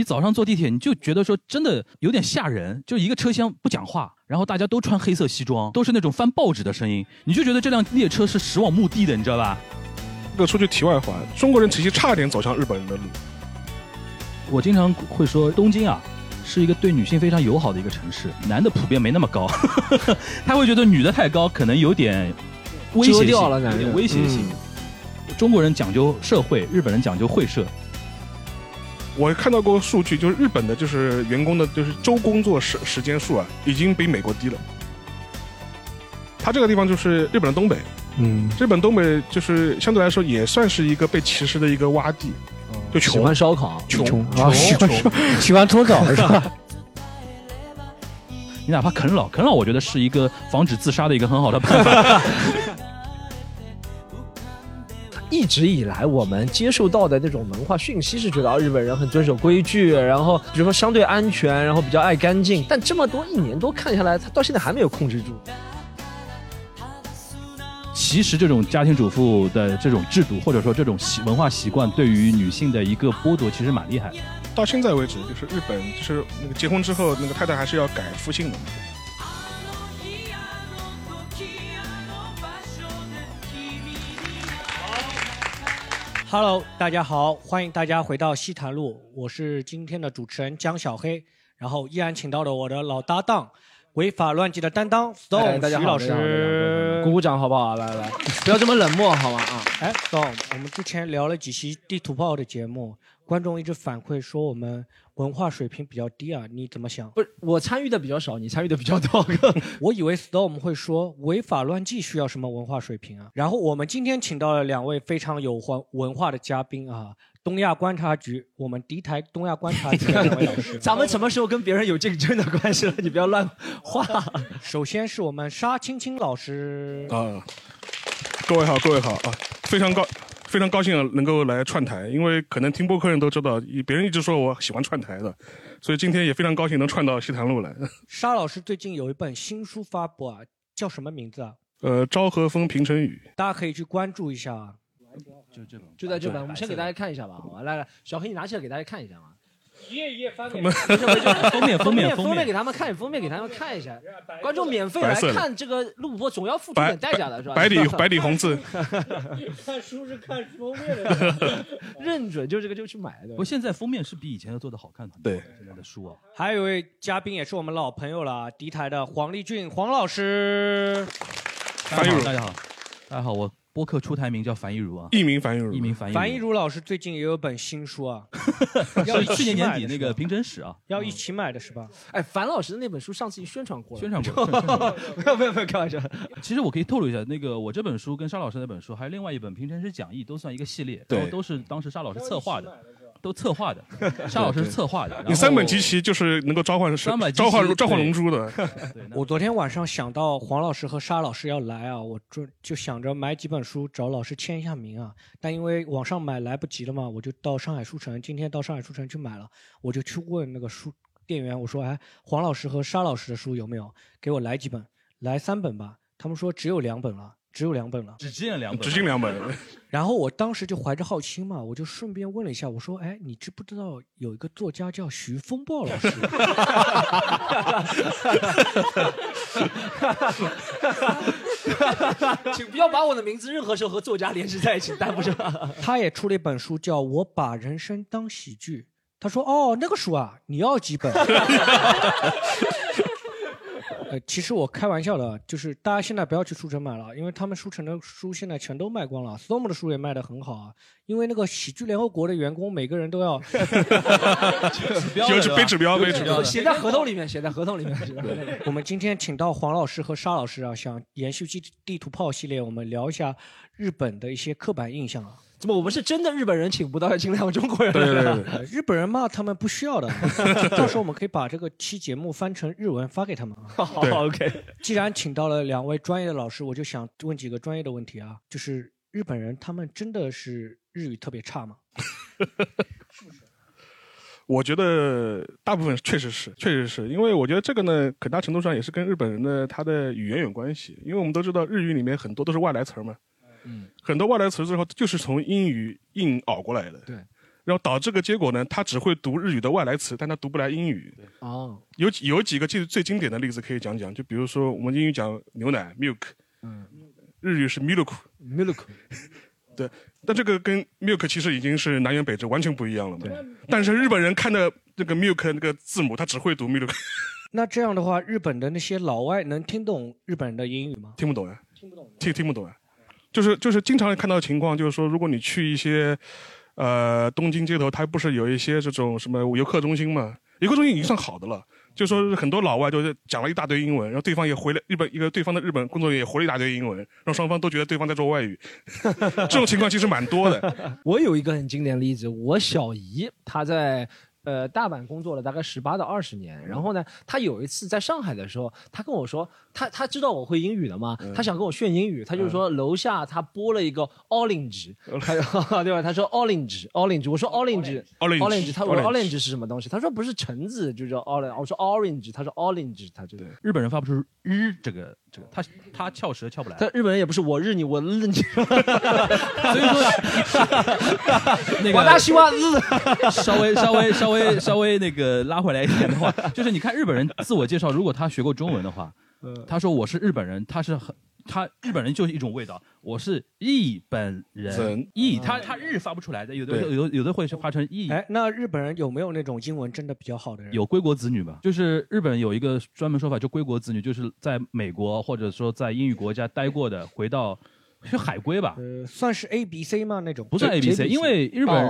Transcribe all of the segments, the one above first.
你早上坐地铁，你就觉得说真的有点吓人，就一个车厢不讲话，然后大家都穿黑色西装，都是那种翻报纸的声音，你就觉得这辆列车是驶往墓地的，你知道吧？ 这个说句题外话，中国人其实差点走向日本人的路。 我经常会说，东京啊是一个对女性非常友好的一个城市，男的普遍没那么高，他会觉得女的太高可能有点威胁性，有点威胁性。中国人讲究社会，日本人讲究会社。 我看到过数据，就是日本的就是员工的就是周工作时间数啊，已经比美国低了。它这个地方就是日本的东北，日本东北就是相对来说也算是一个被歧视的一个洼地，就穷， 喜欢烧烤， 穷， 喜欢搓澡是吧？ 你哪怕啃老，我觉得是一个防止自杀的一个很好的办法。 一直以来我们接受到的那种文化讯息是觉得日本人很遵守规矩，然后比如说相对安全，然后比较爱干净，但这么多1年多看下来，他到现在还没有控制住。 其实这种家庭主妇的这种制度，或者说这种文化习惯，对于女性的一个剥夺，其实蛮厉害的。 到现在为止，就是日本就是那个结婚之后，那个太太还是要改夫姓的。 Hello， 大家好，欢迎大家回到西坛路，我是今天的主持人江小黑，然后依然请到了我的老搭档，违法乱纪的担当 Stone 徐老师， 鼓鼓掌好不好？来，不要这么冷漠好吗？ Stone， 我们之前聊了几期地图炮的节目，观众一直反馈说我们文化水平比较低啊，你怎么想？ 不是，我参与的比较少，你参与的比较多。 我以为 Storm 会说违法乱纪需要什么文化水平啊？然后我们今天请到了2位非常有文化的嘉宾啊，东亚观察局，我们敌台东亚观察局的2位老师。 咱们什么时候跟别人有竞争的关系了？你不要乱画。 首先是我们沙青青老师啊，各位好啊，非常高兴能够来串台，因为可能听播客人都知道，别人一直说我喜欢串台的，所以今天也非常高兴能串到西坛路来。 沙老师最近有一本新书发布啊，叫什么名字啊？ 昭和风平成雨， 大家可以去关注一下啊。 就在这本，我们先给大家看一下吧，好吧？来，小黑你拿起来给大家看一下嘛。 一页翻面， 封面给他们看，封面给他们看一下。观众免费来看这个录播，总要付出点代价的是吧？ 白底红字。 看书是看封面的， 认准就这个就去买的。 不，现在封面是比以前的做的好看很多。 对， 现在的书啊。 还有一位嘉宾也是我们老朋友了，敌台的黄立俊黄老师。 大家好，我播客出台名叫樊一茹啊， 艺名樊一茹。 樊一茹老师最近也有本新书啊， 要去年年底那个评审史啊， 要一起买的是吧？ 哎，樊老师的那本书上次已经宣传过了。没有开玩笑。 其实我可以透露一下，那个我这本书跟沙老师那本书，还有另外一本评审史讲义，都算一个系列，然后都是当时沙老师策划的。都策划的，沙老师是策划的。 你3本集齐就是能够召唤龙珠的。 我昨天晚上想到黄老师和沙老师要来啊，我就想着买几本书找老师签一下名啊，但因为网上买来不及了嘛，我就到上海书城，今天到上海书城去买了，我就去问那个书店员，我说黄老师和沙老师的书有没有？给我来几本，来3本吧。他们说只有2本了。只进 2本。 然后我当时就怀着好奇嘛，我就顺便问了一下，我说：“哎，你知不知道有一个作家叫徐风暴老师？” 请不要把我的名字任何时候和作家联系在一起，担不上。 他也出了一本书，叫《我把人生当喜剧》。他说：“哦，那个书啊，你要几本？”其实我开玩笑的，就是大家现在不要去书城买了，因为他们书城的书现在全都卖光了。Storm 的书也卖得很好啊，因为那个喜剧联合国的员工每个人都要背指标， 写在合同里面。 我们今天请到黄老师和沙老师啊，想延续地图炮系列，我们聊一下日本的一些刻板印象啊。 怎么我们是真的日本人请不到，要请2个中国人？ 对， 日本人嘛，他们不需要的。到时候我们可以把这个期节目翻成日文发给他们。 好 ，OK。 既然请到了2位专业的老师，我就想问几个专业的问题啊，就是日本人他们真的是日语特别差吗？ 是不是？我觉得大部分确实是，因为我觉得这个呢，很大程度上也是跟日本人的他的语言有关系，因为我们都知道日语里面很多都是外来词嘛。很多外来词之后就是从英语硬熬过来的。 对， 然后导致个结果呢，他只会读日语的外来词，但他读不来英语。 哦， 有几个最经典的例子可以讲讲，就比如说我们英语讲牛奶 milk， 日语是 milk， 对，但这个跟 milk 其实已经是南辕北辙，完全不一样了嘛。但是日本人看的这个 milk 那个字母，他只会读 milk。 那这样的话，日本的那些老外能听懂日本人的英语吗？ 听不懂呀，听不懂呀。就是经常看到的情况，就是说，如果你去一些东京街头，它不是有一些这种什么游客中心嘛？游客中心已经算好的了。就说很多老外就是讲了一大堆英文，然后对方也回了对方的日本工作人员也回了一大堆英文，让双方都觉得对方在做外语。这种情况其实蛮多的。 我有一个很经典的例子，我小姨她在大阪工作了大概18到20年，然后呢，她有一次在上海的时候，她跟我说，她知道我会英语的嘛，她想跟我炫英语，她就说楼下她播了一个 orange， 对吧？她说 orange， 我说 orange， 她说 orange 是什么东西？她说不是橙子，就叫 orange， 我说 orange， 她说 orange， 她就对。 日本人发不出日这个，他翘舌翘不来。 但日本人也不是我日你我日你，所以说那个我大希望日稍微那个拉回来一点的话，就是你看日本人自我介绍，如果他学过中文的话，他说我是日本人，他日本人就是一种味道，我是日本人，他日发不出来的，有的会是发成日。 哎，那日本人有没有那种英文真的比较好的人？ 有归国子女吧，就是日本有一个专门说法，就归国子女，就是在美国或者说在英语国家待过的，回到。是海归吧？ 算是 ABC 吗？那种不算 ABC， 因为日本人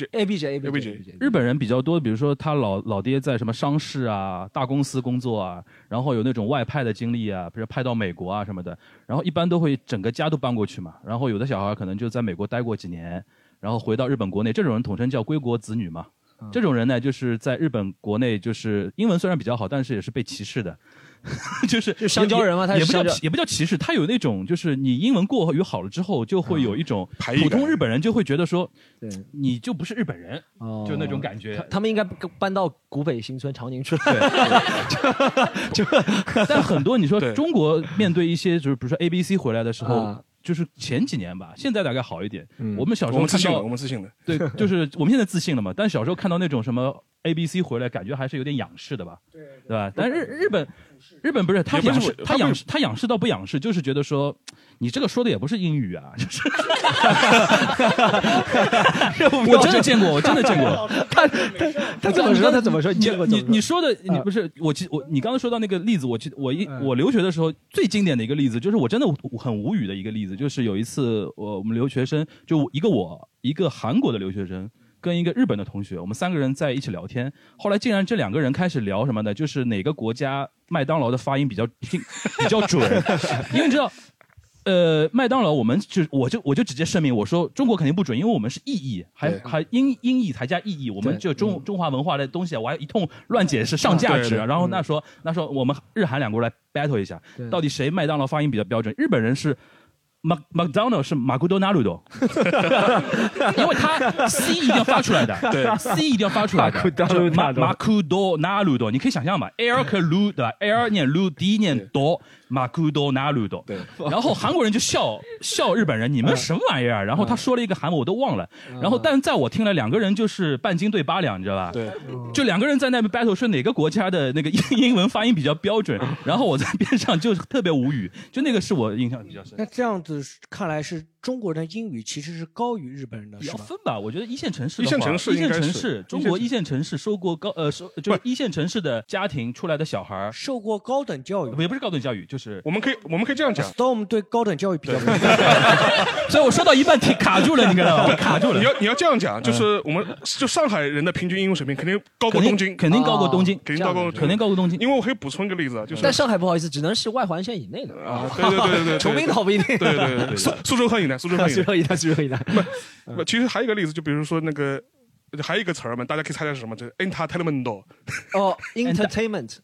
ABJ， 日本人比较多，比如说他老爹在什么商事啊、大公司工作啊，然后有那种外派的经历啊，比如派到美国啊什么的，然后一般都会整个家都搬过去嘛，然后有的小孩可能就在美国待过几年，然后回到日本国内，这种人统称叫归国子女嘛。这种人呢，就是在日本国内，就是英文虽然比较好，但是也是被歧视的。就香蕉人嘛，他也不叫歧视，他有那种就是你英文过于好了之后，就会有一种普通日本人就会觉得说，你就不是日本人，就那种感觉。 他们应该搬到古北新村长宁去了。 但很多你说中国面对一些就是比如说 ABC 回来的时候。就是前几年吧，现在大概好一点。我们小时候看到我们自信了， 对，就是我们现在自信了嘛。但小时候看到那种什么 ABC 回来，感觉还是有点仰视的吧，对吧？但日本不是他仰视倒不仰视，就是觉得说你这个说的也不是英语啊，就是。我真的见过。 他怎么说？他怎么说？你见过？ 你说的你不是你刚才说到那个例子，我留学的时候最经典的一个例子，就是我真的很无语的一个例子，就是有一次我们留学生就一个韩国的留学生跟一个日本的同学，我们3个人在一起聊天，后来竟然这2个人开始聊什么呢？就是哪个国家麦当劳的发音比较准，因为你知道。麦当劳我就直接声明，我说中国肯定不准，因为我们是意译，还音译还加意译，我们就中华文化的东西，我还一通乱解释上价值，然后那说我们日韩两国来 battle 一下，到底谁麦当劳发音比较标准？日本人是。McDonald 是马库多纳鲁多，因为他 C 一定要发出来的，对 C 一定要发出来的。马库多纳鲁多，你可以想象嘛 ，L 和 Lu 对吧 ？L 念 Lu，D 念多，马库多纳鲁多。对。然后韩国人就笑日本人，你们什么玩意儿？然后他说了一个韩文我都忘了，然后但在我听来，2个人就是半斤对8两，你知道吧？对。就2个人在那边 battle 说哪个国家的那个英文发音比较标准，然后我在边上就特别无语，就那个是我印象比较深。 那这样子。看来是中国人的英语其实是高于日本人的， 要分吧？我觉得一线城市，中国一线城市受过就是一线城市的家庭出来的小孩受过高等教育， 也不是高等教育，就是我们可以这样讲。 Storm 对高等教育比较， 所以我说到一半卡住了，你知道吗？卡住了。 你要这样讲，就是我们就上海人的平均英语水平肯定高过东京， 肯定高过东京， 肯定高过东京。因为我可以补充一个例子，就是但上海不好意思，只能是外环线以内的啊。对， 崇明岛不一定。 对，苏州河以南。其实还有一个例子，就比如说那个，还有一个词儿嘛，大家可以猜猜是什么？就是 entertainment。 哦 ，entertainment，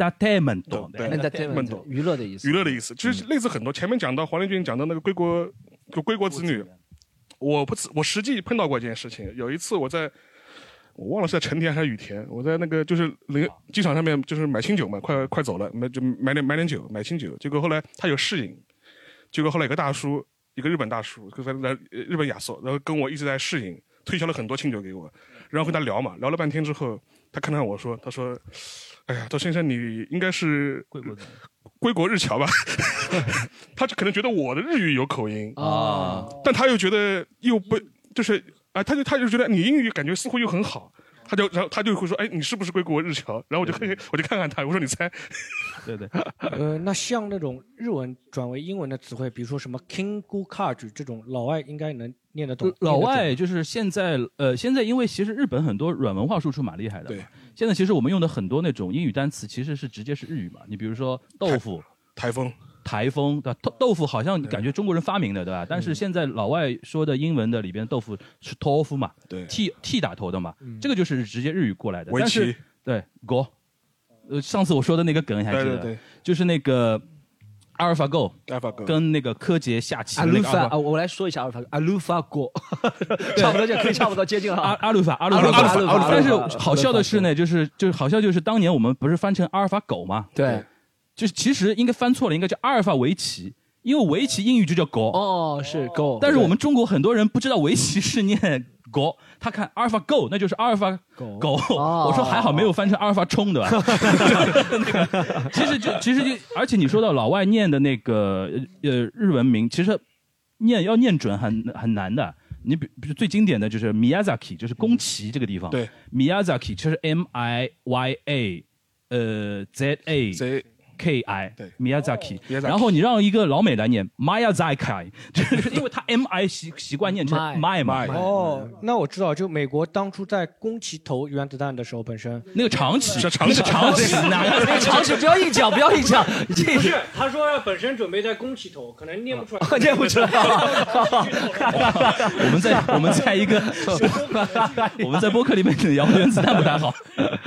娱乐的意思。 娱乐的意思，其实类似很多。前面讲到黄连军讲到那个归国子女，我实际碰到过一件事情。有一次我忘了是在成田还是羽田，我在那个就是机场上面就是买清酒嘛，快走了，买点酒，买清酒。结果后来他有试饮，结果后来有个大叔。一个日本大叔，日本亚索，然后跟我一直在试饮， 推销了很多清酒给我，然后跟他聊嘛，聊了半天之后，他看看我说，他说，哎呀，周先生你应该是归国日侨吧？他就可能觉得我的日语有口音啊，但他又觉得又不就是啊，他就觉得你英语感觉似乎又很好。然后他就会说，哎，你是不是归国日侨？然后我就看看他，我说你猜。 对。 那像那种日文转为英文的词汇，比如说什么 Kingu-Kaju 这种，老外应该能念得懂。 老外就是现在因为其实日本很多软文化输出蛮厉害的。 对。 现在其实我们用的很多那种英语单词，其实是直接是日语嘛。你比如说豆腐、台风，对吧？豆腐好像感觉中国人发明的，对吧？但是现在老外说的英文的里边豆腐是豆腐嘛， 对 ，T 打头的嘛，这个就是直接日语过来的。 围棋， 对，上次我说的那个梗你还记得？对，就是那个阿尔法狗跟那个柯洁下棋的那个啊，我来说一下阿鲁法狗，差不多接近了。 阿鲁法，但是好笑的是呢，就是好笑就是当年我们不是翻成阿尔法狗嘛？ 对。 就是其实应该翻错了，应该叫阿尔法围棋，因为围棋英语就叫 Go。 哦，是 Go。 但是我们中国很多人不知道围棋是念 Go， 他看阿尔法 Go， 那就是阿尔法狗。我说还好没有翻成阿尔法冲，对吧？其实就，而且你说到老外念的那个日文名，其实要念准很难的。你比如最经典的就是 Miyazaki， 就是宫崎这个地方。 对 ，Miyazaki 就是 MIYAZA。KI 对 Miyazaki， 然后你让一个老美来念 Miyazaki， 就是因为他 MI 习惯念成 My 嘛。 哦，那我知道，就美国当初在宫崎投原子弹的时候，本身那个长崎， 长崎不要硬讲，不是， 他说本身准备在宫崎投，可能念不出来， 念不出来。 我们在一个我们在播客里面聊原子弹不太好。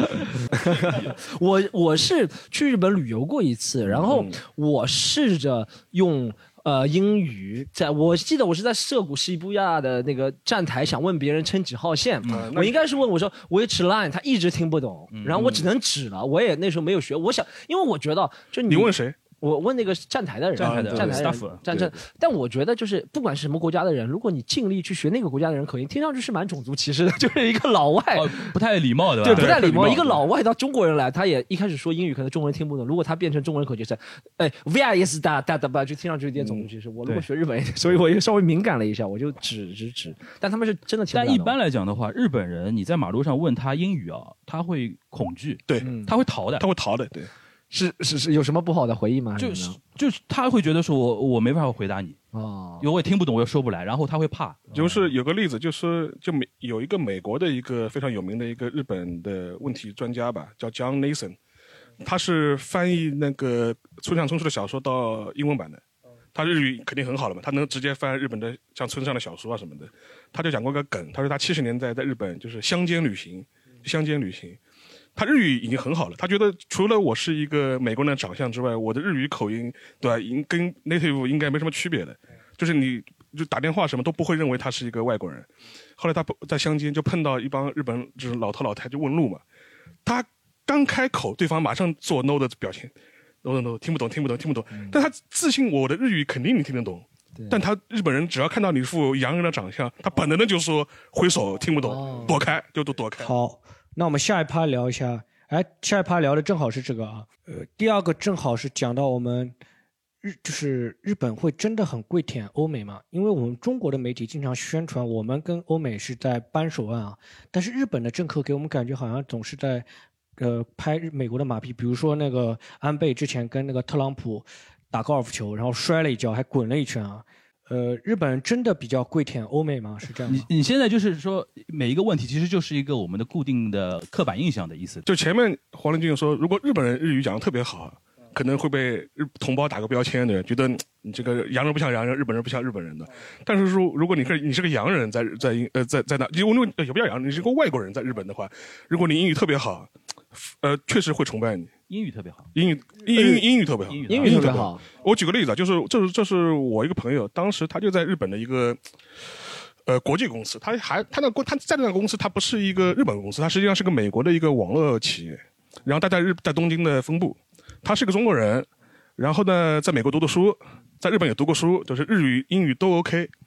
我是去日本旅游过一次，然后我试着用英语，我记得我是在涩谷西布亚的那个站台想问别人乘几号线，我应该是问我说 which line， 他一直听不懂，然后我只能指了，我也那时候没有学，我想，因为我觉得就你问谁？ 我问那个站台的人，但我觉得就是不管是什么国家的人，如果你尽力去学那个国家的人口音，听上去是蛮种族歧视的，就是一个老外， 不太礼貌的， 对，不太礼貌。一个老外到中国人来，他也一开始说英语，可能中国人听不懂。如果他变成中国人口音是，where is that 吧，就听上去有点种族歧视。我如果学日本，所以我也稍微敏感了一下，我就指，但他们是真的听不懂。 但一般来讲的话，日本人你在马路上问他英语啊，他会恐惧， 对， 他会逃的， 对。 是有什么不好的回忆吗？ 就是他会觉得说我没办法回答你因为我也听不懂，我又说不来，然后他会怕。 就是有个例子，有一个美国的一个非常有名的一个日本的问题专家吧，叫 John Nason， 他是翻译那个村上春树的小说到英文版的，他日语肯定很好了嘛，他能直接翻日本的像村上的小说啊什么的。他就讲过个梗，他说他70年代在日本就是乡间旅行。他日语已经很好了，他觉得除了我是一个美国人的长相之外，我的日语口音对吧，跟 native 应该没什么区别的，就是你就打电话什么都不会认为他是一个外国人。后来他在乡间就碰到一帮日本就是老头老太就问路嘛，他刚开口，对方马上做 no 的表情 ，no， 听不懂，但他自信我的日语肯定你听得懂。但他日本人只要看到你副洋人的长相，他本能的就说挥手听不懂，躲开就都躲开。 好。那我们下一趴聊一下，下一趴聊的正好是这个啊，第二个正好是讲到我们就是日本会真的很跪舔欧美嘛？因为我们中国的媒体经常宣传我们跟欧美是在扳手腕啊，但是日本的政客给我们感觉好像总是在拍美国的马屁，比如说那个安倍之前跟那个特朗普打高尔夫球，然后摔了一跤，还滚了一圈啊。日本人真的比较跪舔欧美吗？是这样吗？ 你现在就是说每一个问题其实就是一个我们的固定的刻板印象的意思。 就前面黄立军说，如果日本人日语讲得特别好，可能会被同胞打个标签的，觉得你这个洋人不像洋人，日本人不像日本人的。但是说如果你是个洋人在那，因为也不叫洋人，你是个外国人在日本的话，如果你英语特别好，确实会崇拜你。 英语特别好， 英语特别好， 英语特别好。 我举个例子啊，这是我一个朋友，当时他就在日本的一个国际公司，他在那个公司，他不是一个日本公司，他实际上是个美国的一个网络企业，然后他在东京的分部，他是个中国人，然后呢在美国读的书，在日本也读过书，就是日语英语都 OK。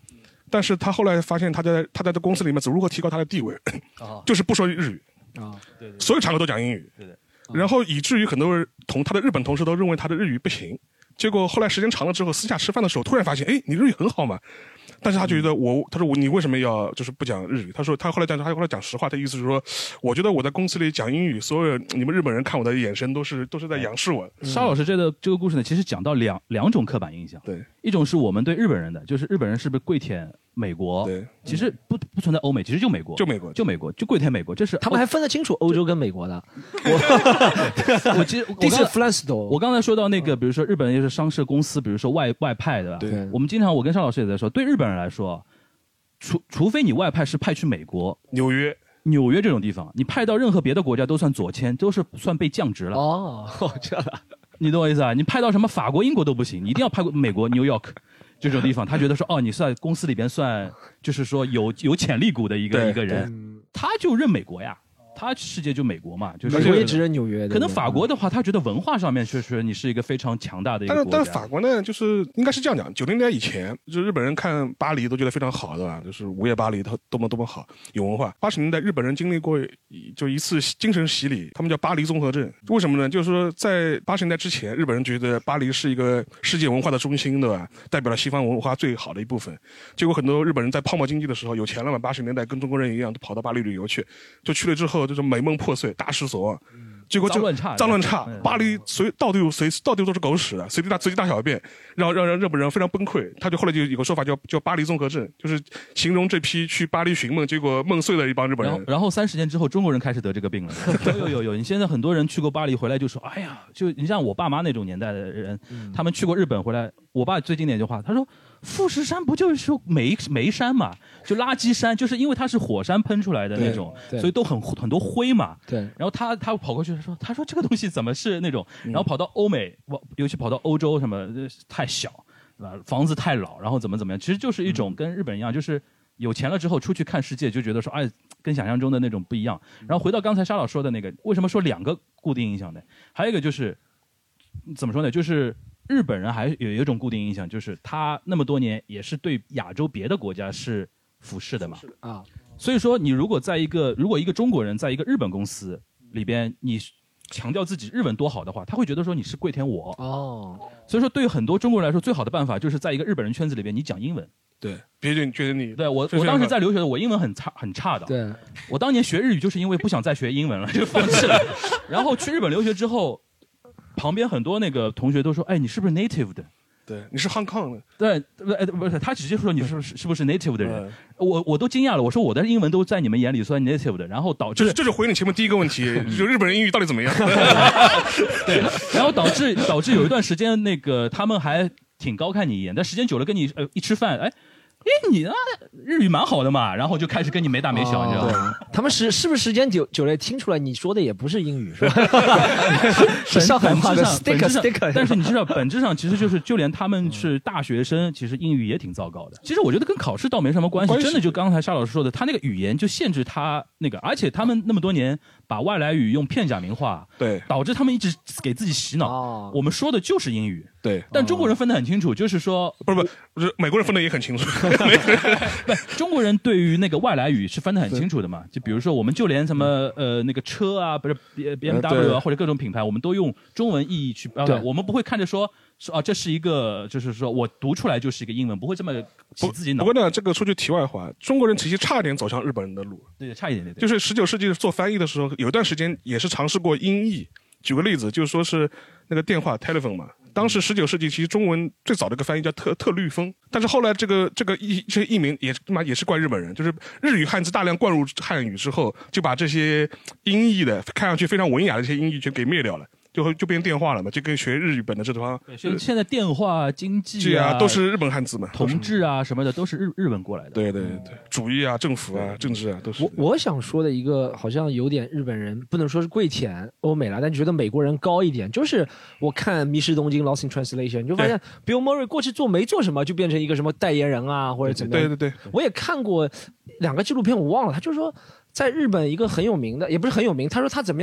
但是他后来发现他在公司里面如何提高他的地位，就是不说日语对， 所有场合都讲英语， 对的。 然后以至于很多他的日本同事都认为他的日语不行，结果后来时间长了之后，私下吃饭的时候突然发现，哎，你日语很好嘛。但是他觉得他说你为什么要就是不讲日语？他说他后来讲实话，他意思是说，我觉得我在公司里讲英语，所有你们日本人看我的眼神都是在仰视我。 沙老师这个故事呢，其实讲到两种刻板印象。 对， 一种是我们对日本人的，就是日本人是不是跪舔美国？ 对， 其实不存在欧美，其实就美国，就跪舔美国，这是他们还分得清楚欧洲跟美国的。 我其实我刚才说到那个，比如说日本人也是商社公司，比如说外派的， 对， 我们经常我跟沙老师也在说，对日本人来说，除非你外派是派去美国、 纽约这种地方，你派到任何别的国家都算左迁，都是算被降职了。 这样的， 你懂我意思啊？你派到什么法国、英国都不行，你一定要派过美国 New York 这种地方。他觉得说，你是在公司里边算，就是说有潜力股的一个人，他就认美国呀。他世界就美国嘛，就是美国也只认纽约的。 可能法国的话，他觉得文化上面确实你是一个非常强大的一个国家。 但是法国呢，就是应该是这样讲，90年代以前，就日本人看巴黎都觉得非常好，对吧？就是午夜巴黎多么好，有文化。80年代日本人经历过就一次精神洗礼，他们叫巴黎综合症。为什么呢？就是说在80年代之前，日本人觉得巴黎是一个世界文化的中心，对吧？代表了西方文化最好的一部分。结果很多日本人在泡沫经济的时候有钱了嘛，80年代跟中国人一样，都跑到巴黎旅游去，就去了之后就是美梦破碎。大失所望，结果就脏乱差，巴黎到处都是狗屎的，随地大小便，让日本人非常崩溃。他就后来就有个说法叫巴黎综合症，就是形容这批去巴黎寻梦结果梦碎的一帮日本人。 然后30年之后，中国人开始得这个病了。有，你现在很多人去过巴黎回来就说，哎呀，就你像我爸妈那种年代的人，他们去过日本回来，我爸最经典一句话，他说。富士山不就是说煤山嘛，就垃圾山，就是因为它是火山喷出来的那种，所以都很多灰嘛。 对。 然后他跑过去他说这个东西怎么是那种，然后跑到欧美，尤其跑到欧洲什么太小，对吧？房子太老，然后怎么样，其实就是一种跟日本一样，就是有钱了之后出去看世界，就觉得说跟想象中的那种不一样。然后回到刚才沙老说的那个，为什么说2个固定印象呢？还有一个就是怎么说呢？就是日本人还有一种固定印象，就是他那么多年也是对亚洲别的国家是俯视的嘛。所以说你如果一个中国人在一个日本公司里边，你强调自己日文多好的话，他会觉得说你是跪舔我。所以说对于很多中国人来说，最好的办法就是在一个日本人圈子里边，你讲英文。 对，别人觉得你对我当时在留学的，我英文很差的。 对， 我当年学日语就是因为不想再学英文了，就放弃了。然后去日本留学之后。旁边很多那个同学都说，你是不是 native 的？ 对，你是 Hong Kong 的。 对，不是，他直接说你是不是 native 的人？我都惊讶了，我说我的英文都在你们眼里算 native 的，然后导致这就回你前面第一个问题，就日本人英语到底怎么样？ 对，然后导致有一段时间那个他们还挺高看你一眼，但时间久了跟你一吃饭，你呢日语蛮好的嘛，然后就开始跟你没大没小，你知道吗？ 他们是不是时间久了听出来你说的也不是英语，是吧？上海话的 stick， 但是你知道本质上其实就是就连他们是大学生，其实英语也挺糟糕的。其实我觉得跟考试倒没什么关系，真的就刚才沙老师说的，他那个语言就限制他那个，而且他们那么多年把外来语用片假名化， 对， 导致他们一直给自己洗脑，我们说的就是英语。 对， 但中国人分得很清楚，就是说， 不是，美国人分得也很清楚。 不，中国人对于那个外来语是分得很清楚的嘛。就比如说，我们就连什么那个车啊，不是 BMW 啊，或者各种品牌，我们都用中文意义去表达。我们不会看着说这是一个，就是说我读出来就是一个英文，不会这么洗自己脑。 不过呢，这个说句题外话，中国人其实差点走向日本人的路。 对，差一点点。 就是19世纪做翻译的时候，有一段时间也是尝试过音译。举个例子，就是说是那个电话 telephone 嘛。当时19世纪其实中文最早的一个翻译叫特律风，但是后来这个译名也是怪日本人，就是日语汉字大量灌入汉语之后，就把这些音译的看上去非常文雅的这些音译全给灭掉了。就变电话了嘛，就跟学日本的这方。 对，现在电话、经济啊都是日本汉字嘛， 同志啊什么的都是日本过来的。 对，主义啊、政府啊、政治啊都是。 我想说的一个好像有点日本人不能说是跪舔欧美了，但觉得美国人高一点。就是我看《迷失东京》Lost in Translation， 就发现 Bill Murray 过去没做什么，就变成一个什么代言人啊或者怎么样。 对， 我也看过2个纪录片，我忘了，他就说在日本一个很有名的，也不是很有名，他说他怎么样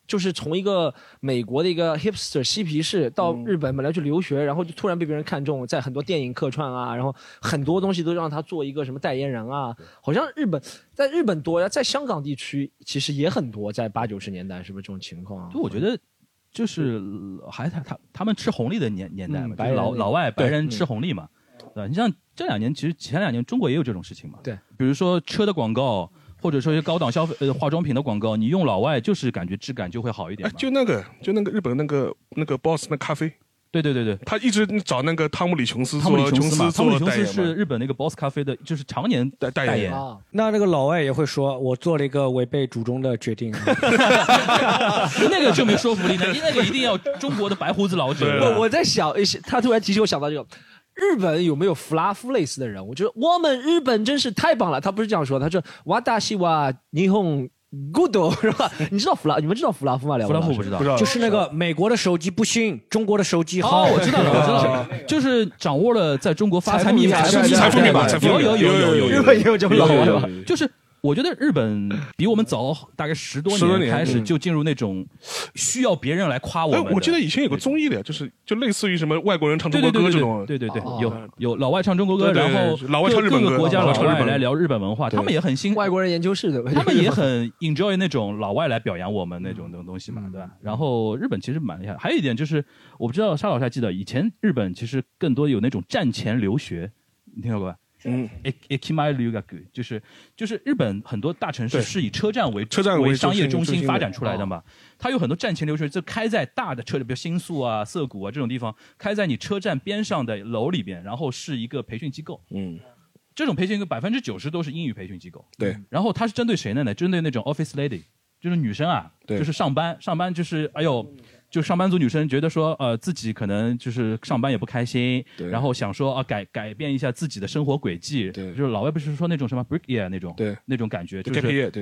就是从一个美国的一个 hipster 嬉皮士到日本本来去留学，然后就突然被别人看中，在很多电影客串啊，然后很多东西都让他做一个什么代言人啊，好像在日本多呀，在香港地区其实也很多，在80、90年代是不是这种情况啊？ 就我觉得。就是还他们吃红利的年代嘛，就是老外白人吃红利嘛，对吧？你像这2年，其实前2年中国也有这种事情嘛， 对， 比如说车的广告，或者说一些高档消费化妆品的广告，你用老外就是感觉质感就会好一点嘛。 就那个日本那个 Boss 那咖啡。 对，他一直找那个汤姆·李·琼斯做代言是日本那个 Boss 咖啡的，就是常年代言。 那个老外也会说，我做了一个违背祖宗的决定。 那个就没说服力，那个一定要中国的白胡子老者。 我在想，他突然提醒我想到这个。日本有没有弗拉夫类似的人？我觉得我们日本真是太棒了。他不是这样说，他说私は日本good 是吧？你们知道弗拉夫吗？ 弗拉夫不知道， 就是那个美国的手机不行，中国的手机好。 我知道了，就是掌握了在中国发财密码， 财富密码， 有， 日本也有这么老外吗？ 就是。我觉得日本比我们早大概10多年开始就进入那种需要别人来夸我们。 我记得以前有个综艺的，就类似于什么外国人唱中国歌这种。 对，有老外唱中国歌，然后老外唱日本歌， 各个国家老外来聊日本文化，他们也很外国人研究室的， 他们也很 enjoy 那种老外来表扬我们那种东西嘛，对吧？然后日本其实蛮厉害。还有一点就是，我不知道沙老师还记得，以前日本其实更多有那种战前留学，你听说过吧？Ekimai Ryugaku 就是日本很多大城市是以车站为商业中心发展出来的嘛，它有很多战前留学，就开在大的车，比如新宿啊、涩谷啊这种地方，开在你车站边上的楼里边，然后是一个培训机构。这种培训机构90%都是英语培训机构。 对， 然后它是针对谁呢？针对那种 office lady， 就是女生啊，就是上班就是就上班族女生觉得说，自己可能就是上班也不开心，然后想说改变一下自己的生活轨迹，就是老外不是说那种什么 break year 那种感觉，就是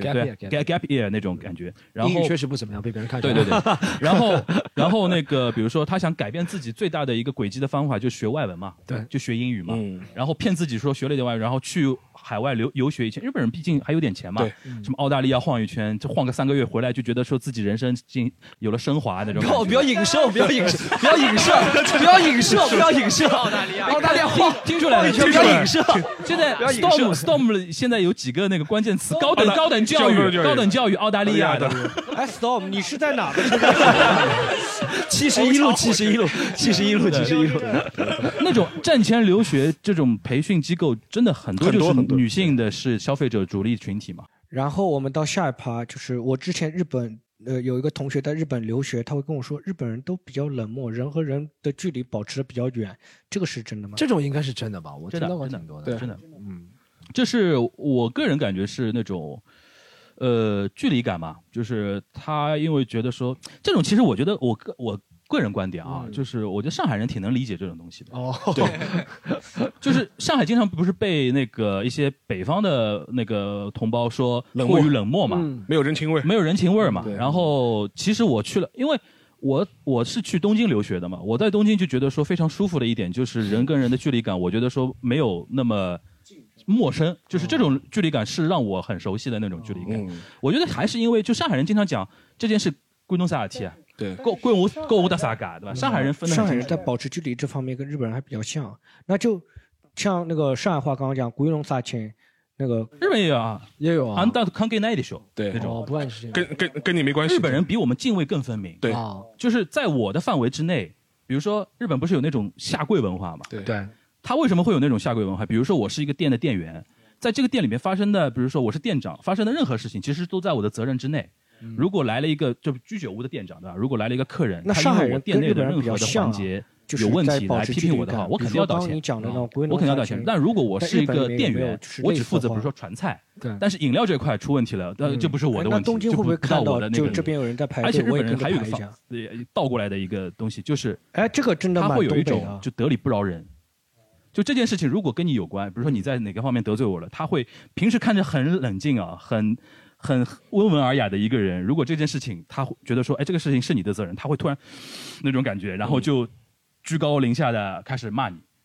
gap year 那种感觉。然后英语确实不怎么样，被别人看出来。 对，然后那个比如说他想改变自己最大的一个轨迹的方法，就学外文嘛， 对， 就学英语嘛，然后骗自己说学了一点外文，然后去海外游学一圈。日本人毕竟还有点钱嘛，什么澳大利亚晃一圈，就晃个3个月回来，就觉得说自己人生有了升华那种。 不要影射！不要影射！澳大利亚话听出来了， 不要影射！ 现在 Storm 现在有几个那个关键词，高等教育，澳大利亚的。 Storm， 你是在哪的 ？71路。 那种战前留学这种培训机构，真的很多就是女性的是消费者主力群体嘛。 然后我们到下一趴，就是我之前日本。有一个同学在日本留学，他会跟我说，日本人都比较冷漠，人和人的距离保持的比较远，这个是真的吗？ 这种应该是真的吧？我听到过挺多的， 真的。这是我个人感觉是那种，距离感嘛，就是他因为觉得说，这种其实我觉得我个人观点啊，就是我觉得上海人挺能理解这种东西的。 对， 就是上海经常不是被那个一些北方的那个同胞说过于冷漠嘛， 没有人情味嘛。然后其实我去了，因为我是去东京留学的嘛，我在东京就觉得说非常舒服的一点就是人跟人的距离感，我觉得说没有那么陌生，就是这种距离感是让我很熟悉的那种距离感。我觉得还是因为就上海人经常讲这件事归侬啥事体啊。 对， 够无的啥嘎，对吧？上海人在保持距离这方面跟日本人还比较像，那就像那个上海话刚刚讲归拢啥亲，那个日本也有啊， 安大康给奈的说， 对那种不关系， 跟你没关系。 日本人比我们敬畏更分明， 对， 就是在我的范围之内，比如说日本不是有那种下跪文化嘛？ 对， 他为什么会有那种下跪文化？比如说我是一个店的店员，在这个店里面发生的，比如说我是店长，发生的任何事情，其实都在我的责任之内。如果来了一个就居酒屋的店长，对吧？如果来了一个客人， 那上海人店内的任何的环节有问题来批评我的话，我肯定要道歉。我肯定要道歉。但如果我是一个店员，我只负责比如说传菜，但是饮料这块出问题了，这不是我的问题， 东京会不会看到就这边有人在排队？ 而且日本人还有一个倒过来的一个东西，就是这个真的他会有一种就得理不饶人。就这件事情如果跟你有关，比如说你在哪个方面得罪我了，他会平时看着很冷静啊，很温文尔雅的一个人，如果这件事情他觉得说，这个事情是你的责任，他会突然那种感觉，然后就居高临下的开始骂你，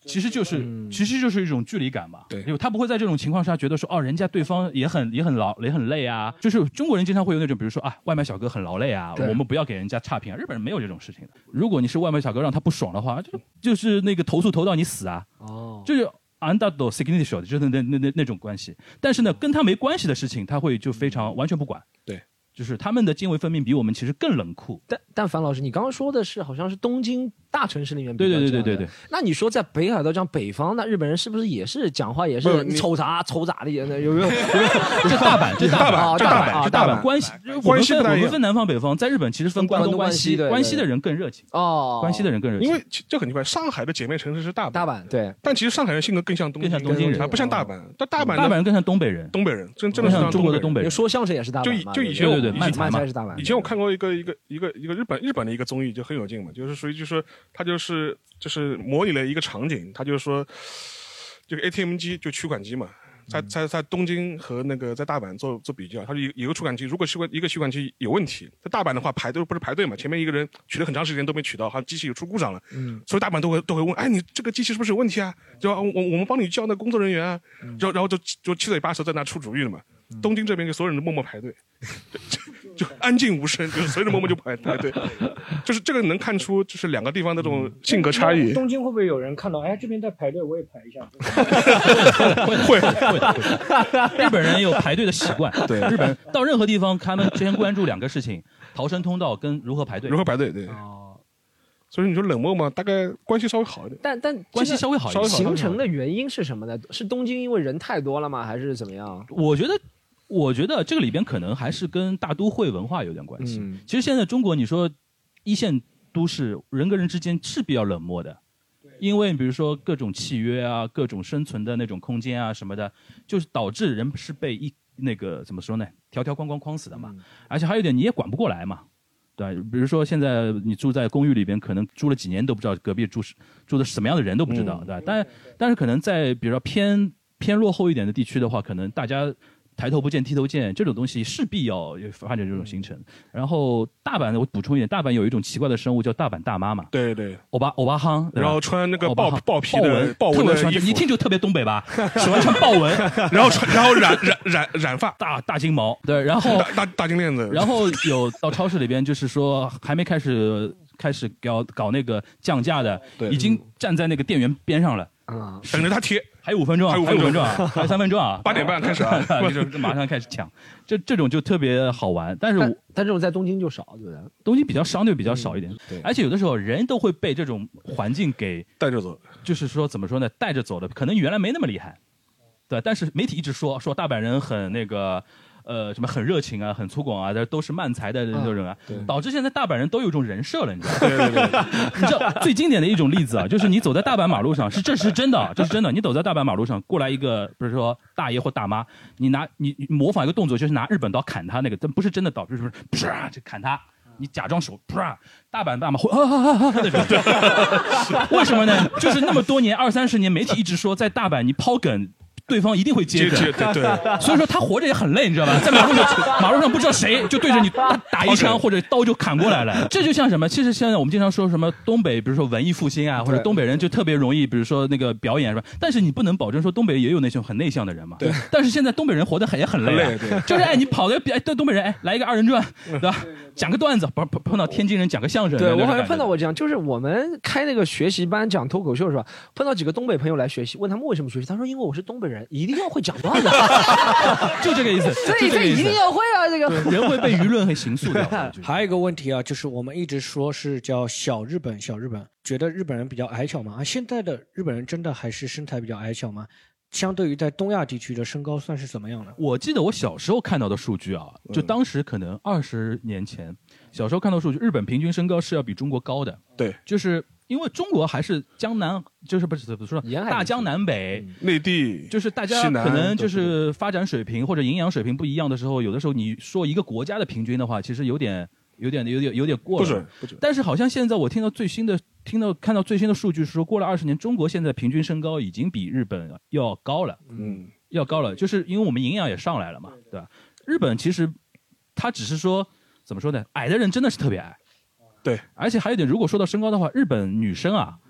其实就是一种距离感嘛。 对， 因为他不会在这种情况下觉得说人家对方也很累啊。就是中国人经常会有那种，比如说外卖小哥很劳累啊，我们不要给人家差评。日本人没有这种事情的。如果你是外卖小哥让他不爽的话，就是那个投诉投到你死啊。就是安达多 signature 就是那种关系。但是呢，跟他没关系的事情，他会就非常完全不管。 对。 就是他们的泾渭分明比我们其实更冷酷。 但樊老师，你刚刚说的是好像是东京大城市里面比较对。 那你说在北海道这样北方，那日本人是不是也是讲话也是你瞅啥的？有没有？ 这大阪关西我们分南方北方，在日本其实分关东关西，关西的人更热情关西的人更热情。 因为这很奇怪，上海的姐妹城市是大阪对， 但其实上海人性格更像东京人，不像大阪。但大阪人更像东北人， 真的是像中国的东北人。 说相声也是大阪， 就以前对卖菜是大阪。 以前我看过一个日本的一个综艺，就很有劲嘛，就是属于就是他就是模拟了一个场景，他就是说这个 ATM 机就取款机嘛，在东京和那个在大阪做比较，他说有个取款机，如果一个取款机有问题，在大阪的话不是排队嘛，前面一个人取了很长时间都没取到，好像机器有出故障了，所以大阪都会问，你这个机器是不是有问题啊？就我们帮你叫那工作人员啊，然后就七嘴八舌在那出主意了嘛。东京这边就所有人都默默排队，就安静无声，就是所有人默默就排队，就是这个能看出就是两个地方的这种性格差异。 东京会不会有人看到这边在排队，我也排一下？ 会。日本人有排队的习惯，对，日本到任何地方，他们先关注两个事情：逃生通道跟如何排队。 对。所以你说冷漠嘛，大概关系稍微好一点。 但关系稍微好一点。 形成的原因是什么呢？是东京因为人太多了吗？还是怎么样？ 我觉得这个里边可能还是跟大都会文化有点关系。其实现在中国，你说一线都市人跟人之间是比较冷漠的，因为比如说各种契约啊、各种生存的那种空间啊什么的，就是导致人是被那个怎么说呢，条条框框死的嘛。而且还有一点，你也管不过来嘛。对，比如说现在你住在公寓里边，可能住了几年都不知道隔壁住的什么样的人都不知道，对吧？但是可能在比如说偏落后一点的地区的话，可能大家抬头不见低头见这种东西势必要发展这种形成。然后大阪，我补充一点，大阪有一种奇怪的生物叫大阪大妈嘛， 对， 欧巴夯， 然后穿那个豹皮的豹纹的衣服， 一听就特别东北吧，喜欢穿豹纹， 然后染发， 大金毛，对，然后大金链子， 然后有到超市里边，就是说还没开始搞那个降价的，已经站在那个店员边上了。 等着他贴， 还有5分钟啊，还有3分钟啊 ，8点半开始啊， 就马上开始抢，这种就特别好玩。但这种在东京就少，对不对？ 东京相对比较少一点， 对。 而且有的时候人都会被这种环境给带着走， 就是说怎么说呢，带着走的，可能原来没那么厉害，对。但是媒体一直说大阪人很那个。什么很热情啊，很粗犷啊，都是慢才的那种人啊，导致现在大阪人都有一种人设了，你知道吗？ 对。 你知道最经典的一种例子啊，就是你走在大阪马路上，这是真的，这是真的。你走在大阪马路上，过来一个，比如说大爷或大妈，你模仿一个动作，就是拿日本刀砍他那个，但不是真的刀，就是啪就砍他。你假装手啪，大阪大妈会那种。为什么呢？就是那么多年20-30年，媒体一直说在大阪你抛梗。对方一定会接梗， 对， 所以说他活着也很累，你知道吧？在马路上不知道谁就对着你打一枪或者刀就砍过来了。这就像什么？其实现在我们经常说什么东北，比如说文艺复兴啊，或者东北人就特别容易，比如说那个表演是吧？但是你不能保证说东北也有那种很内向的人嘛。 对。 但是现在东北人活得也很累，就是你跑的东北人来一个2人转，对吧？讲个段子，碰到天津人讲个相声。 对，我好像碰到过这样，就是我们开那个学习班讲脱口秀是吧？碰到几个东北朋友来学习，问他们为什么学习，他说因为我是东北人，一定要会讲段子， 就这个意思。 这一定要会啊，这个人会被舆论和形塑掉。 还有一个问题啊，就是我们一直说是叫小日本，觉得日本人比较矮小嘛？现在的日本人真的还是身材比较矮小吗？相对于在东亚地区的身高算是怎么样的？ 我记得我小时候看到的数据啊，就当时可能20年前，小时候看到数据，日本平均身高是要比中国高的。 对， 就是因为中国还是江南，就是不是怎么说，大江南北， 内地， 就是大家可能就是发展水平或者营养水平不一样的时候，有的时候你说一个国家的平均的话，其实有点过了。 不准。 但是好像现在我看到最新的数据是说，过了20年，中国现在平均身高已经比日本要高了。要高了，就是因为我们营养也上来了嘛，对吧？日本其实它只是说怎么说呢，矮的人真的是特别矮。 对， 而且还有一点，如果说到身高的话，日本女生啊，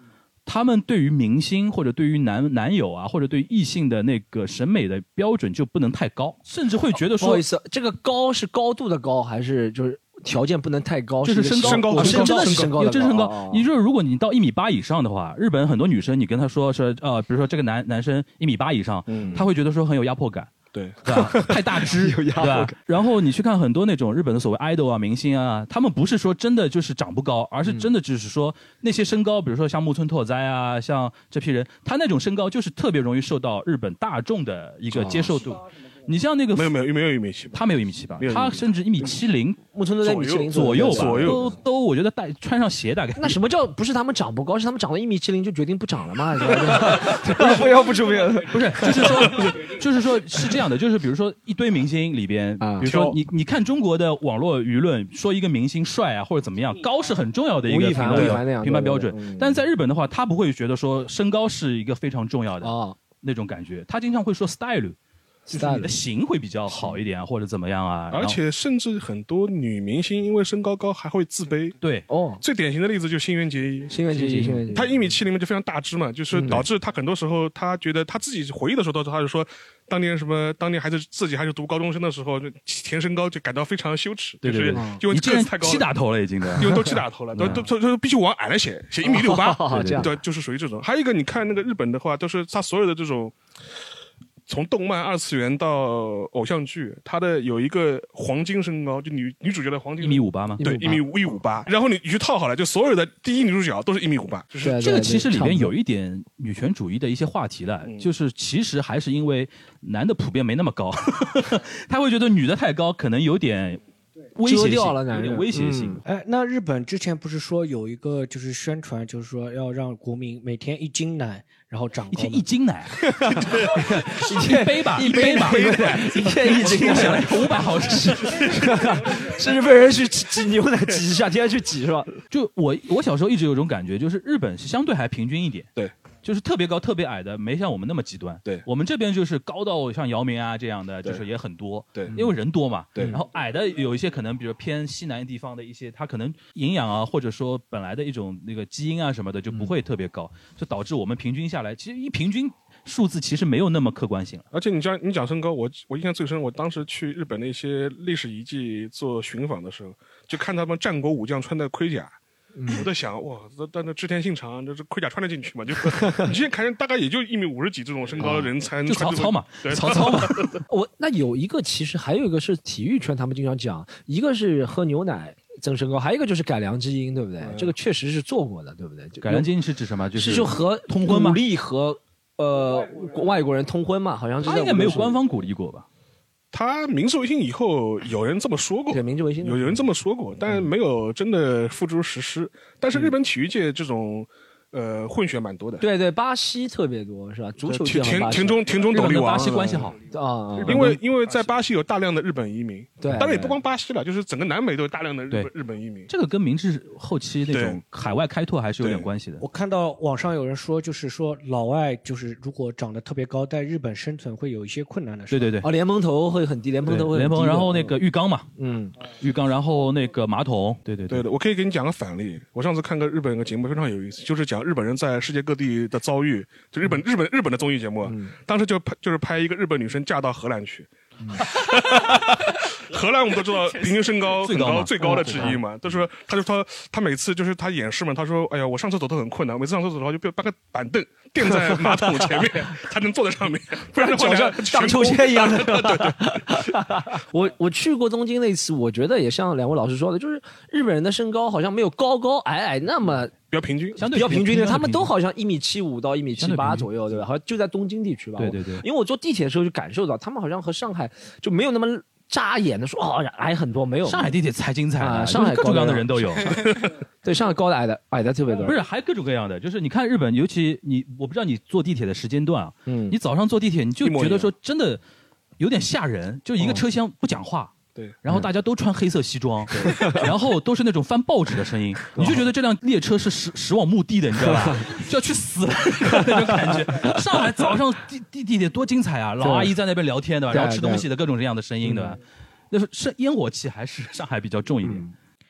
他们对于明星或者对于男友啊，或者对于异性的那个审美的标准就不能太高，甚至会觉得说， 不好意思，这个高是高度的高，还是就是条件不能太高？ 这是身高， 真的是身高的高， 这是身高。你说如果你到1.8米以上的话，日本很多女生，你跟她说是比如说这个男生1.8米以上，他会觉得说很有压迫感。 对吧？太大只，对吧？然后你去看很多那种日本的所谓 idol 啊、明星啊，他们不是说真的就是长不高，而是真的只是说那些身高，比如说像木村拓哉啊，像这批人，他那种身高就是特别容易受到日本大众的一个接受度。你像那个没有1.7米， 他没有1.7米吧？他甚至1.70米， 木村都在1.70米左右吧，都我觉得穿上鞋大概。 那什么叫不是他们长不高，是他们长到1.70米就决定不长了吗？不要不出名， 不是，就是说是这样的，就是比如说一堆明星里边，比如说你看中国的网络舆论说一个明星帅啊或者怎么样，高是很重要的一个评判标准，但是在日本的话，他不会觉得说身高是一个非常重要的那种感觉，他经常会说 style。就是你的型会比较好一点啊，或者怎么样啊？ 而且甚至很多女明星因为身高高还会自卑。 对最典型的例子就是新垣结衣。她1.70米就非常大只嘛，就是导致她很多时候她觉得她自己回忆的时候，她就说当年自己还是读高中生的时候，填身高就感到非常羞耻。 对， 因为个子太高了， 七打头了已经的， 因为都七打头了，都必须往矮了写1.68米。对，就是属于这种。还有一个，你看那个日本的话，都是他所有的这种。从动漫2次元到偶像剧，它的有一个黄金身高，就女主角的黄金 1.58米吗？ 对，1.58米。然后你去套好了，就所有的第一女主角都是1.58米，就是这个其实里面有一点女权主义的一些话题了，就是其实还是因为男的普遍没那么高，他会觉得女的太高可能有点威胁性，有点威胁性。 那日本之前不是说有一个就是宣传，就是说要让国民每天1斤奶。然后长高 1天1斤奶，一杯吧，一天1斤奶，500毫升， 甚至被人去挤牛奶挤一下，天天去挤是吧？ 就我小时候一直有种感觉，就是日本是相对还平均一点， 对。 就是特别高特别矮的没像我们那么极端， 对， 我们这边就是高到像姚明啊这样的，就是也很多， 对， 因为人多嘛， 对， 然后矮的有一些可能比如偏西南地方的一些，他可能营养啊或者说本来的一种那个基因啊什么的就不会特别高，就导致我们平均下来，其实一平均数字其实没有那么客观性了。 而且你讲身高，我印象最深，我当时去日本那些历史遗迹做寻访的时候，就看他们战国武将穿的盔甲。我在想，哇，那织田信长这盔甲穿得进去吗？就你之前看人大概也就1.50米几这种身高的人才能就曹操嘛， 对， 曹操嘛。 那有一个其实还有一个是体育圈，他们经常讲，一个是喝牛奶增身高，还有一个就是改良基因，对不对？这个确实是做过的，对不对？ 改良基因是指什么？ 就是和通婚吗？ 鼓励和外国人通婚嘛，好像是。 他应该没有官方鼓励过吧？ 他明治维新以后有人这么说过， 对，明治维新有人这么说过，但没有真的付诸实施。但是日本体育界这种混血蛮多的， 对，巴西特别多是吧？足球界田中斗笠王， 巴西关系好啊， 因为在巴西有大量的日本移民， 对， 当然也不光巴西了，就是整个南美都有大量的日本移民。 这个跟明治后期那种海外开拓还是有点关系的。 我看到网上有人说，就是说老外就是如果长得特别高，在日本生存会有一些困难的。 对， 联盟头会很低，联盟头会很低， 然后那个浴缸嘛，浴缸，然后那个马桶，对的， 我可以给你讲个反例。我上次看个日本有个节目非常有意思，就是讲日本人在世界各地的遭遇，就日本的综艺节目，当时就是拍一个日本女生嫁到荷兰去。荷兰我们都知道平均身高最高的之一嘛，他说他每次就是他演示嘛，他说哎呀我上厕所都很困难，每次上厕所的话就搬个板凳垫在马桶前面才能坐在上面，不然的话像荡秋千一样的。 对， 我去过东京那次，我觉得也像两位老师说的，就是日本人的身高好像没有高矮那么比较平均， 相对比较平均的，他们都好像1.75米到1.78米左右，对吧？好像就在东京地区吧。 对， 因为我坐地铁的时候就感受到，他们好像和上海就没有那么扎眼的说矮很多，没有。 上海地铁才精彩啊！ 上海各种各样的人都有。 对，上海高的矮的特别多。 不是，还各种各样的，就是你看日本，尤其我不知道你坐地铁的时间段啊，你早上坐地铁你就觉得说真的有点吓人，就一个车厢不讲话。 对， 然后大家都穿黑色西装，然后都是那种翻报纸的声音，你就觉得这辆列车是驶往墓地的，你知道吧？就要去死了那种感觉。上海早上地铁多精彩啊！老阿姨在那边聊天，对吧？然后吃东西的各种各样的声音，对吧？那是烟火气还是上海比较重一点。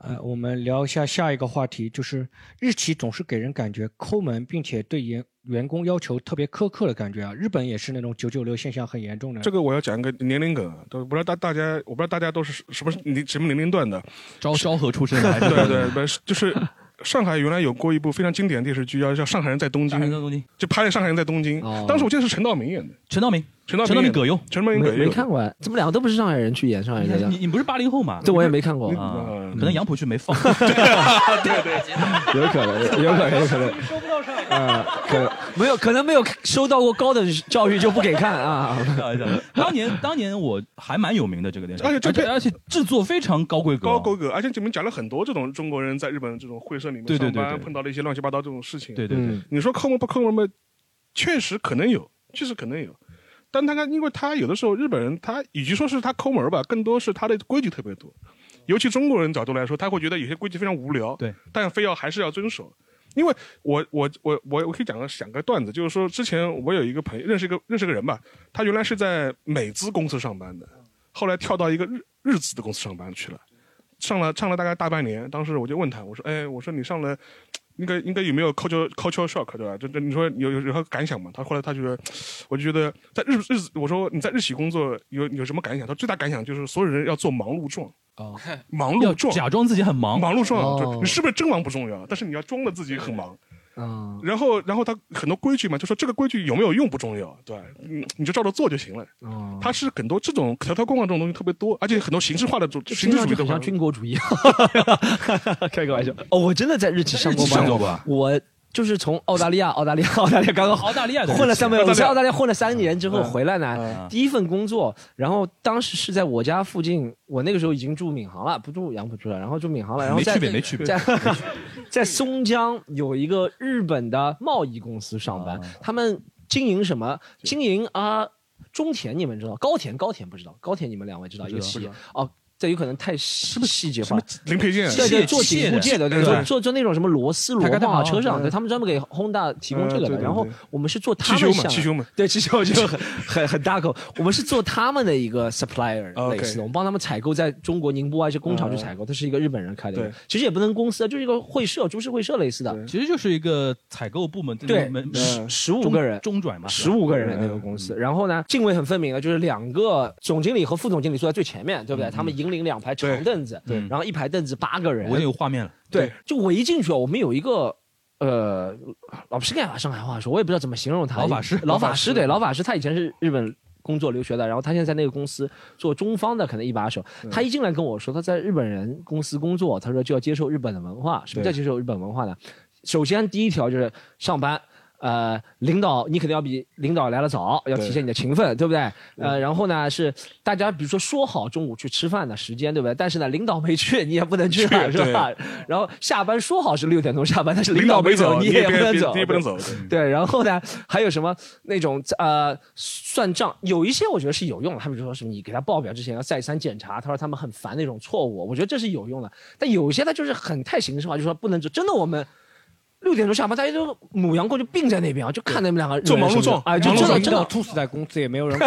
我们聊一下下一个话题，就是日企总是给人感觉抠门，并且对员工要求特别苛刻的感觉啊。日本也是那种996现象很严重的。 这个我要讲一个年龄梗，都不知道大家，我不知道大家都是什么年龄段的， 昭和出身的还是？ 对，就是上海原来有过一部非常经典的电视剧，叫《上海人在东京》，就拍的《上海人在东京》。当时我记得是陈道明演的，陈道明葛优， 没看过，怎么两个都不是上海人去演上海人？ 你不是80后嘛？ 这我也没看过， 可能杨浦区没放。 对，有可能。 收不到上海， 可能没有收到过高等教育就不给看啊。 当年我还蛮有名的这个电视剧，而且制作非常高规格， 而且你们讲了很多这种中国人在日本这种会社里面上班碰到了一些乱七八糟这种事情。 对， 你说抠门不抠门吗？确实可能有。但因为他有的时候日本人他与其说是他抠门吧，更多是他的规矩特别多，尤其中国人角度来说，他会觉得有些规矩非常无聊， 对， 但还是要遵守。因为我可以讲个段子，就是说之前我有一个朋友认识个人吧，他原来是在美资公司上班的，后来跳到一个日资的公司上班去了，上了大概大半年。当时我就问他，我说你上了。应该有没有 culture shock 对吧？这你说有何感想吗？后来他觉得，我就觉得在我说你在日企工作有什么感想？他最大感想就是所有人要做忙碌状忙碌状， 假装自己很忙碌状，就你是不是真忙不重要，但是你要装的自己很忙。然后他很多规矩嘛，就说这个规矩有没有用不重要，对，你就照着做就行了。他是很多这种条条框框这种东西特别多，而且很多形式化的形式主义， 很像军国主义。开个玩笑。我真的在日企上过班。我就是从澳大利亚刚刚混了我在澳大利亚混了3年之后回来呢，第一份工作，然后当时是在我家附近，我那个时候已经住闵行了，不住杨浦区了，然后住闵行了，然后没区别， 在松江有一个日本的贸易公司上班，他们经营什么？经营中田你们知道？高田不知道，高田你们两位知道一个企业哦。这有可能太细节化， 什么零配件？ 对，做紧固件的，做那种什么螺丝螺帽车上，对，他们专门给 Honda 提供这个的。然后我们是做他们汽修嘛， 对，汽修就很大口。我们是做他们的一个 supplier 类似的，我们帮他们采购，在中国宁波一些工厂去采购。他是一个日本人开的，其实也不能公司，就是一个会社，株式会社类似的。 其实就是一个采购部门， 对，15个人， 中转嘛 ，15个人那个公司。然后呢，泾渭很分明的，就是2个总经理和副总经理坐在最前面，对不对？他们引领2排长凳子，对，然后1排凳子8个人。 我已经有画面了。 对，就我一进去我们有一个老师干嘛？上海话说，我也不知道怎么形容他。老法师，对，老法师，他以前是日本工作留学的，然后他现在在那个公司做中方的可能一把手。他一进来跟我说，他在日本人公司工作，他说就要接受日本的文化。什么叫接受日本文化呢？首先第一条就是上班。领导你肯定要比领导来得早，要体现你的勤奋，对不对？然后呢是大家比如说好中午去吃饭的时间，对不对？但是呢领导没去，你也不能去了，是吧？然后下班说好是6点钟下班，但是领导没走，你也不能走， 你也不能走。 对，然后呢还有什么那种算账，有一些我觉得是有用的，他们就说是你给他报表之前要再三检查，他说他们很烦那种错误，我觉得这是有用的。但有一些他就是很太形式化，就说不能走，真的我们。6点钟下班，大家都母羊羔就病在那边啊，就看他们2个做忙碌状， 哎，就真的吐死在公司也没有人管。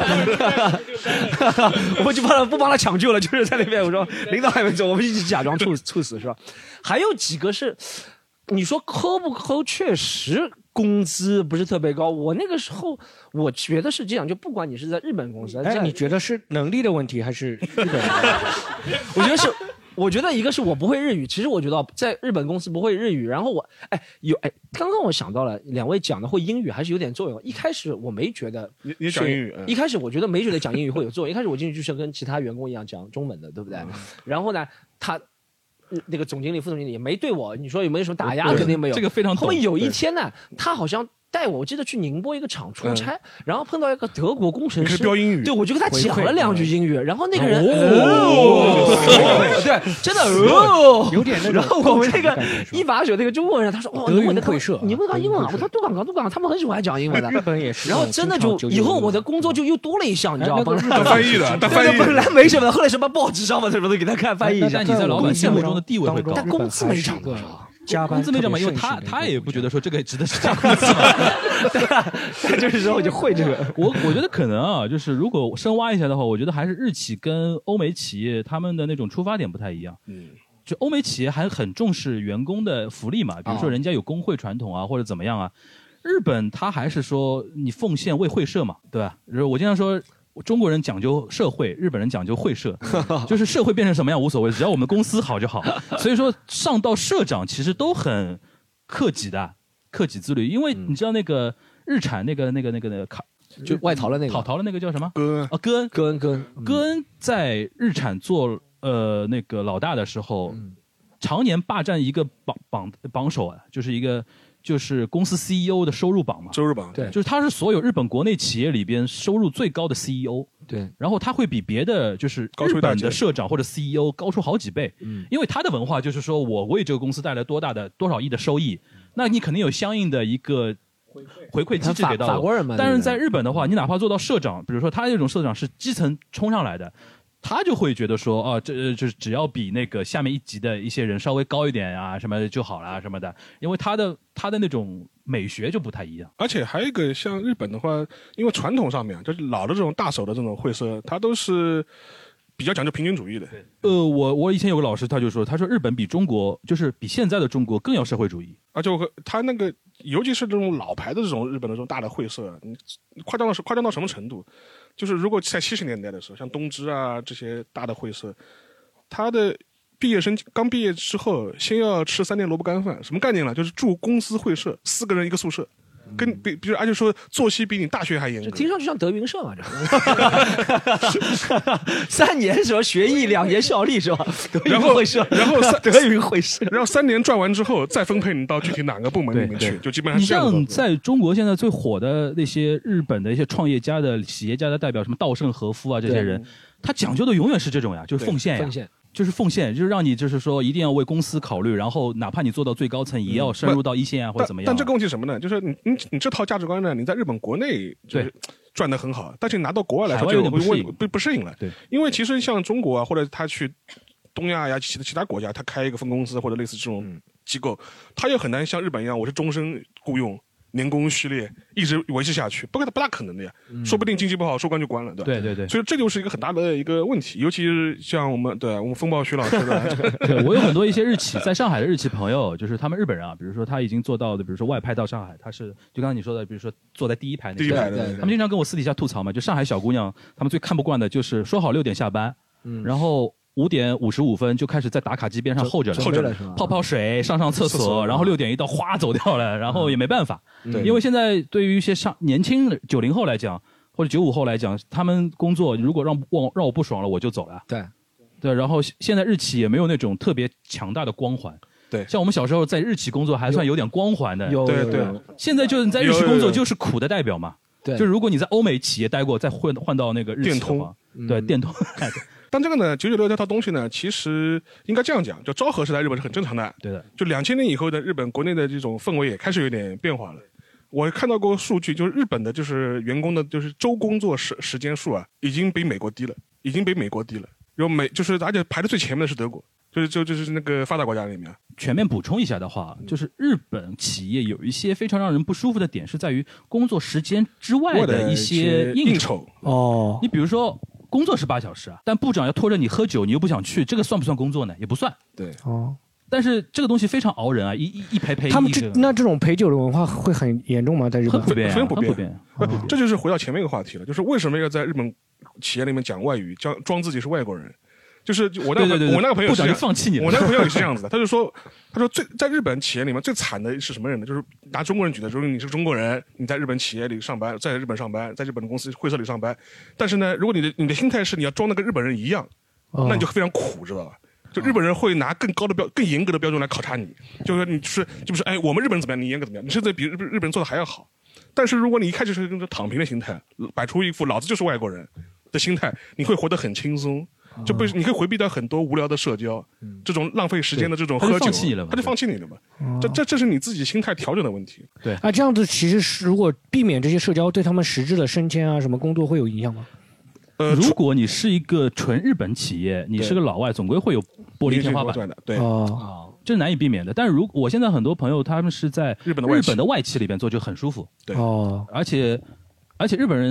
我们就不帮他抢救了，就是在那边我说领导还没走，我们一起假装猝死是吧？还有几个是，你说抠不抠？确实工资不是特别高。我那个时候我觉得是这样，就不管你是在日本公司， 你觉得是能力的问题还是日本人？ 我觉得一个是我不会日语，其实我觉得在日本公司不会日语，然后刚刚我想到了2位讲的会英语还是有点作用。一开始我没觉得你讲英语， 一开始我觉得没觉得讲英语会有作用。一开始我进去就是跟其他员工一样讲中文的，对不对？然后呢，他那个总经理、副总经理也没对我，你说有没有什么打压？肯定没有。 这个非常。 后面有一天呢，他好像。带我记得去宁波一个厂出差，然后碰到一个德国工程师， 标英语， 对，我就跟他讲了2句英语，然后那个人对，真的有点那种。 然后我们那个一把手那个中国人，他说哇， 德云会社， 你问他英文啊？我说都港，他们很喜欢讲英文的。 日本也是。 然后真的就以后我的工作就又多了一项，你知道吗？ 当翻译的， 本来没什么的，后来什么报纸上嘛什么的给他看翻译一下。 但你在老板心目中的地位会高， 但工资没涨多少。 工资没涨嘛，因为他也不觉得说这个值得是加工资嘛， 对吧？就是说我就会这个。 我觉得可能啊，就是如果深挖一下的话，我觉得还是日企跟欧美企业他们的那种出发点不太一样。 就欧美企业还很重视员工的福利嘛，比如说人家有工会传统啊，或者怎么样啊。日本他还是说你奉献为会社嘛，对吧？我经常说中国人讲究社会，日本人讲究会社，就是社会变成什么样无所谓，只要我们公司好就好。所以说上到社长其实都很克己自律，因为你知道那个日产那个就外逃了那个逃了那个叫什么？ 戈恩在日产做那个老大的时候，常年霸占一个榜首啊，就是公司 CEO 的收入榜嘛。 收入榜对， 就是他是所有日本国内企业里边收入最高的 CEO。 对， 然后他会比别的就是日本的社长或者 CEO 高出好几倍，因为他的文化就是说我为这个公司带来多少亿的收益，那你肯定有相应的一个回馈机制给到法国人嘛。 但是在日本的话，你哪怕做到社长，比如说他这种社长是基层冲上来的，他就会觉得说这就是只要比那个下面一级的一些人稍微高一点啊什么就好了什么的，因为他的那种美学就不太一样。 而且还有一个像日本的话，因为传统上面就是老的这种大手的这种会社，它都是比较讲究平均主义的。 我以前有个老师他就说，他说日本比中国就是比现在的中国更要社会主义， 而且他那个尤其是这种老牌的这种日本的这种大的会社，你夸张到什么程度？就是如果在70年代的时候，像东芝啊这些大的会社，他的毕业生刚毕业之后，先要吃3年萝卜干饭，什么概念呢？就是住公司会社，4个人一个宿舍，比如而且说作息比你大学还严格， 听上去像德云社嘛，这3年什么学艺，2年效力是吧？ 然后德云会社， 然后3年赚完之后再分配你到具体哪个部门里面去，就基本上你这样。 像在中国现在最火的那些日本的一些创业家的企业家的代表，什么稻盛和夫啊这些人，他讲究的永远是这种呀，就是奉献呀。就是奉献，就是让你就是说一定要为公司考虑，然后哪怕你做到最高层，也要深入到一线啊，或者怎么样。 但这个问题是什么呢？就是你这套价值观呢，你在日本国内就是赚得很好，但是你拿到国外来说就不适应了。 对， 因为其实像中国啊，或者他去东亚呀其他国家，他开一个分公司或者类似这种机构，他又很难像日本一样，我是终身雇佣。年功序列一直维持下去，不大可能的呀。说不定经济不好，收官就关了，对吧？ 对。 所以这就是一个很大的一个问题，尤其是像我们风暴徐老师的。 对，我有很多一些日企在上海的日企朋友，就是他们日本人啊，比如说他已经做到的，比如说外派到上海，他是就刚刚你说的，比如说坐在第一排那个，他们经常跟我私底下吐槽嘛，就上海小姑娘，他们最看不惯的就是说好6点下班，然后5点55分就开始在打卡机边上候着了，泡水，上厕所，然后6点一到，哗走掉了，然后也没办法，因为现在对于一些年轻的90后来讲，或者95后来讲，他们工作如果让我不爽了，我就走了。对，然后现在日企也没有那种特别强大的光环。 对， 像我们小时候在日企工作还算有点光环的。 对， 现在就是你在日企工作就是苦的代表嘛。 对， 就如果你在欧美企业待过，再换到那个日企的话，对，电通。 但这个呢，996这套东西呢，其实应该这样讲，就昭和时代日本是很正常的。 对的。 就2000年以后的日本国内的这种氛围也开始有点变化了。我看到过数据，就是日本的就是员工的就是周工作时间数啊，已经比美国低了。然后就是而且排在最前面的是德国，就是那个发达国家里面。 全面补充一下的话，就是日本企业有一些非常让人不舒服的点，是在于工作时间之外的一些应酬。 哦， 你比如说。工作是8小时啊，但部长要拖着你喝酒，你又不想去，这个算不算工作呢？也不算。 对， 但是这个东西非常熬人啊，一陪。 他们这种陪酒的文化会很严重吗？在日本非常普遍。这就是回到前面一个话题了，就是为什么要在日本企业里面讲外语，装自己是外国人？就是我那个朋友部长就放弃你了。 我那个朋友也是这样子的，他说在日本企业里面最惨的是什么人呢？就是拿中国人举的，就是你是中国人，你在日本企业里上班，在日本上班，在日本的公司会社里上班，但是呢，如果你的心态是你要装的跟日本人一样，那你就非常苦，知道吧？就日本人会拿更严格的标准来考察你，就是说你就是哎，我们日本人怎么样，你严格怎么样，你甚至比日本人做的还要好。但是如果你一开始是跟着躺平的心态，摆出一副老子就是外国人的心态，你会活得很轻松。你可以回避掉很多无聊的社交，这种浪费时间的这种喝酒，他就放弃你了嘛。这是你自己心态调整的问题。 对啊，这样子其实是如果避免这些社交，对他们实质的升迁啊什么工作会有影响吗？ 如果你是一个纯日本企业，你是个老外，总归会有玻璃天花板的。对这是难以避免的。但是我现在很多朋友他们是在日本的外企里边做，就很舒服。 对而且日本人。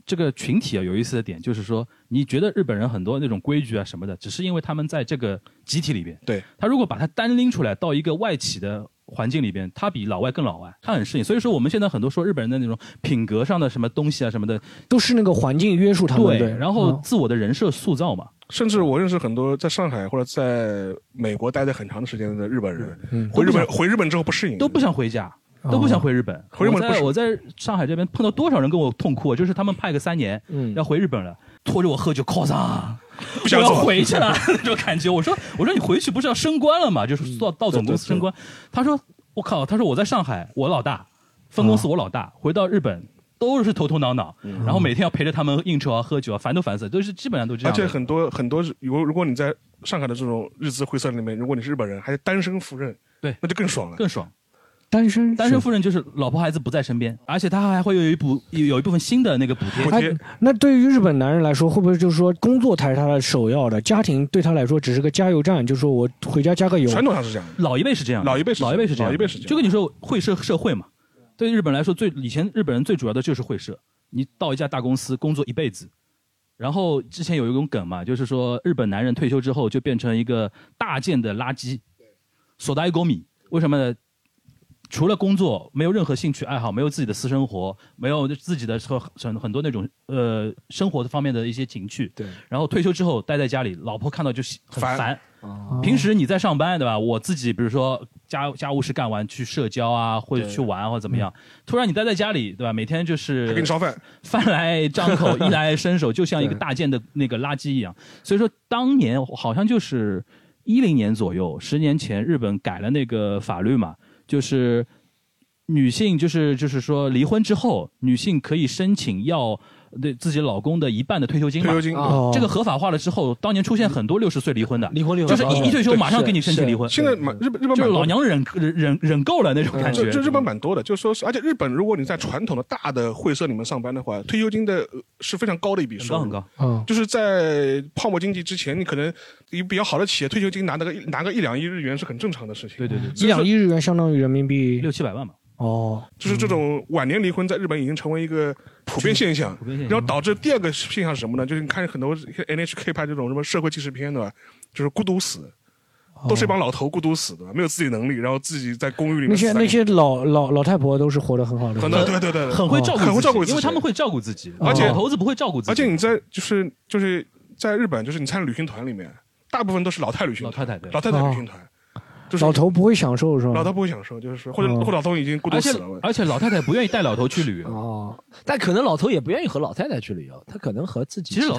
这个群体啊有意思的点就是说，你觉得日本人很多那种规矩啊什么的，只是因为他们在这个集体里边。 对， 他如果把它单拎出来到一个外企的环境里边，他比老外更老外，他很适应。所以说我们现在很多说日本人的那种品格上的什么东西啊什么的， 都是那个环境约束他们。 对，然后自我的人设塑造嘛。 甚至我认识很多在上海或者在美国待的很长的时间的日本人，回日本之后不适应， 都不想回家。都不想回日本。我在上海这边碰到多少人跟我痛哭，就是他们派个3年，要回日本了，拖着我喝酒 cos 啊， 不想走回去了那种感觉。我说你回去不是要升官了吗？就是到总公司升官。他说我靠，他说我在上海我老大，分公司我老大，回到日本都是头头脑脑，然后每天要陪着他们应酬啊喝酒啊，烦都烦死，都是基本上都这样。 而且很多如果你在上海的这种日资会社里面，如果你是日本人还是单身赴任， 对， 那就更爽了， 更爽。 单身夫人就是老婆孩子不在身边，而且他还会有一部分新的那个补贴。 那对于日本男人来说，会不会就是说工作才是他的首要的，家庭对他来说只是个加油站，就是说我回家加个油。 传统上是这样， 老一辈是这样， 老一辈是这样， 就跟你说会社会嘛。对日本来说，以前日本人最主要的就是会社。你到一家大公司工作一辈子，然后之前有一种梗嘛，就是说日本男人退休之后就变成一个大件的垃圾，所大一公米。为什么呢？除了工作，没有任何兴趣爱好，没有自己的私生活，没有自己的很多那种生活方面的一些情趣。 对。 然后退休之后待在家里，老婆看到就很烦。平时你在上班对吧？我自己比如说家务事干完去社交啊，或者去玩或者怎么样。突然你待在家里对吧？每天就是还给你烧饭， 饭来张口，衣来伸手，就像一个大件的那个垃圾一样。所以说当年好像就是10年左右，10年前日本改了那个法律嘛。就是女性就是说离婚之后，女性可以申请要对自己老公的1半的退休金嘛。这个合法化了之后，当年出现很多60岁离婚的，就是一退休马上给你申请离婚。 现在日本就是老娘忍够了那种感觉。 就日本蛮多的，就说是，而且日本如果你在传统的大的会社里面上班的话，退休金的是非常高的一笔收入， 很高。 就是在泡沫经济之前，你可能一比较好的企业退休金拿个1-2亿日元是很正常的事情。 对 ，1-2亿日元相当于人民币 600-700万嘛。 就是这种晚年离婚在日本已经成为一个普遍现象，然后导致第二个现象是什么呢？就是你看很多 NHK 拍这种什么社会纪实片对吧？就是孤独死，都是一帮老头孤独死的，没有自己能力，然后自己在公寓里面。 那些老太婆都是活得很好的， 对， 很会照顾自己， 因为他们会照顾自己， 而且老头子不会照顾自己。 而且你在就是在日本，就是你参加旅行团里面，大部分都是老太太旅行团。 老头不会享受是吧？ 老头不会享受，就是或者老头已经孤独死了。 而且老太太不愿意带老头去旅游。 但可能老头也不愿意和老太太去旅游，他可能和自己。 其实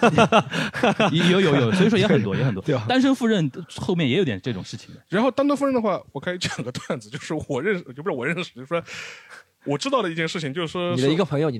有，所以说也很多。单身赴任后面也有点这种事情的。 然后单身赴任的话，我可以讲个段子，就是我认识，就是说。我知道的一件事情就是说， 我一个朋友，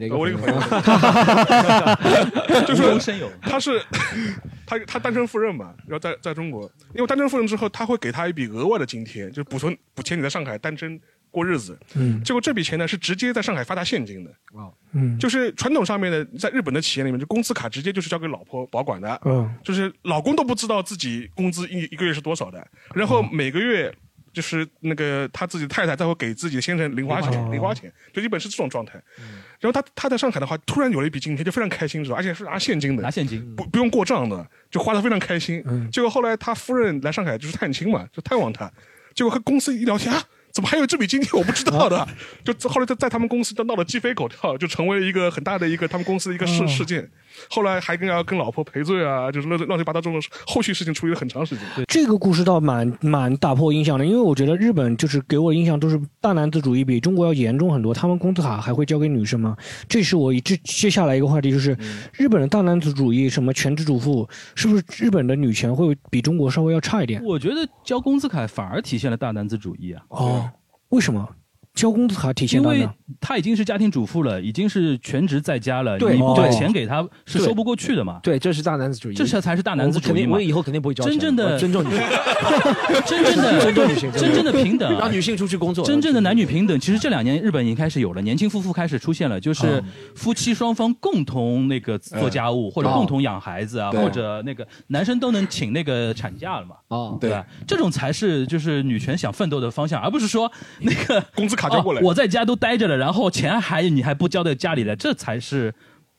就是他单身赴任嘛，然后在中国，因为单身赴任之后，他会给他一笔额外的津贴，就是补钱你在上海单身过日子。结果这笔钱呢是直接在上海发他现金的。就是传统上面的，在日本的企业里面，就工资卡直接就是交给老婆保管的。就是老公都不知道自己工资一个月是多少的，然后每个月。就是那个他自己太太，再会给自己的先生零花钱，就基本是这种状态。然后他在上海的话，突然有了一笔津贴，就非常开心，知道，而且是拿现金的，不用过账的，就花得非常开心。结果后来他夫人来上海就是探亲嘛，就探望他，结果和公司一聊天啊，怎么还有这笔津贴？我不知道的。就后来在他们公司就闹得鸡飞狗跳，就成为了一个很大的一个他们公司的一个事件。后来还跟老婆赔罪啊，就是乱七八糟这种后续事情处理了很长时间。 这个故事倒蛮打破印象的，因为我觉得日本就是给我的印象都是大男子主义比中国要严重很多，他们工资卡还会交给女生吗？这是我接下来一个话题，就是日本的大男子主义，什么全职主妇，是不是日本的女权会比中国稍微要差一点？ 我觉得交工资卡反而体现了大男子主义啊。 为什么？交工资卡体现到哪？ 因为他已经是家庭主妇了，已经是全职在家了，你不把钱给他是收不过去的嘛。 对，这是大男子主义， 这才是大男子主义嘛。 我以后肯定不会交钱。 真正的尊重女性， 尊重女性，真正的平等， 让女性出去工作。 真正的男女平等，其实这2年日本已经开始有了，年轻夫妇开始出现了，就是夫妻双方共同那个做家务，或者共同养孩子啊，或者那个男生都能请那个产假了嘛。对吧？这种才是就是女权想奋斗的方向，而不是说那个工资卡交过来， 我在家都待着了，然后钱你还不交到家里来，这才是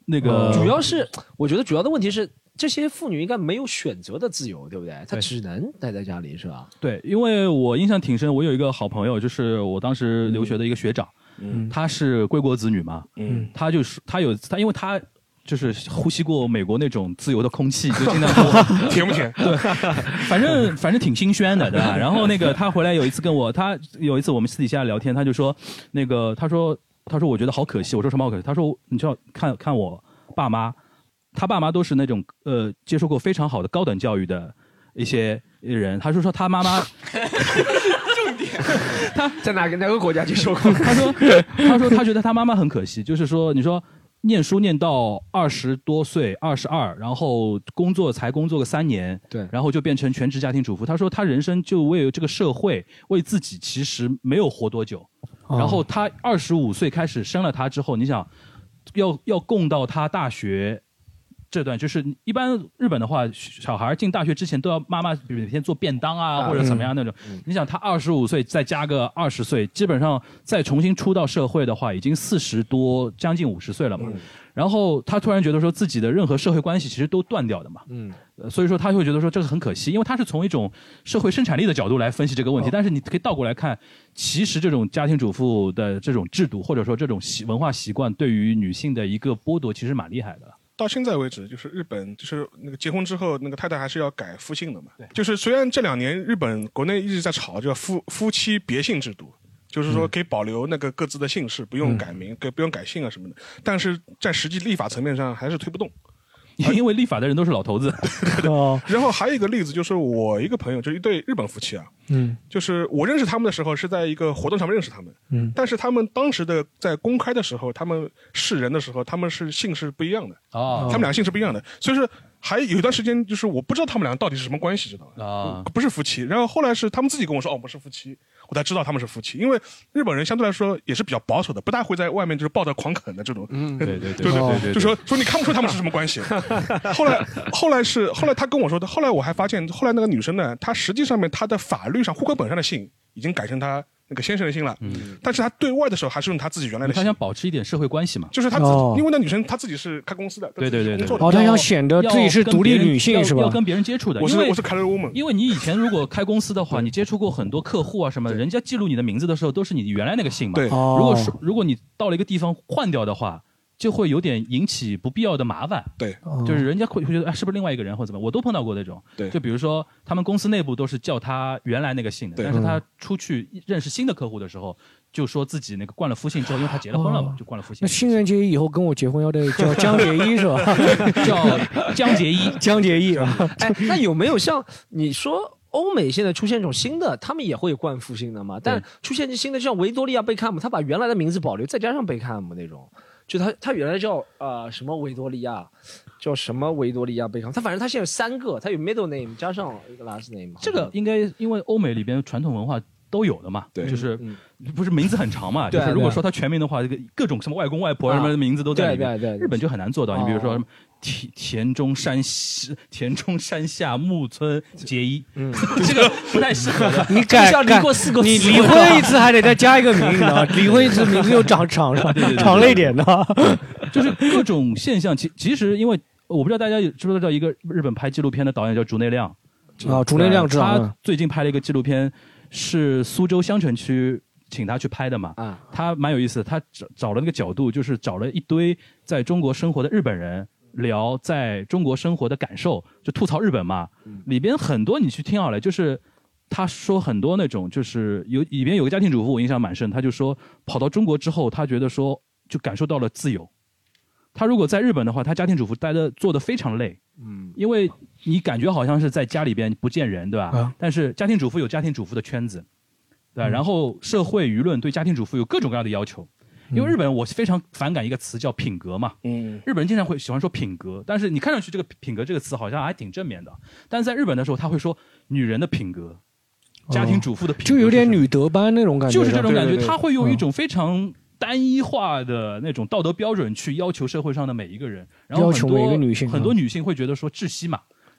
那个主要是我觉得主要的问题是。这些妇女应该没有选择的自由，对不对？她只能待在家里，是吧？ 对，因为我印象挺深，我有一个好朋友，就是我当时留学的一个学长，他是归国子女嘛，他因为他就是呼吸过美国那种自由的空气，就经常说甜不甜？ 对，反正挺心宣的，对吧？然后那个他回来有一次有一次我们私底下聊天，他就说那个他说我觉得好可惜，我说什么好可惜？他说你知道看我爸妈。他爸妈都是那种接受过非常好的高等教育的一些人，他说他妈妈重点他在哪个国家接受过？ 他说他觉得他妈妈很可惜，就是说你说念书念到20多岁22，然后工作个3年， 对， 然后就变成全职家庭主妇。他说他人生就为这个社会为自己其实没有活多久，然后他25岁开始生了他之后，你想要供到他大学。这段就是一般日本的话，小孩进大学之前都要妈妈每天做便当啊，或者怎么样那种。你想他25岁再加个20岁，基本上再重新出到社会的话，已经40多，将近50岁了嘛。然后他突然觉得说自己的任何社会关系其实都断掉的嘛。所以说他会觉得说这个很可惜，因为他是从一种社会生产力的角度来分析这个问题。但是你可以倒过来看，其实这种家庭主妇的这种制度或者说这种文化习惯对于女性的一个剥夺，其实蛮厉害的。 到现在为止，就是日本，就是那个结婚之后，那个太太还是要改夫姓的嘛。对，就是虽然这2年日本国内一直在吵这个夫妻别姓制度，就是说可以保留那个各自的姓氏，不用改名，不用改姓啊什么的，但是在实际立法层面上还是推不动。 因为立法的人都是老头子。 然后还有一个例子，就是我一个朋友，就是一对日本夫妻啊，就是我认识他们的时候是在一个活动上面认识他们，但是他们当时的在公开的时候，他们是人的时候，他们是姓氏不一样的，他们俩姓氏不一样的，所以说还有一段时间就是我不知道他们俩到底是什么关系，知道吗？不是夫妻，然后后来是他们自己跟我说，哦，不是夫妻。我才知道他们是夫妻，因为日本人相对来说也是比较保守的，不大会在外面就是抱着狂啃的这种。 对， 就说你看不出他们是什么关系。后来他跟我说的，后来我还发现，后来那个女生呢，她实际上面她的法律上户口本上的姓已经改成她那个先生的姓了，但是她对外的时候还是用她自己原来的姓。 她想保持一点社会关系嘛， 就是她自己，因为那女生她自己是开公司的， 对， 工作的，她想显得自己是独立女性是吧？ 要跟别人接触的。 我是 Career Woman， 因为你以前如果开公司的话，你接触过很多客户啊什么的，人家记录你的名字的时候都是你原来那个姓嘛。 对， 如果你到了一个地方换掉的话，就会有点引起不必要的麻烦。 对， 就是人家会觉得是不是另外一个人或者怎么，我都碰到过那种。 对， 就比如说他们公司内部都是叫他原来那个姓的，但是他出去认识新的客户的时候，就说自己那个冠了夫姓之后，因为他结了婚了嘛，就冠了夫姓。 那新人节以后跟我结婚要得叫江结一是吧？ 叫江结一， 江结一啊。 哎，那有没有像你说？欧美现在出现一种新的，他们也会有冠夫姓的嘛？但出现新的，像维多利亚贝克汉姆，他把原来的名字保留，再加上贝克汉姆那种，就他原来叫什么维多利亚，叫什么维多利亚贝克汉姆，他反正他现在有3个，他有 middle name 加上一个 last name。 这个应该因为欧美里边传统文化都有的嘛， 对， 就是不是名字很长嘛，就是如果说他全名的话，这个各种什么外公外婆什么的名字都在里面， 对， 日本就很难做到。你比如说什么田中山下木村结衣，这个不太适合的。 你改离过4个， 你离婚一次还得再加一个名，你知道吗？离婚一次名字又长了一点的， 就是各种现象。其实因为我不知道大家知不知道一个日本拍纪录片的导演叫竹内亮竹内亮知道。 他最近拍了一个纪录片，是苏州香城区请他去拍的嘛。他蛮有意思的，他找了那个角度，就是找了一堆在中国生活的日本人。聊在中国生活的感受，就吐槽日本嘛。里边很多你去听好了，就是他说很多那种，就是里边有个家庭主妇，我印象蛮深。他就说跑到中国之后，他觉得说就感受到了自由。他如果在日本的话，他家庭主妇做得非常累，因为你感觉好像是在家里边不见人，对吧？但是家庭主妇有家庭主妇的圈子，对吧？然后社会舆论对家庭主妇有各种各样的要求。因为日本我非常反感一个词叫品格嘛，日本人经常会喜欢说品格，但是你看上去这个品格这个词好像还挺正面的，但是在日本的时候他会说女人的品格，家庭主妇的品格， 就有点女德班那种感觉， 就是这种感觉，他会用一种非常单一化的那种道德标准去要求社会上的每一个人，然后要求每一个女性， 很多女性会觉得说窒息嘛。然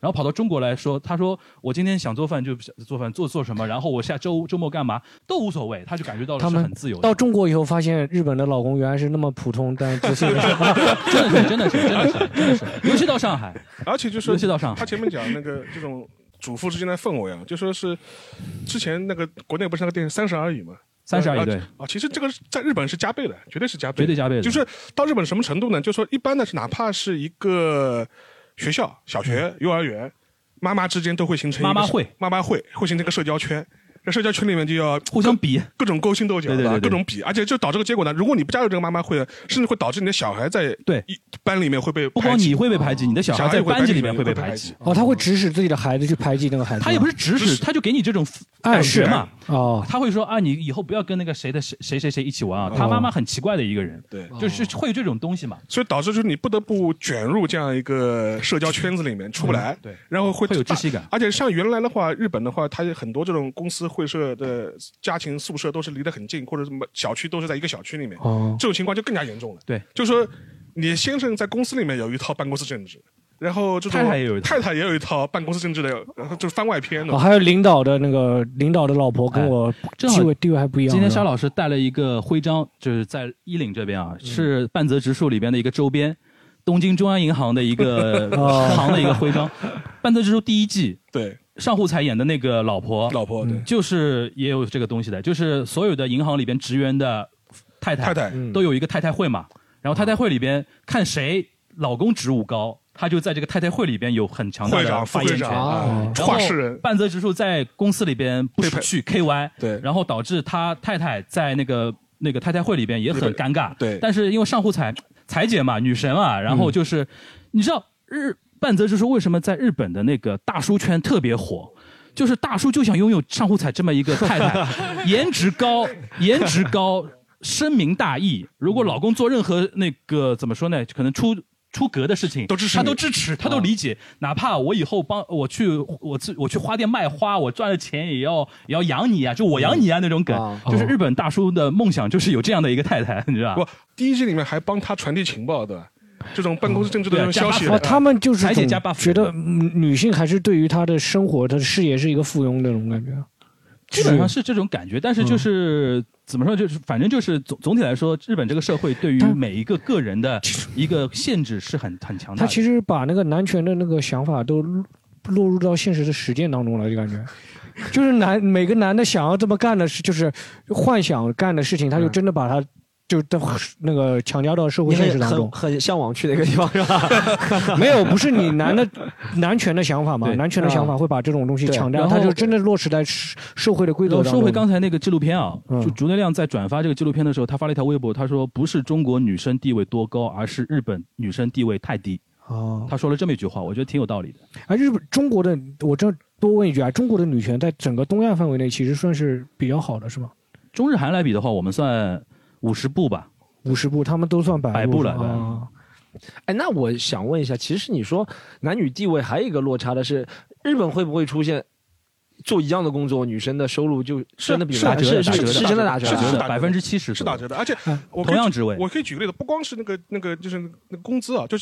然后跑到中国来说，他说我今天想做饭就做饭，做什么，然后我下周末干嘛都无所谓，他就感觉到是很自由的。 到中国以后发现日本的老公原来是那么普通，但真的是，尤其到上海， 而且就是尤其到上海， 他前面讲那个这种主妇之间的氛围啊，就说是之前那个国内不是那个电视《30而已》嘛。 30而已对啊，其实这个在日本是加倍的，绝对是加倍， 绝对加倍的。 就是到日本什么程度呢？就是说一般的是哪怕是一个学校、小学、幼儿园，妈妈之间都会形成一个妈妈会形成一个社交圈。在社交圈里面就要互相比， 各种勾心斗角， 对， 各种比，而且就导致个结果呢，如果你不加入这个妈妈会，甚至会导致你的小孩在班里面会被排挤， 不光你会被排挤，你的小孩在班级里面会被排挤。 他会指使自己的孩子去排挤那个孩子。 他也不是指使，他就给你这种暗示嘛。他会说啊，你以后不要跟那个谁一起玩啊。他妈妈很奇怪的一个人， 对， 就是会有这种东西嘛。 所以导致就是你不得不卷入这样一个社交圈子里面出不来， 对， 然后会有窒息感。 而且像原来的话，日本的话，它有很多这种公司会社的家庭宿舍都是离得很近，或者什么小区都是在一个小区里面，这种情况就更加严重了。 对， 就是说你先生在公司里面有一套办公室政治，然后这种太太也有一套办公室政治的，就是番外篇的。 还有领导的老婆跟我地位还不一样。 今天沙老师带了一个徽章，就是在衣领这边啊，是半泽直树里边的一个周边，东京中央银行的一个行的一个徽章。半泽直树第1季对。 上户彩演的那个老婆对， 就是也有这个东西的，就是所有的银行里边职员的太太都有一个太太会嘛，然后太太会里边看谁老公职务高，他就在这个太太会里边有很强大的发言权。 话事人半泽直树在公司里边不许 KY， 对， 然后导致他太太在那个太太会里边也很尴尬， 对， 但是因为上户彩姐嘛，女神嘛，然后就是你知道半泽直树为什么在日本的那个大叔圈特别火？就是大叔就想拥有上户彩这么一个太太，颜值高，深明大义。如果老公做任何那个怎么说呢，可能出格的事情，他都支持，他都理解。哪怕我以后我去花店卖花，我赚了钱也要养你啊，就我养你啊那种梗。就是日本大叔的梦想就是有这样的一个太太，你知道吧？ 第1季里面还帮他传递情报的。这种办公室政治的这种消息， 他们就是觉得女性还是对于她的生活、她的事业是一个附庸那种感觉。 基本上是这种感觉，但是就是怎么说，就是反正就是总体来说，日本这个社会对于每一个个人的一个限制是很强大的。 他其实把那个男权的那个想法都落入到现实的实践当中了，就感觉。就是每个男的想要这么干的事，就是幻想干的事情，他就真的把他。就那个强加到社会现实当中， 很向往去的一个地方是吧？ 没有，不是你男权的想法嘛？男权的想法会把这种东西强加，他就真的落实在社会的规则当中。 说回刚才那个纪录片啊，就竹内亮在转发这个纪录片的时候，他发了一条微博，他说不是中国女生地位多高，而是日本女生地位太低。他说了这么一句话，我觉得挺有道理的。 中国的，我这多问一句啊，中国的女权在整个东亚范围内其实算是比较好的，是吗？ 中日韩来比的话，我们算50步吧 ，50步，他们都算100 步了。 哎，那我想问一下，其实你说男女地位还有一个落差的是，日本会不会出现做一样的工作，女生的收入就真的比男生是真的打折的，70% 是打折的，而且同样职位， 我可以举个例子，不光是那个就是那个工资啊，就是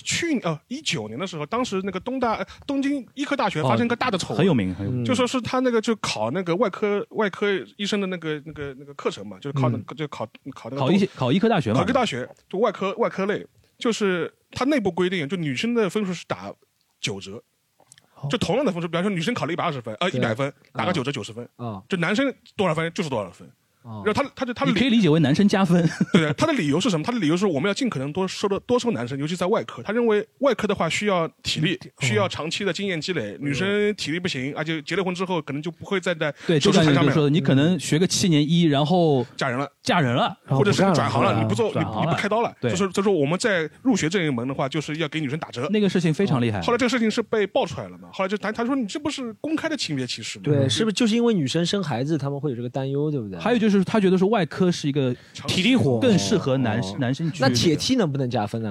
19年的时候，当时那个东京医科大学发生一个大的丑闻， 很有名， 就说是他那个就考那个外科医生的那个课程嘛，就是考医科大学嘛， 考医科大学就外科类，就是他内部规定，就女生的分数是打9折。就同样的分数，比方说女生考了120分，100分，打个9折90分，就男生多少分就是多少分。然后他你可以理解为男生加分。 对，他的理由是什么？他的理由是我们要尽可能多收男生，尤其在外科。他认为外科的话需要体力，需要长期的经验积累。女生体力不行，而且结了婚之后可能就不会再在手术台上面。说你可能学个7年医，然后嫁人了， 或者是转行了，你不开刀了。就是我们在入学这一门的话，就是要给女生打折。 那个事情非常厉害。 后来这个事情是被爆出来了嘛？后来就他说你这不是公开的性别歧视吗？ 对，是不是就是因为女生生孩子，他们会有这个担忧，对不对？ 还有就是他觉得说外科是一个体力活， 更适合男生去。 那铁梯能不能加分呢？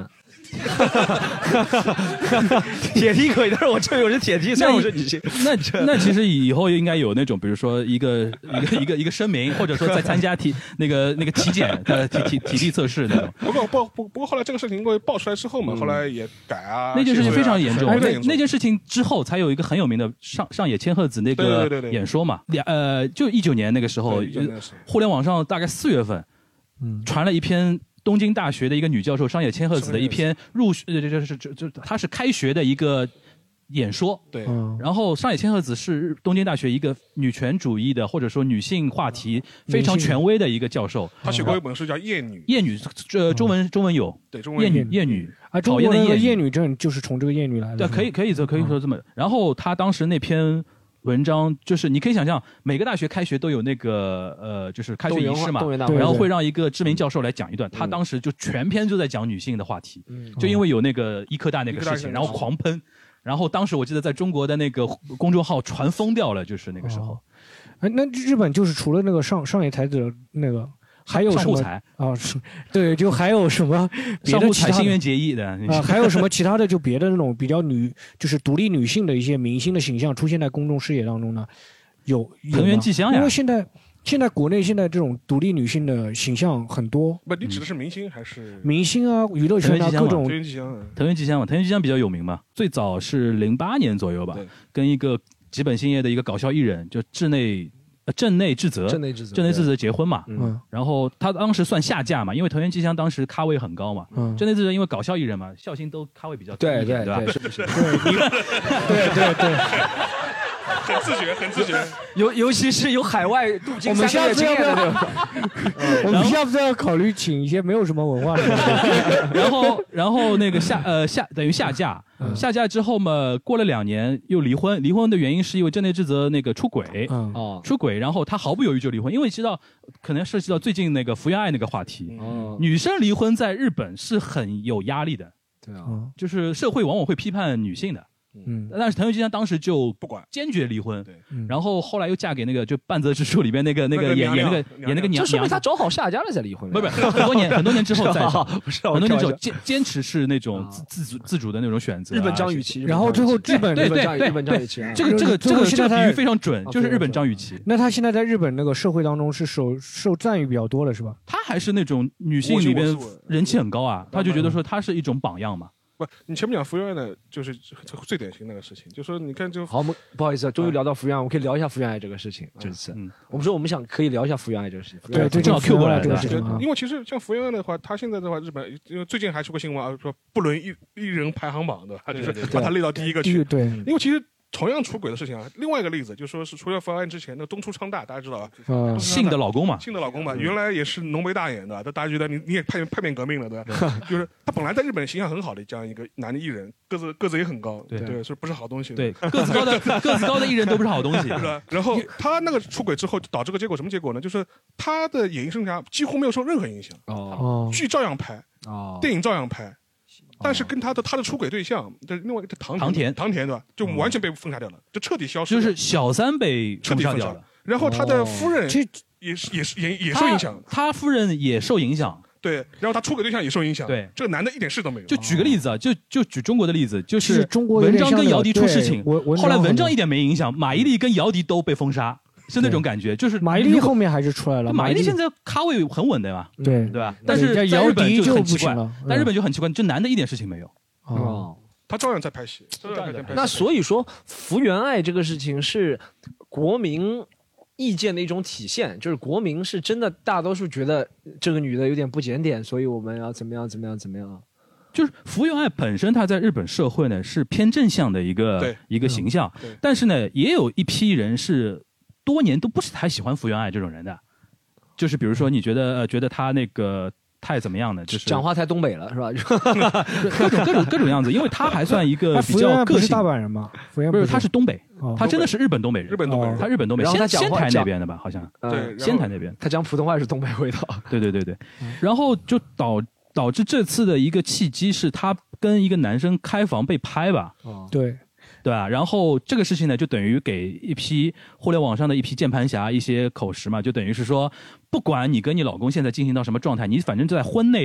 铁梯可以，但是我这有是铁梯，虽然我是女性。 那其实以后应该有那种，比如说一个声明，或者说在参加那个体检的体力测试那种。 不过后来这个事情因为爆出来之后嘛，后来也改啊。 那件事情非常严重，那件事情之后才有一个很有名的上野千鹤子那个演说嘛。就19年那个时候，互联网上大概4月份，传了一篇。东京大学的一个女教授上野千鹤子的一篇她是开学的一个演说， 对， 然后上野千鹤子是东京大学一个女权主义的或者说女性话题非常权威的一个教授， 她写过一本书叫《厌女》， 厌女，中文有， 对，中文厌女啊，中国的厌女症就是从这个厌女来的， 对，可以说这么，然后她当时那篇。文章就是你可以想象，每个大学开学都有那个就是开学仪式嘛，然后会让一个知名教授来讲一段。他当时就全篇就在讲女性的话题，就因为有那个医科大那个事情，然后狂喷。然后当时我记得在中国的那个公众号传疯掉了，就是那个时候。 那日本就是除了那个上野才子那个。还有什么啊？对，就还有什么别的其他新垣结衣的啊？还有什么其他的就别的那种比较就是独立女性的一些明星的形象出现在公众视野当中呢？有藤原纪香呀。 因为现在国内现在这种独立女性的形象很多。 不，你指的是明星还是明星啊？娱乐圈啊，各种。 藤原纪香比较有名嘛。最早是08年左右吧，跟一个吉本兴业的一个搞笑艺人，就镇内智则结婚嘛，然后他当时算下嫁嘛，因为藤原纪香当时咖位很高嘛，镇内智则因为搞笑艺人嘛，孝心都咖位比较低，对吧？ 是不是？对。 很自觉， 尤其是有海外镀金3个月经验的那种。 我们下次要考虑请一些没有什么文化的人。 然后那个等于下嫁之后嘛，过了2年又离婚。离婚的原因是因为镇内智则那个出轨，然后他毫不犹豫就离婚，因为知道可能涉及到最近那个福原爱那个话题。女生离婚在日本是很有压力的， 对啊， 就是社会往往会批判女性的。但是藤原纪香当时就不管， 坚决离婚。对，然后后来又嫁给那个就半泽直树里边那个演那个娘， 这说明他找好下家了才离婚。 不是很多年之后再不是很多年之后坚持是那种自主的那种选择。 日本张雨绮， 然后最后日本张雨绮， 这个比喻非常准，就是日本张雨绮。 那他现在在日本那个社会当中是受赞誉比较多的是吧？ 他还是那种女性里边人气很高啊，他就觉得说他是一种榜样嘛。 不，你前面讲福原爱呢，就是最典型那个事情，就说你看就好，不好意思，终于聊到福原爱，我们可以聊一下福原爱这个事情。这次，我们说我们想可以聊一下福原爱这个事情。 对，正好 Q 过来这个事情。 因为其实像福原爱的话，他现在的话，日本因为最近还出过新闻啊，说不轮艺人排行榜的，就是把他列到第一个去。 对， 因为其实。同样出轨的事情啊，另外一个例子就说是除了福原爱之前的东出昌大，大家知道啊， 信的老公嘛， 原来也是浓眉大眼的，大家觉得你也叛变革命了，对吧？就是他本来在日本形象很好的这样一个男的艺人，个子也很高，对，所以不是好东西。 对，个子高的艺人都不是好东西， 是吧？然后他那个出轨之后，导致个结果什么结果呢？就是他的演艺生涯几乎没有受任何影响，剧照样拍，电影照样拍。但是跟他的出轨对象，就是另外一个唐田对吧？就完全被封杀掉了，就彻底消失了。 就是小三被彻底封杀掉了。 然后他的夫人也受影响， 他夫人也受影响。 对，然后他出轨对象也受影响。 对， 这个男的一点事都没有。 就举个例子啊，就举中国的例子，就是中国文章跟姚笛出事情，后来文章一点没影响，马伊琍跟姚笛都被封杀。是那种感觉，就是马伊琍后面还是出来了。 马伊琍现在咖位很稳的嘛， 对吧？但是在日本就很奇怪，但日本就很奇怪，这男的一点事情没有。 他照样在拍戏。 那所以说，福原爱这个事情是国民意见的一种体现，就是国民是真的大多数觉得这个女的有点不检点，所以我们要怎么样。 就是福原爱本身，她在日本社会呢是偏正向的一个形象，但是呢，也有一批人是。多年都不是太喜欢福原爱这种人的，就是比如说你觉得他那个太怎么样呢？就是讲话太东北了是吧？ 各种样子，因为他还算一个比较个性。 不是大阪人吗？ 不是，他是东北，他真的是日本东北人。他日本东北，仙台那边的吧？好像对， 仙台那边。 他讲普通话是东北味道。 对，然后就导致这次的一个契机是他跟一个男生开房被拍吧？对吧？然后这个事情呢，就等于给一批互联网上的一批键盘侠一些口实嘛，就等于是说，不管你跟你老公现在进行到什么状态，你反正就在婚内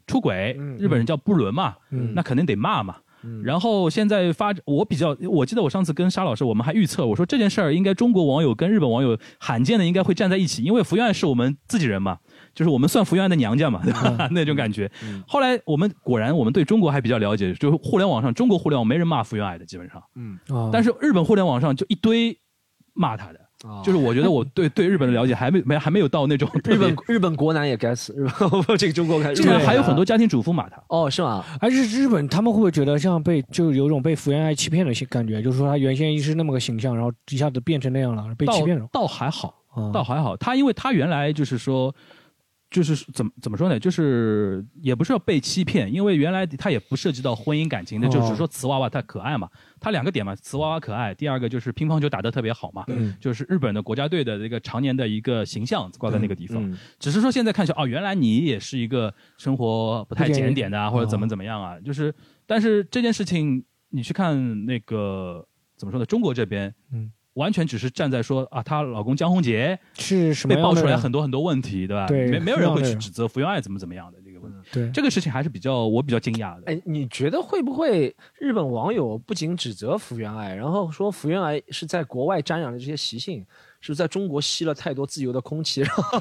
出轨，日本人叫不伦嘛，那肯定得骂嘛。然后现在我记得我上次跟沙老师，我们还预测，我说这件事儿应该中国网友跟日本网友罕见的应该会站在一起，因为福原爱是我们自己人嘛，就是我们算福原爱的娘家嘛，对吧？那种感觉。后来果然我们对中国还比较了解，就是互联网上中国互联网没人骂福原爱的基本上，但是日本互联网上就一堆骂他的。就是我觉得我对日本的了解还没有到那种日本国男也该死，这个中国竟然还有很多家庭主妇骂他。 哦，是吗？ 而且日本他们会不会觉得像就有种被福原爱欺骗的感觉，就是说他原先是那么个形象，然后一下子变成那样了，被欺骗了？ 倒还好，他因为他原来就是说。就是怎么说呢？就是也不是要被欺骗，因为原来他也不涉及到婚姻感情的，就只是说瓷娃娃他可爱嘛，他2个点嘛，瓷娃娃可爱，第2个就是乒乓球打得特别好嘛，就是日本的国家队的这个常年的一个形象挂在那个地方。只是说现在看起来原来你也是一个生活不太检点的或者怎么样啊，就是但是这件事情你去看那个怎么说呢？中国这边，完全只是站在说她老公江宏杰是什么被爆出来很多问题，对吧？ 对， 没有人会去指责福原爱怎么样的这个问题。 对， 这个事情还是我比较惊讶的。 哎，你觉得会不会日本网友不仅指责福原爱，然后说福原爱是在国外沾染了这些习性？是在中国吸了太多自由的空气，然后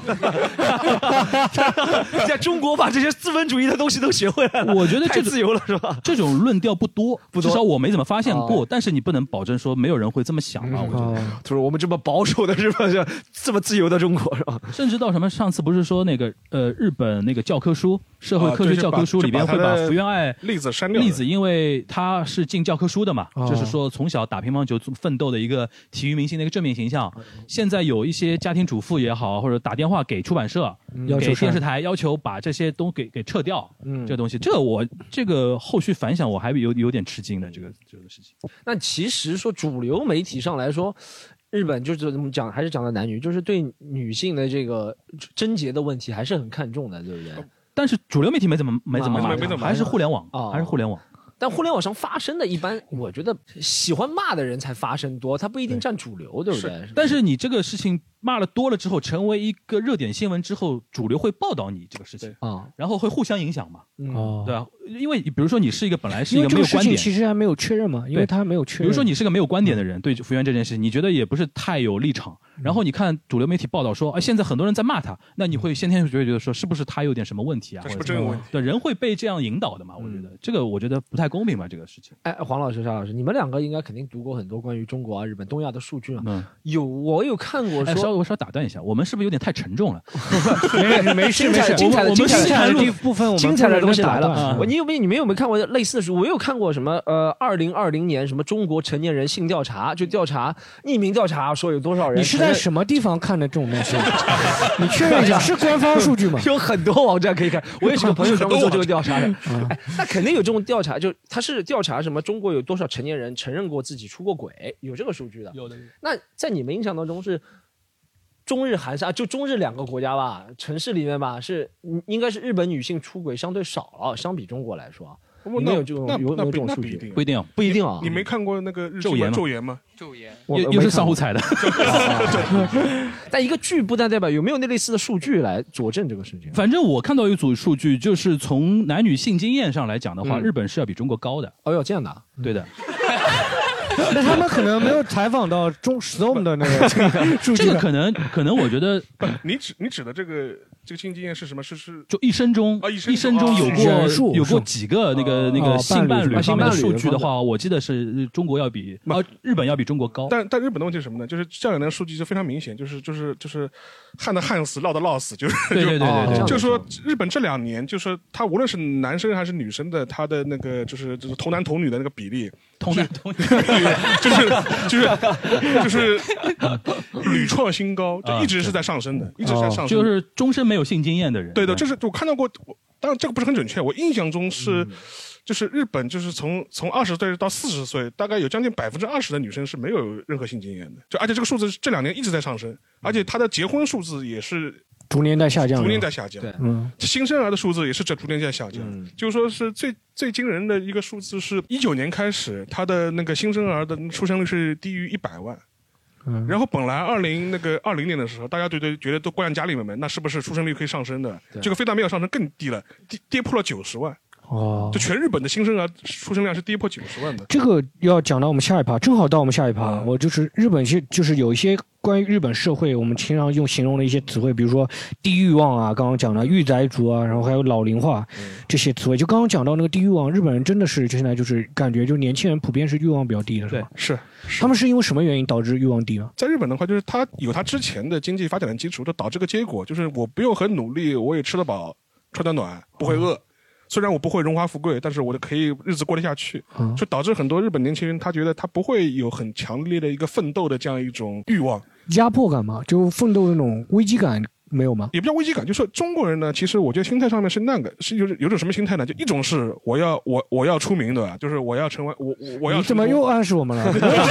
在中国把这些资本主义的东西都学会来了。 我觉得太自由了，是吧？ 这种论调不多，至少我没怎么发现过。但是你不能保证说没有人会这么想吧？我觉得， 就是我们这么保守的日本，这么自由的中国，是吧？ 甚至到什么？上次不是说那个日本那个教科书，社会科学教科书里边会把福原爱例子删掉。 例子，因为他是进教科书的嘛，就是说从小打乒乓球奋斗的一个体育明星的一个正面形象。现在有一些家庭主妇也好，或者打电话给出版社、给电视台，要求把这些都给撤掉。这个东西，这个后续反响我还有点吃惊的这个事情。 那其实说主流媒体上来说，日本就是怎么讲，还是讲的男女，就是对女性的这个贞洁的问题还是很看重的，对不对？ 但是主流媒体没怎么骂，还是互联网，还是互联网。 但互联网上发生的一般，我觉得喜欢骂的人才发声多，他不一定占主流，对不对？ 但是你这个事情骂了多了之后，成为一个热点新闻之后，主流会报道你这个事情然后会互相影响嘛？对吧？因为比如说你是一个本来是一个没有观点， 其实还没有确认嘛，因为他没有确认。 比如说你是个没有观点的人，对福原这件事，你觉得也不是太有立场，然后你看主流媒体报道说，现在很多人在骂他，那你会先天就觉得说，是不是他有点什么问题啊？ 是不是这个问题？ 对，人会被这样引导的嘛？我觉得这个我觉得不太公平吧，这个事情。 哎，黄老师、沙老师，你们2个应该肯定读过很多关于中国日本、东亚的数据嘛？我有看过说， 我稍打断一下，我们是不是有点太沉重了？ 没事， 精彩的部分， 精彩的东西来了。你们有没有看过类似的书？我有看过什么2020年什么中国成年人性调查，就匿名调查，说有多少人。 你是在什么地方看的这种东西？你确认一下，是官方数据吗？ 有很多网站可以看。我也是个朋友专门做这个调查的。那肯定有这种调查，就他是调查什么中国有多少成年人承认过自己出过轨，有这个数据的。 有的。 那在你们印象当中是中日韩就中日2个国家吧，城市里面吧，应该是日本女性出轨相对少了，相比中国来说。你们有这种这种数据？ 不一定， 不一定啊。 你没看过那个日昼颜吗？ 昼颜又是上户彩的。 但一个剧不但代表有没有那类似的数据来佐证这个事情。 反正我看到一组数据，就是从男女性经验上来讲的话，日本是要比中国高的。 哦哟，这样的。 对的。 那他们可能没有采访到Storm 的那个数据。 这个可能我觉得不，你指的这个性经验是什么？是就一生中有过几个那个性伴侣方面的数据的话，我记得是中国要比日本要比中国高。 但日本的问题是什么呢？就是这两年数据就非常明显，就是旱的旱死，涝的涝死，就是对， 就是说日本这2年就是他无论是男生还是女生的他的那个就是童男童女的那个比例， 童男童女就是屡创新高，就一直是在上升的，一直在上升。 就是终身没有性经验的人。 对的，就是我看到过，当然这个不是很准确，我印象中是。就是日本，就是从20岁到40岁，大概有将近20%的女生是没有任何性经验的，而且这个数字这2年一直在上升，而且它的结婚数字也是逐年在下降。 对， 新生儿的数字也是逐年在下降。就是说是最惊人的一个数字是19年开始，它的那个新生儿的出生率是低于100万。 然后本来20年的时候，大家觉得都关在家里面，那是不是出生率可以上升的？这个非但没有上升，更低了，跌破了90万。就全日本的新生儿出生量是跌破90万的。 这个要讲到我们下一趴，正好到我们下一趴。我就是日本就是有一些关于日本社会，我们经常用形容的一些词汇，比如说低欲望啊，刚刚讲的御宅族啊，然后还有老龄化这些词汇。就刚刚讲到那个低欲望，日本人真的是现在就是感觉就年轻人普遍是欲望比较低的，是吧？ 是。 他们是因为什么原因导致欲望低呢？ 在日本的话，就是他有他之前的经济发展的基础，就导致个结果，就是我不用很努力，我也吃得饱，穿得暖，不会饿。虽然我不会荣华富贵，但是我可以日子过得下去，就导致很多日本年轻人他觉得他不会有很强烈的一个奋斗的这样一种欲望， 压迫感嘛，就奋斗那种危机感没有吗？ 也不叫危机感，就是中国人呢，其实我觉得心态上面是有种什么心态呢？就一种是我要出名的，就是我要成为我要。 你怎么又暗示我们了？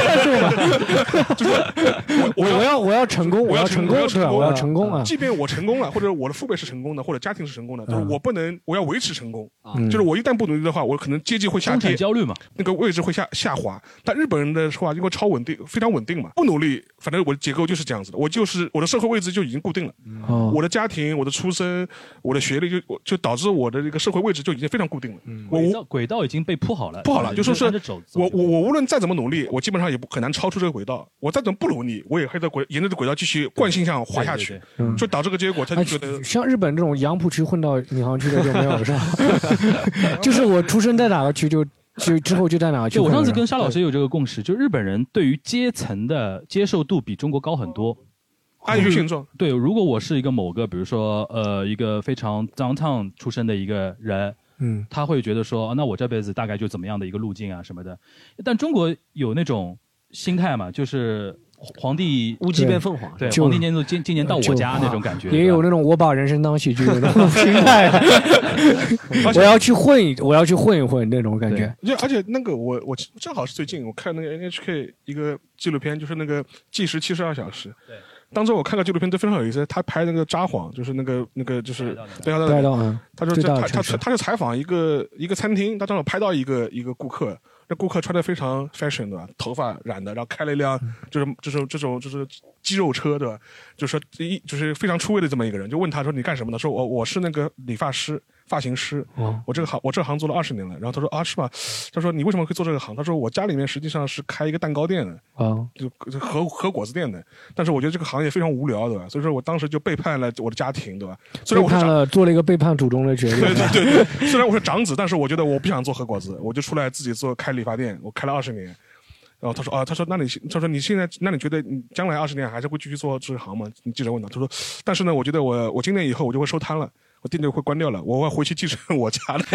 就是我要成功，我要成功，对吧？我要成功啊！ 即便我成功了，或者我的父辈是成功的，或者家庭是成功的，就是我要维持成功。就是我一旦不努力的话，我可能阶级会下跌， 焦虑嘛， 那个位置会下滑。但日本人的话，因为超稳定，非常稳定嘛，不努力，反正我的结构就是这样子的，我的社会位置就已经固定了。我的家庭、我的出身、我的学历就导致我的这个社会位置就已经非常固定了。 轨道已经被铺好了， 就说是我无论再怎么努力，我基本上也很难超出这个轨道。我再怎么不努力，我也会沿着这轨道继续惯性上滑下去，就导致个结果，他就觉得像日本这种杨浦区混到闵行区的就没有了，是吧？就是我出生在哪个区就之后就在哪个区。 我上次跟沙老师有这个共识，就日本人对于阶层的接受度比中国高很多。 安于现状。 对，如果我是一个某个，比如说一个非常 downtown 出身的一个人，他会觉得说，那我这辈子大概就怎么样的一个路径啊什么的。但中国有那种心态嘛，就是皇帝乌鸡变凤凰， 对，皇帝今年到我家那种感觉， 也有那种我把人生当喜剧的那种心态，我要去混一混那种感觉。 而且那个我正好是最近我看那个 NHK 一个纪录片，就是那个计时72小时。对。当时我看个纪录片都非常有意思，他拍那个札幌，就是那个就是对，他说他就采访一个餐厅，他正好拍到一个顾客，那顾客穿得非常 fashion 对吧，头发染的，然后开了一辆就是肌肉车对吧，就是非常出位的这么一个人，就问他说你干什么的？说我是那个理发师。发型师，我这行做了20年了。然后他说啊，是吧？他说你为什么会做这个行？他说我家里面实际上是开一个蛋糕店的，就和果子店的。但是我觉得这个行业非常无聊，对吧？所以说我当时就背叛了我的家庭，对吧？虽然我做了一个背叛祖宗的决定。 对。虽然我是长子，但是我觉得我不想做和果子，我就出来自己开理发店，我开了20年。然后他说啊，他说你现在，那你觉得你将来20年还是会继续做这行吗？你记者问他，他说，但是呢，我觉得我今年以后我就会收摊了。我店就会关掉了，我要回去继承我家的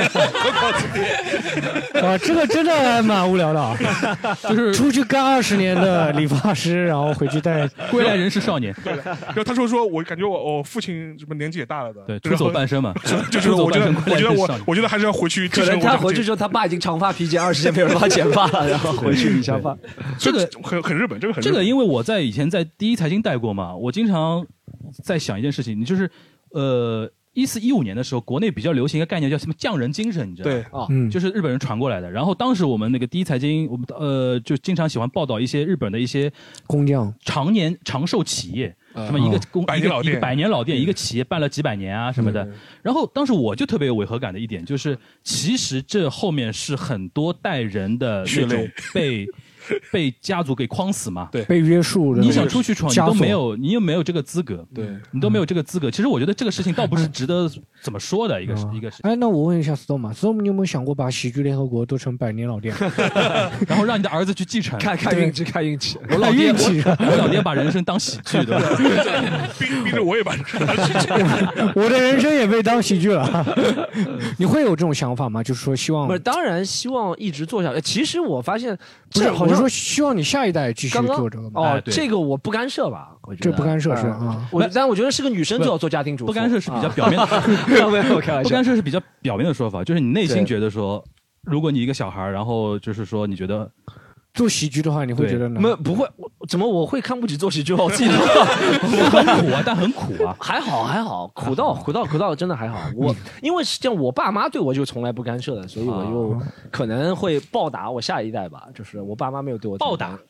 哇，这个真的还蛮无聊的啊！就是出去干20年的理发师，然后回去带归来仍是少年。 对，然后他说我感觉我父亲什么年纪也大了的， 对，出走半生嘛， 就是我觉得还是要回去继承。 可能他回去之后，他爸已经长发披肩20年没有人帮他剪发了，然后回去理下发。 这个很日本，这个很日本。 这个因为我以前在第一财经带过嘛，我经常在想一件事情，你就是14、15年的时候，国内比较流行一个概念叫什么匠人精神，你知道吗？ 对， 就是日本人传过来的。然后当时我们那个第一财经，我们就经常喜欢报道一些日本的一些工匠长寿企业，什么一个百年老店，一个企业办了几百年啊什么的。然后当时我就特别有违和感的一点，就是其实这后面是很多代人的那种被家族给框死嘛， 对， 被约束。 你想出去闯，你又没有这个资格， 对， 你都没有这个资格。其实我觉得这个事情倒不是值得怎么说的一个事。 哎，那我问一下 Storm， 你有没有想过把喜剧联合国做成百年老店， 然后让你的儿子去继承？ 看运气。 我老爹把人生当喜剧的， 逼着我也把人生当喜剧。 我的人生也被当喜剧了。你会有这种想法吗？就是说希望？ 当然希望一直做下去。其实我发现好像。说希望你下一代继续做这个这个我不干涉吧？我觉得这不干涉是啊， 但我觉得是个女生就要做家庭主妇， 不干涉是比较表面的，不干涉是比较表面的说法，就是你内心觉得说，如果你一个小孩，然后就是说你觉得。 做喜剧的话，你会觉得呢？ 不会， 怎么我会看不起做喜剧？我自己都很苦啊，但很苦啊。 还好，苦到真的还好。因为实际上我爸妈对我就从来不干涉的，所以我就可能会报答我下一代吧。就是我爸妈没有对我报答。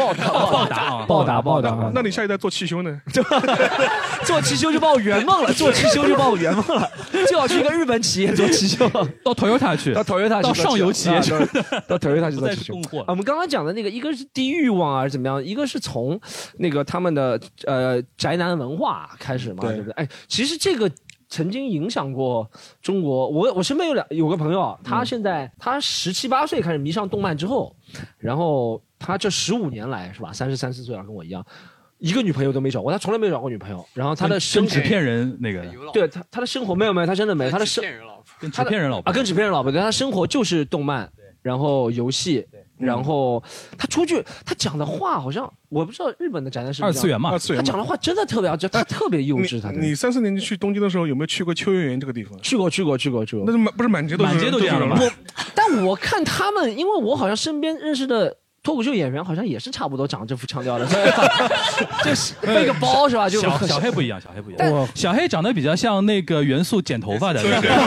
那你下一代做汽修呢？ 做汽修就把我圆梦了，就要去一个日本企业做汽修， 到 Toyota 去，到上游企业去， 到 Toyota 去做汽修。 供货。 我们刚刚讲的那个，一个是低欲望啊，怎么样？一个是从那个他们的宅男文化开始嘛，对不对？哎，其实这个曾经影响过中国。我身边有个朋友，他现在他17、18岁开始迷上动漫之后，然后他这15年来是吧，33、34岁了，跟我一样。一个女朋友都没找过，他从来没有找过女朋友。然后他的跟纸片人那个， 对他的生活没有，他真的没，他的生跟纸片人老婆啊，跟纸片人老婆，对，他生活就是动漫，然后游戏，然后他出去，他讲的话好像我不知道日本的宅男是二次元嘛， 他讲的话真的特别，他特别幼稚。 你3、4年级去东京的时候有没有去过秋叶原这个地方？ 去过。 那不是满街都这样的吗？ 但我看他们，因为我好像身边认识的脱口秀演员好像也是差不多长这副腔调的，就是背个包是吧？就小黑不一样，小黑长得比较像那个元素剪头发的。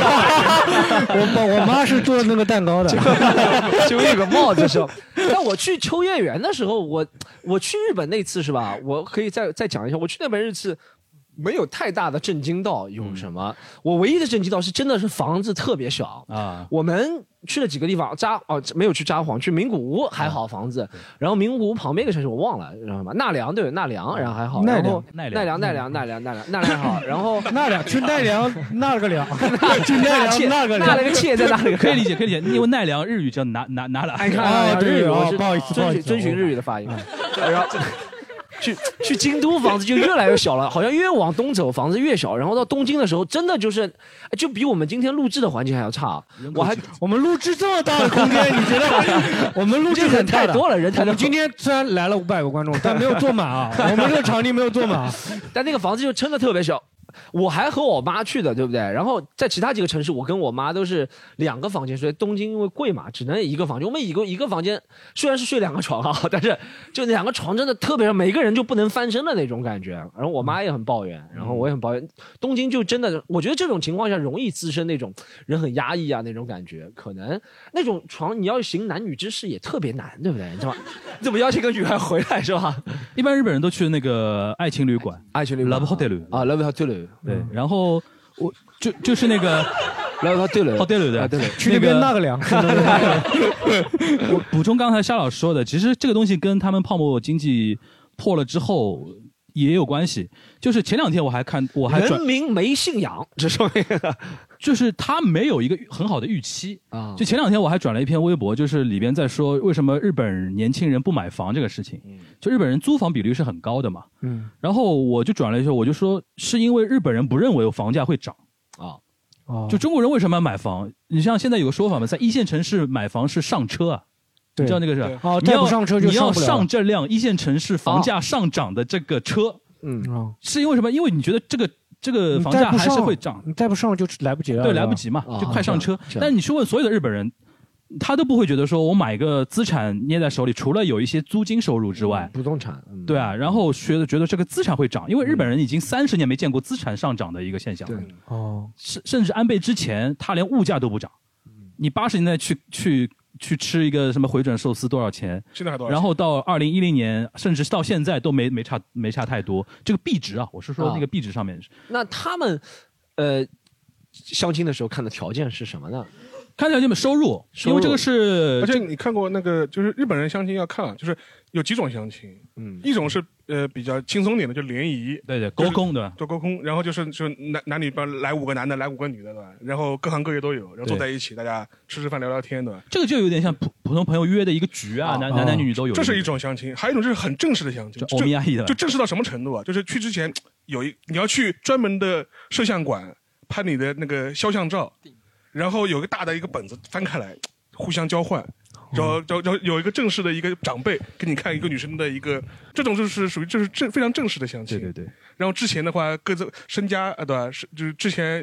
我妈是做那个蛋糕的， 就有个帽子是。但我去秋叶原的时候，我去日本那次是吧？我可以再讲一下，我去那边日次。没有太大的震惊到有什么，我唯一的震惊到是真的是房子特别小啊。我们去了几个地方，没有去札幌，去名古屋还好房子，然后名古屋旁边一个城市我忘了，知道吗？奈良对，奈良，然后还好，奈良好，然后奈良去奈良那个良，去奈良那个那个切在那里可以理解，因为奈良日语叫拿了， 哎看日语不好意思， 遵循日语的发音，然后。去京都房子就越来越小了，好像越往东走房子越小，然后到东京的时候真的就比我们今天录制的环境还要差。 我们录制这么大的空间，你觉得我们录制人太多了，人太多。 我们今天虽然来了500个观众，但没有坐满啊，我们这个场地没有坐满， 但那个房子就撑得特别小。我还和我妈去的，对不对？然后在其他几个城市，我跟我妈都是2个房间，所以东京因为贵嘛，只能1个房间。我们一个房间虽然是睡2个床啊，但是就2个床真的特别，每个人就不能翻身的那种感觉。然后我妈也很抱怨，然后我也很抱怨。东京就真的，我觉得这种情况下容易滋生那种人很压抑啊那种感觉。可能那种床你要行男女之事也特别难，对不对？你怎么邀请个女孩回来是吧？ 一般日本人都去那个爱情旅馆 ，Love Hotel 啊 ，Love Hotel。 对，然后我就是那个， 然后他对了， 去那边那个凉。 我补充刚才沙老师说的，其实这个东西跟他们泡沫经济破了之后也有关系。就是前2天我还人民没信仰，这说明就是他没有一个很好的预期啊。就前2天我还转了一篇微博，就是里边在说为什么日本年轻人不买房这个事情。就日本人租房比率是很高的嘛。然后我就转了一下，我就说是因为日本人不认为房价会涨啊。就中国人为什么要买房？你像现在有个说法嘛，在1线城市买房是上车啊。你知道那个是？ 再不上车就上不了。 你要上这辆1线城市房价上涨的这个车。是因为什么？因为你觉得这个房价还是会涨， 你再不上就来不及了。 对，来不及嘛，就快上车。但是你去问所有的日本人，他都不会觉得说我买个资产捏在手里，除了有一些租金收入之外， 不动产， 对啊，然后觉得这个资产会涨，因为日本人已经30年没见过资产上涨的一个现象了。甚至安倍之前，他连物价都不涨。你80年代去吃一个什么回转寿司多少钱？ 现在还多少钱？ 然后到2010年，甚至到现在都没差太多。这个币值啊，我是说那个币值上面。 那他们相亲的时候看的条件是什么呢？ 看条件的收入，因为这个是。 而且你看过那个，就是日本人相亲要看，就是有几种相亲。一种是比较轻松点的，就联谊。 对，沟通对吧？ 做沟通，然后就是男女帮来5个男的，来5个女的，对吧？然后各行各业都有，然后坐在一起，大家吃饭聊聊天，对吧？ 这个就有点像普通朋友约的一个局啊，男女都有。 这是一种相亲，还有一种就是很正式的相亲，就正式到什么程度啊？就是去之前你要去专门的摄像馆拍你的那个肖像照，然后有个大的一个本子翻开来，互相交换。然后有一个正式的一个长辈给你看一个女生的一个，这种就是属于非常正式的相亲。 对。 然后之前的话，各自身家对吧？就是之前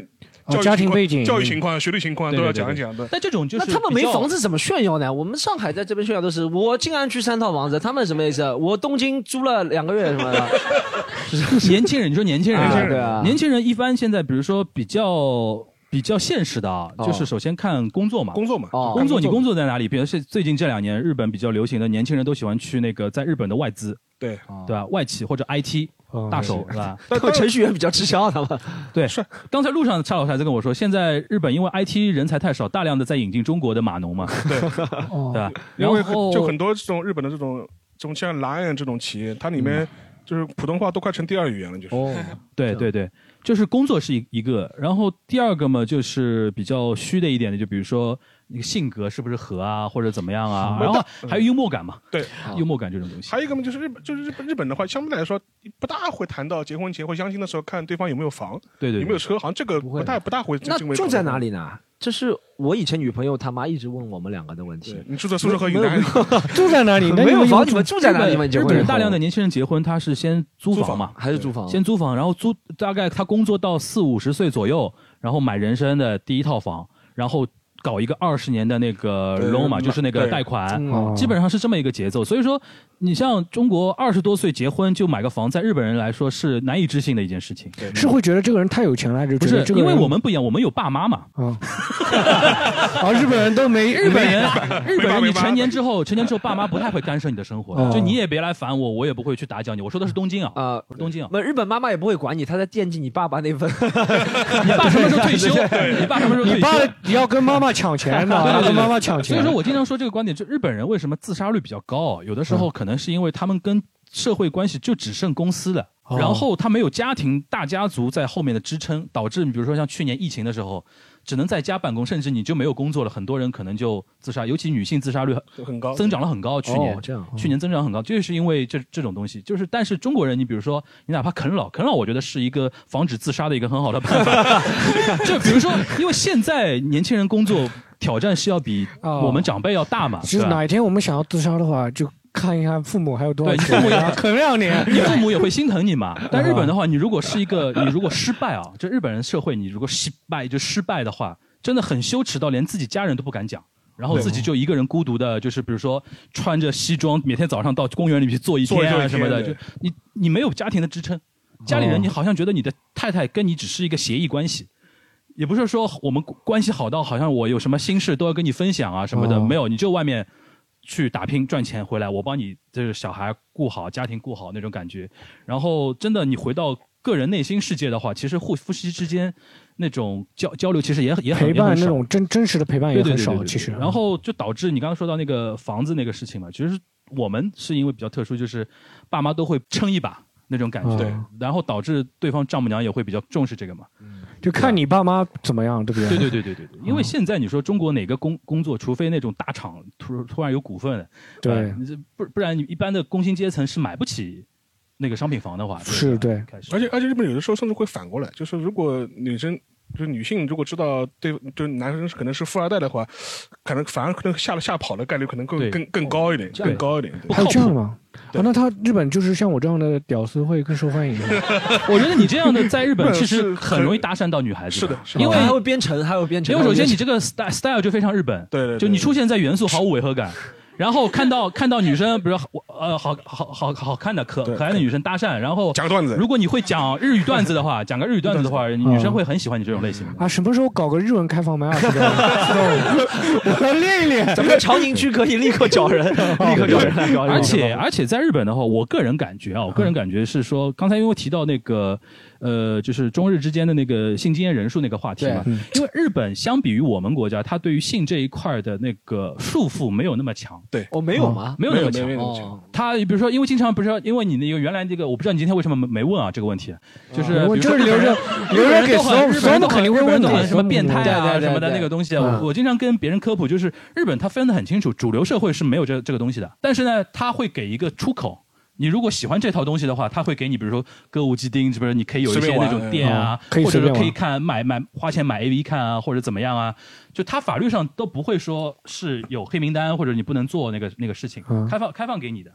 家庭背景、 教育情况、学历情况都要讲一讲的。 但这种就是那他们没房子怎么炫耀呢？我们上海在这边炫耀都是我静安区3套房子，他们什么意思？我东京租了2个月什么的。 年轻人，你说年轻人， 对啊， 年轻人一般现在比如说比较现实的啊，就是首先看工作嘛， 工作你工作在哪里？比如是最近这2年日本比较流行的，年轻人都喜欢去那个在日本的外资， 对吧？外企或者 IT 大手是吧？ 但程序员比较吃香，他们对。刚才路上蔡老师还在跟我说，现在日本因为 IT 人才太少，大量的在引进中国的码农嘛， 对吧？ 然后就很多这种日本的这种像Lion这种企业，它里面就是普通话都快成第2语言了，就是。 对，就是工作是一个，然后第二个嘛，就是比较虚的一点的，就比如说那个性格是不是合啊，或者怎么样啊，然后还有幽默感嘛， 对， 幽默感这种东西。 还有一个嘛，就是日本的话，相对来说不大会谈到结婚前或相亲的时候看对方有没有房， 对， 有没有车，好像这个不大会。 那住在哪里呢？这是我以前女朋友他妈一直问我们2个的问题。 你住在宿舍和云南住在哪里？ 没有房，你们住在哪里？ 日本人大量的年轻人结婚，他是先租房嘛， 还是租房？ 先租房，然后租大概他工作到40-50岁左右，然后买人生的第一套房，然后搞一个20年的那个 loan 嘛，就是那个贷款，基本上是这么一个节奏。所以说，你像中国20多岁结婚就买个房，在日本人来说是难以置信的一件事情。 是会觉得这个人太有钱了， 不是？因为我们不一样，我们有爸妈嘛。 日本人都没。 日本人你成年之后爸妈不太会干涉你的生活，就你也别来烦我，我也不会去打搅你。我说的是东京啊，东京啊。 日本妈妈也不会管你，她在惦记你爸爸那份。 你爸什么时候退休？你爸什么时候退休？ 你爸要跟妈妈抢钱的，跟妈妈抢钱。 所以说我经常说这个观点，就日本人为什么自杀率比较高，有的时候可能是因为他们跟社会关系就只剩公司了，然后他没有家庭大家族在后面的支撑，导致你比如说像去年疫情的时候，只能在家办公，甚至你就没有工作了，很多人可能就自杀，尤其女性自杀率很高， 增长了很高。去年增长很高，就是因为这种东西。就是但是中国人，你比如说你哪怕啃老，我觉得是一个防止自杀的一个很好的办法。就比如说，因为现在年轻人工作挑战是要比我们长辈要大嘛。 其实哪一天我们想要自杀的话，就看一看父母还有多少钱，父母也啃2年， 你父母也会心疼你嘛。但日本的话，你如果失败啊，就日本人社会，你如果失败的话，真的很羞耻到连自己家人都不敢讲，然后自己就一个人孤独的，就是比如说穿着西装，每天早上到公园里去坐一天啊什么的，就你没有家庭的支撑，家里人你好像觉得你的太太跟你只是一个协议关系。也不是说我们关系好到好像我有什么心事都要跟你分享啊什么的，没有，你就外面去打拼赚钱回来，我帮你就是小孩顾好，家庭顾好那种感觉。然后真的你回到个人内心世界的话，其实夫妻之间那种交流其实也很陪伴，那种真实的陪伴也很少。其实， 然后就导致你刚刚说到那个房子那个事情嘛，其实我们是因为比较特殊，就是爸妈都会撑一把那种感觉，然后导致对方丈母娘也会比较重视这个嘛。 就看你爸妈怎么样，对不对？ 对，因为现在你说中国哪个工作，除非那种大厂突然有股份， 对， 不然你一般的工薪阶层是买不起那个商品房的话， 是对。 而且日本有的时候甚至会反过来，就是如果女性如果知道就男生可能是富二代的话，可能反而可能吓跑的概率可能更高一点，更高一点。 还有这样吗？那他日本就是像我这样的屌丝会更受欢迎。 我觉得你这样的在日本其实很容易搭讪到女孩子。 是的， 因为还会编程，因为首先你这个 style 就非常日本， 对， 就你出现在元素毫无违和感。然后看到女生，比如好看的可爱的女生搭讪，然后讲段子。 如果你会讲日语段子的话，讲个日语段子的话，女生会很喜欢你这种类型啊。什么时候搞个日文开放麦啊？我要练一练。 咱们在长宁区可以立刻找人， 而且在日本的话，我个人感觉是说，刚才因为提到那个就是中日之间的那个性经验人数那个话题嘛，因为日本相比于我们国家，它对于性这一块的那个束缚没有那么强。 对， 没有吗？ 没有那么强。他比如说，因为经常不是因为你那个原来这个，我不知道你今天为什么没问啊这个问题，就是留着给所有人肯定会问的， 什么变态啊什么的那个东西啊。我经常跟别人科普，就是日本他分得很清楚，主流社会是没有这个东西的，但是呢，他会给一个出口。你如果喜欢这套东西的话，他会给你，比如说歌舞伎町，是不是？你可以有一些那种店啊，或者说可以看花钱买 AV 看啊，或者怎么样啊？就他法律上都不会说是有黑名单或者你不能做那个事情，开放给你的。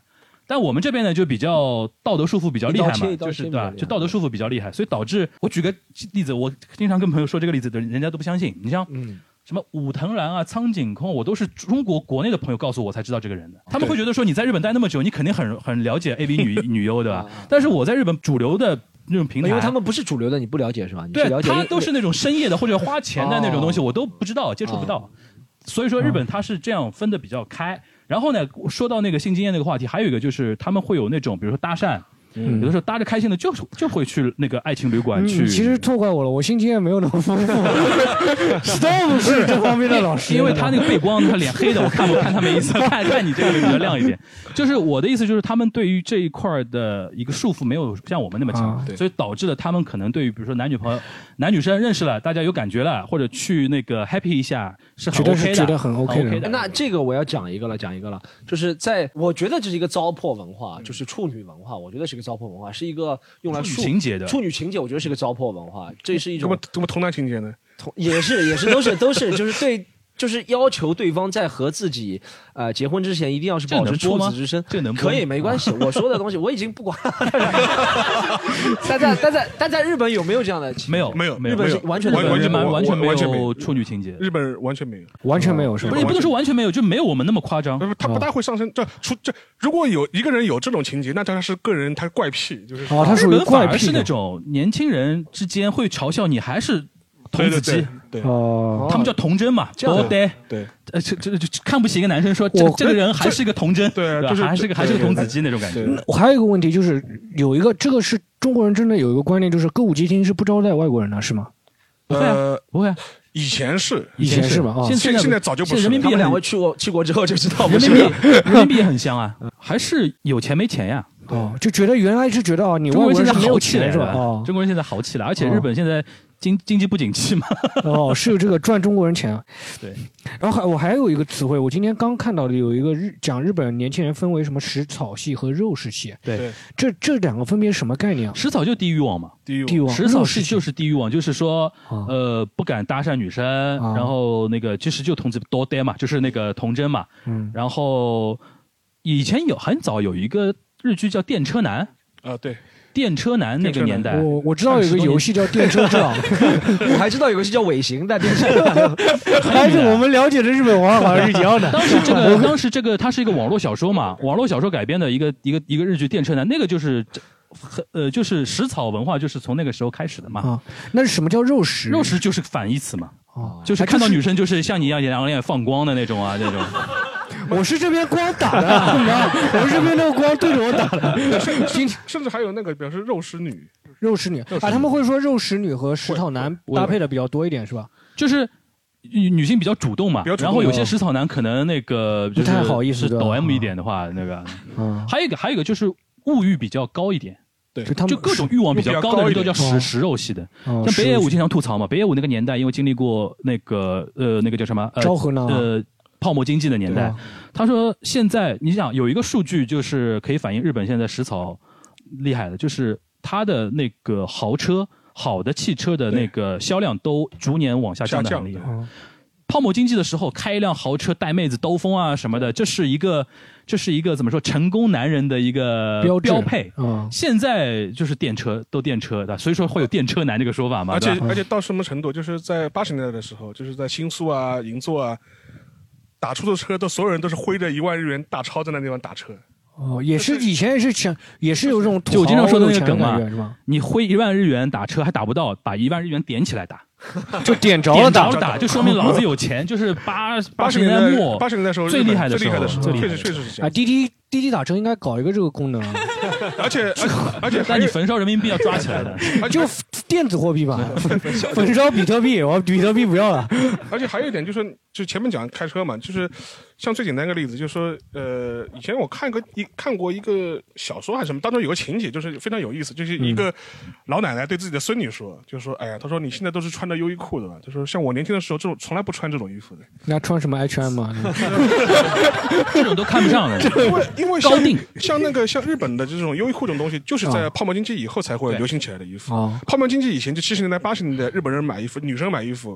但我们这边呢就比较道德束缚比较厉害嘛，就是对吧？就道德束缚比较厉害，所以导致我举个例子，我经常跟朋友说这个例子的，人家都不相信。你像什么武藤兰啊、苍井空，我都是中国国内的朋友告诉我才知道这个人的。他们会觉得说你在日本待那么久，你肯定很了解 AV 女优对吧？但是我在日本主流的那种平台， 因为他们不是主流的，你不了解是吧？你对， 了解他都是那种深夜的或者花钱的那种东西，我都不知道，接触不到。所以说日本它是这样分的比较开。然后呢，说到那个性经验那个话题，还有一个就是他们会有那种，比如说搭讪，有的时候搭着开心的就会去那个爱情旅馆去。 其实错怪我了，我性经验没有那么丰富。Storm 是这方面的老师， 因为他那个背光，他脸黑的，我看他没意思，看你这个比较亮一点。就是我的意思就是，他们对于这一块的一个束缚没有像我们那么强，所以导致了他们可能对于比如说男女生认识了，大家有感觉了，或者去那个 happy 一下是很 OK 的， 觉得很 OK 的。 那这个我要讲一个了，就是我觉得这是一个糟粕文化，就是处女文化，我觉得是一个糟粕文化，是一个用来处女情节的处女情节，我觉得是一个糟粕文化，这是一种怎么童男情节呢？ 也是都是就是对。就是要求对方在和自己结婚之前一定要是保持处子之身， 这能可以没关系。我说的东西我已经不管了。但在日本有没有这样的？ 没有， 日本是完全没有处女情节， 日本完全没有， 完全没有是吧？ 不是，也不能说完全没有，就没有我们那么夸张。 他不大会上升。如果有一个人有这种情节，那他是个人，他怪癖，就是他属于怪癖， 是那种年轻人之间会嘲笑你还是。童子鸡， 对， 他们叫童真嘛， 对， 这看不起一个男生说这个人还是一个童真， 对， 就是还是个童子鸡那种感觉。 我还有一个问题就是有一个这个是中国人真的有一个观念，就是歌舞伎町是不招待外国人的，是吗？ 不会啊。 以前是吧？ 现在早就不是。 人民币两位去过之后就知道， 人民币也很香啊，还是有钱没钱呀？ 就觉得原来是觉得你外国人没有钱是吧？ 中国人现在好起来，而且日本现在经济不景气嘛。 是有这个赚中国人钱啊。 对。 然后我还有一个词汇，我今天刚看到的有一个讲日本年轻人分为什么食草系和肉食系。 对。 这两个分别是什么概念啊？ 食草就低欲望嘛。 低欲望。 食草系就是低欲望，就是说不敢搭讪女生，然后那个其实就童子多呆嘛，就是那个童真嘛。然后以前很早有一个日剧叫《电车男》 对， 电车男那个年代， 我知道有个游戏叫《电车之狼》， 我还知道有个游戏叫《尾行》的电车。 还是我们了解的日本文化好像是一样的。 当时这个它是一个网络小说嘛，网络小说改编的一个日剧《电车男》，那个就是食草文化，就是从那个时候开始的嘛。 那是什么叫肉食？ 肉食就是反义词嘛。就是看到女生就是像你一样两个眼放光的那种啊，那种。 我是这边光打的，我是这边那个光对着我打的。 甚至还有那个表示肉食女他们会说肉食女和食草男搭配的比较多一点是吧？ 就是女性比较主动嘛，然后有些食草男可能那个就是不太好意思抖 M 一点的话，那个还有一个就是物欲比较高一点。 对， 就各种欲望比较高的人都叫食肉系的。像北野武经常吐槽嘛，北野武那个年代因为经历过那个叫什么昭和呢泡沫经济的年代，他说现在你想有一个数据就是可以反映日本现在食草厉害的，就是它的那个豪车好的汽车的那个销量都逐年往下降的很厉害。泡沫经济的时候开一辆豪车带妹子兜风啊什么的，这是一个怎么说成功男人的一个标配。现在就是电车的，所以说会有电车男这个说法嘛。 而且到什么程度，就是在80年代的时候，就是在新宿啊、银座啊打出租车，所有人都是挥着1万日元大钞在那地方打车。 也是以前也是有这种就我经常说的那个梗嘛， 是吧？ 你挥1万日元打车还打不到，把1万日元点起来打。 就点着了打，就说明老子有钱。就是80年代末 80年代时候最厉害的时候， 确实是这样。 滴滴打车应该搞一个这个功能。 而且， 但你焚烧人民币要抓起来的， 就电子货币嘛，焚烧比特币，我比特币不要了。 而且还有一点就是，就前面讲开车嘛，就是像最简单一个例子，就是说，以前我看过一个小说还是什么，当中有个情节就是非常有意思，就是一个老奶奶对自己的孙女说，就说，哎呀，她说你现在都是穿的优衣库的吧？她说像我年轻的时候，这种从来不穿这种衣服的。 那穿什么 H&M 嘛？ 这种都看不上的。 因为高定像日本的这种优衣库这种东西，就是在泡沫经济以后才会流行起来的衣服。泡沫经济以前就70年代、80年代，日本人买衣服，女生买衣服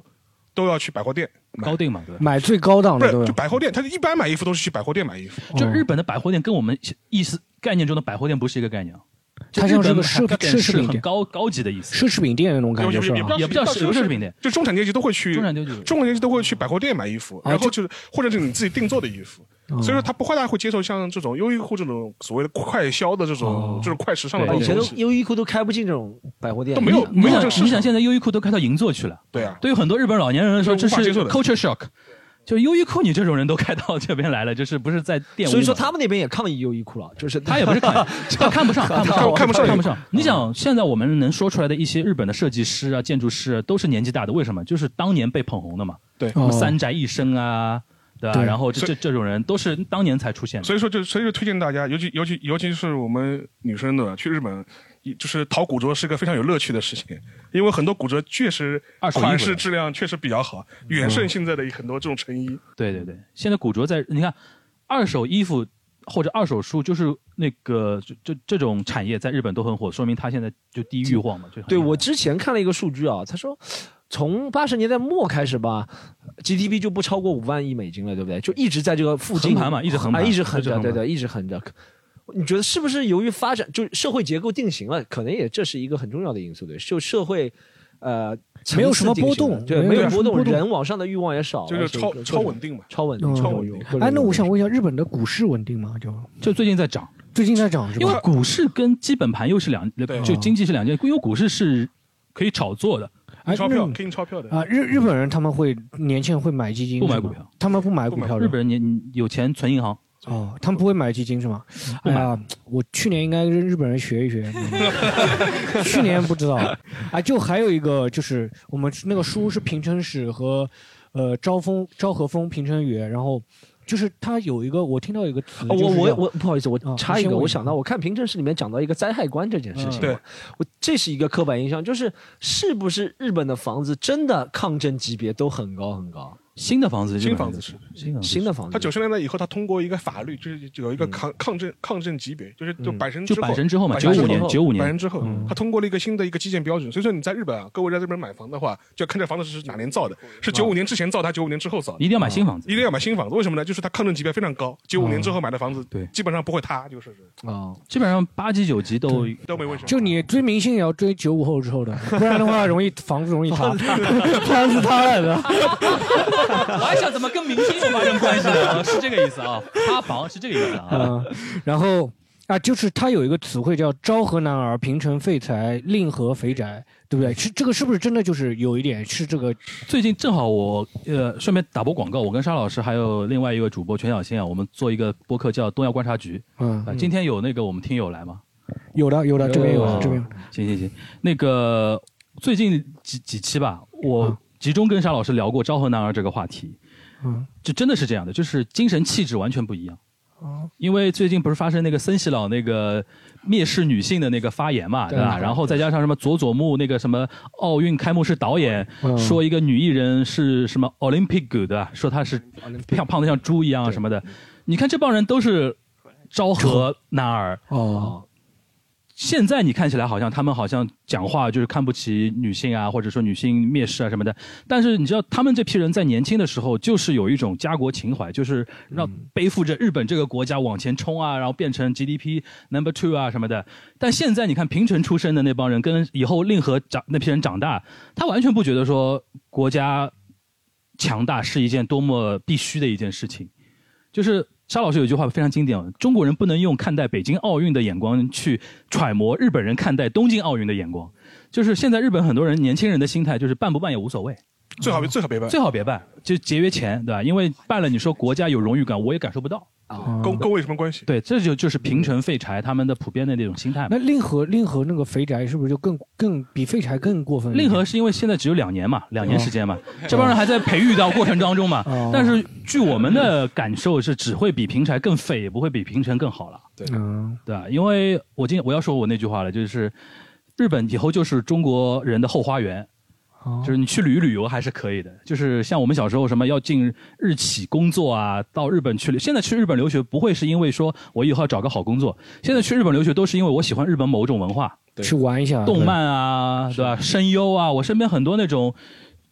都要去百货店高定嘛，对吧？ 买最高档的， 不是就百货店，他一般买衣服都是去百货店买衣服。 就日本的百货店跟我们概念中的百货店不是一个概念啊。 它像是个奢侈品店，很高级的意思。 奢侈品店那种感觉是吧？ 也不叫奢侈品店， 就中产阶级都会去，中产阶级都会去百货店买衣服，然后就是或者是你自己定做的衣服。所以说他不太会接受像这种优衣库这种所谓的快销的这种快时尚的东西。 以前都优衣库都开不进这种百货店， 都没有。你想现在优衣库都开到银座去了。 对啊， 对于很多日本老年人来说，这是 culture shock。就优衣库，你这种人都开到这边来了，就是不是在店。 所以说他们那边也抗议优衣库了，就是他也不是抗议，他看不上。你想，现在我们能说出来的一些日本的设计师啊、建筑师啊，都是年纪大的，为什么？就是当年被捧红的嘛。 对， 什么三宅一生啊，对吧？然后这种人都是当年才出现的。 所以说推荐大家，尤其是我们女生的去日本。就是淘古着是个非常有乐趣的事情，因为很多古着确实款式质量确实比较好，远胜现在的很多这种成衣。 对对对，现在古着你看，二手衣服或者二手书，就是那个这种产业在日本都很火，说明它现在就低欲望嘛。 对，我之前看了一个数据啊，他说从80年代末开始吧 ，GDP 就不超过5万亿美金了，对不对？就一直在这个附近横盘嘛，一直横盘， 一直横着，对，一直横着。你觉得是不是由于发展，就社会结构定型了，可能也这是一个很重要的因素，对？就社会没有什么波动， 对，没有波动，人往上的欲望也少， 就是超稳定嘛， 超稳定。 哎，那我想问一下，日本的股市稳定吗？ 就最近在涨， 是吧？ 因为股市跟基本盘又是就经济是两件，因为股市是可以炒作的。 钞票可以印钞票的啊！日本人他们年轻人会买基金， 不买股票， 他们不买股票。 日本人有钱存银行。 哦，他们不会买基金是吗？哎呀，我去年应该跟日本人学一学，去年不知道。啊，就还有一个就是我们那个书是平成史和昭和风平成元，然后就是他有一个我听到有一个词， 我不好意思，我插一个，我想到我看平成史里面讲到一个灾害观这件事情， 对， 这是一个刻板印象，就是是不是日本的房子真的抗震级别都很高很高？ 新的房子是新房子， 他90年代以后，他通过一个法律，就是有一个抗震级别，就是百神之后嘛，95年百神之后，他通过了一个新的一个基建标准。所以说你在日本啊，各位在日本买房的话，就要看这房子是哪年造的，是95年之前造的，还是95年之后造的？ 一定要买新房子， 一定要买新房子。为什么呢？就是它抗震级别非常高，95年之后买的房子， 对， 基本上不会塌，就是基本上8级9级都没问题。 就你追明星也要追95后之后的，不然的话房子容易塌，房子塌了的。 我还想怎么跟明星发生关系呢？是这个意思啊，塌房是这个意思啊。 然后啊，就是它有一个词汇叫昭和男儿、平成废材、令和肥宅，对不对？这个是不是真的就是有一点是这个？ 最近正好我顺便打波广告，我跟沙老师还有另外一位主播全小新啊，我们做一个播客叫东亚观察局。今天有那个我们听友来吗？ 有的，这边有，这边行。那个最近几期吧，我集中跟沙老师聊过昭和男儿这个话题。就真的是这样的，就是精神气质完全不一样。因为最近不是发生那个森喜朗那个蔑视女性的那个发言嘛，对吧？然后再加上什么佐木那个什么奥运开幕式导演说一个女艺人是什么 Olympic 对吧？说她是胖得像猪一样啊什么的。你看这帮人都是昭和男儿哦。现在你看起来好像他们好像讲话就是看不起女性啊，或者说女性蔑视啊什么的，但是你知道他们这批人在年轻的时候就是有一种家国情怀，就是让背负着日本这个国家往前冲啊，然后变成 GDP No.2 啊什么的。但现在你看平成出生的那帮人跟以后令和那批人长大，他完全不觉得说国家强大是一件多么必须的一件事情。就是沙老师有一句话非常经典，中国人不能用看待北京奥运的眼光去揣摩日本人看待东京奥运的眼光。就是现在日本很多人年轻人的心态就是办不办也无所谓， 最好别办， 就节约钱，对吧？因为办了你说国家有荣誉感，我也感受不到。 跟我有什么关系？ 对，这就是平成废柴他们的普遍的那种心态嘛。 那令和那个肥宅是不是就更比废柴更过分？ 令和是因为现在只有2年嘛，2年时间嘛，这帮人还在培育到过程当中嘛。但是据我们的感受是，只会比平柴更废，也不会比平成更好了。 对， 对吧？因为我要说我那句话了，就是日本以后就是中国人的后花园。就是你去旅游还是可以的，就是像我们小时候什么要进日企工作啊，到日本去，现在去日本留学不会是因为说我以后要找个好工作，现在去日本留学都是因为我喜欢日本某种文化， 去玩一下， 动漫啊，对吧？声优啊，我身边很多那种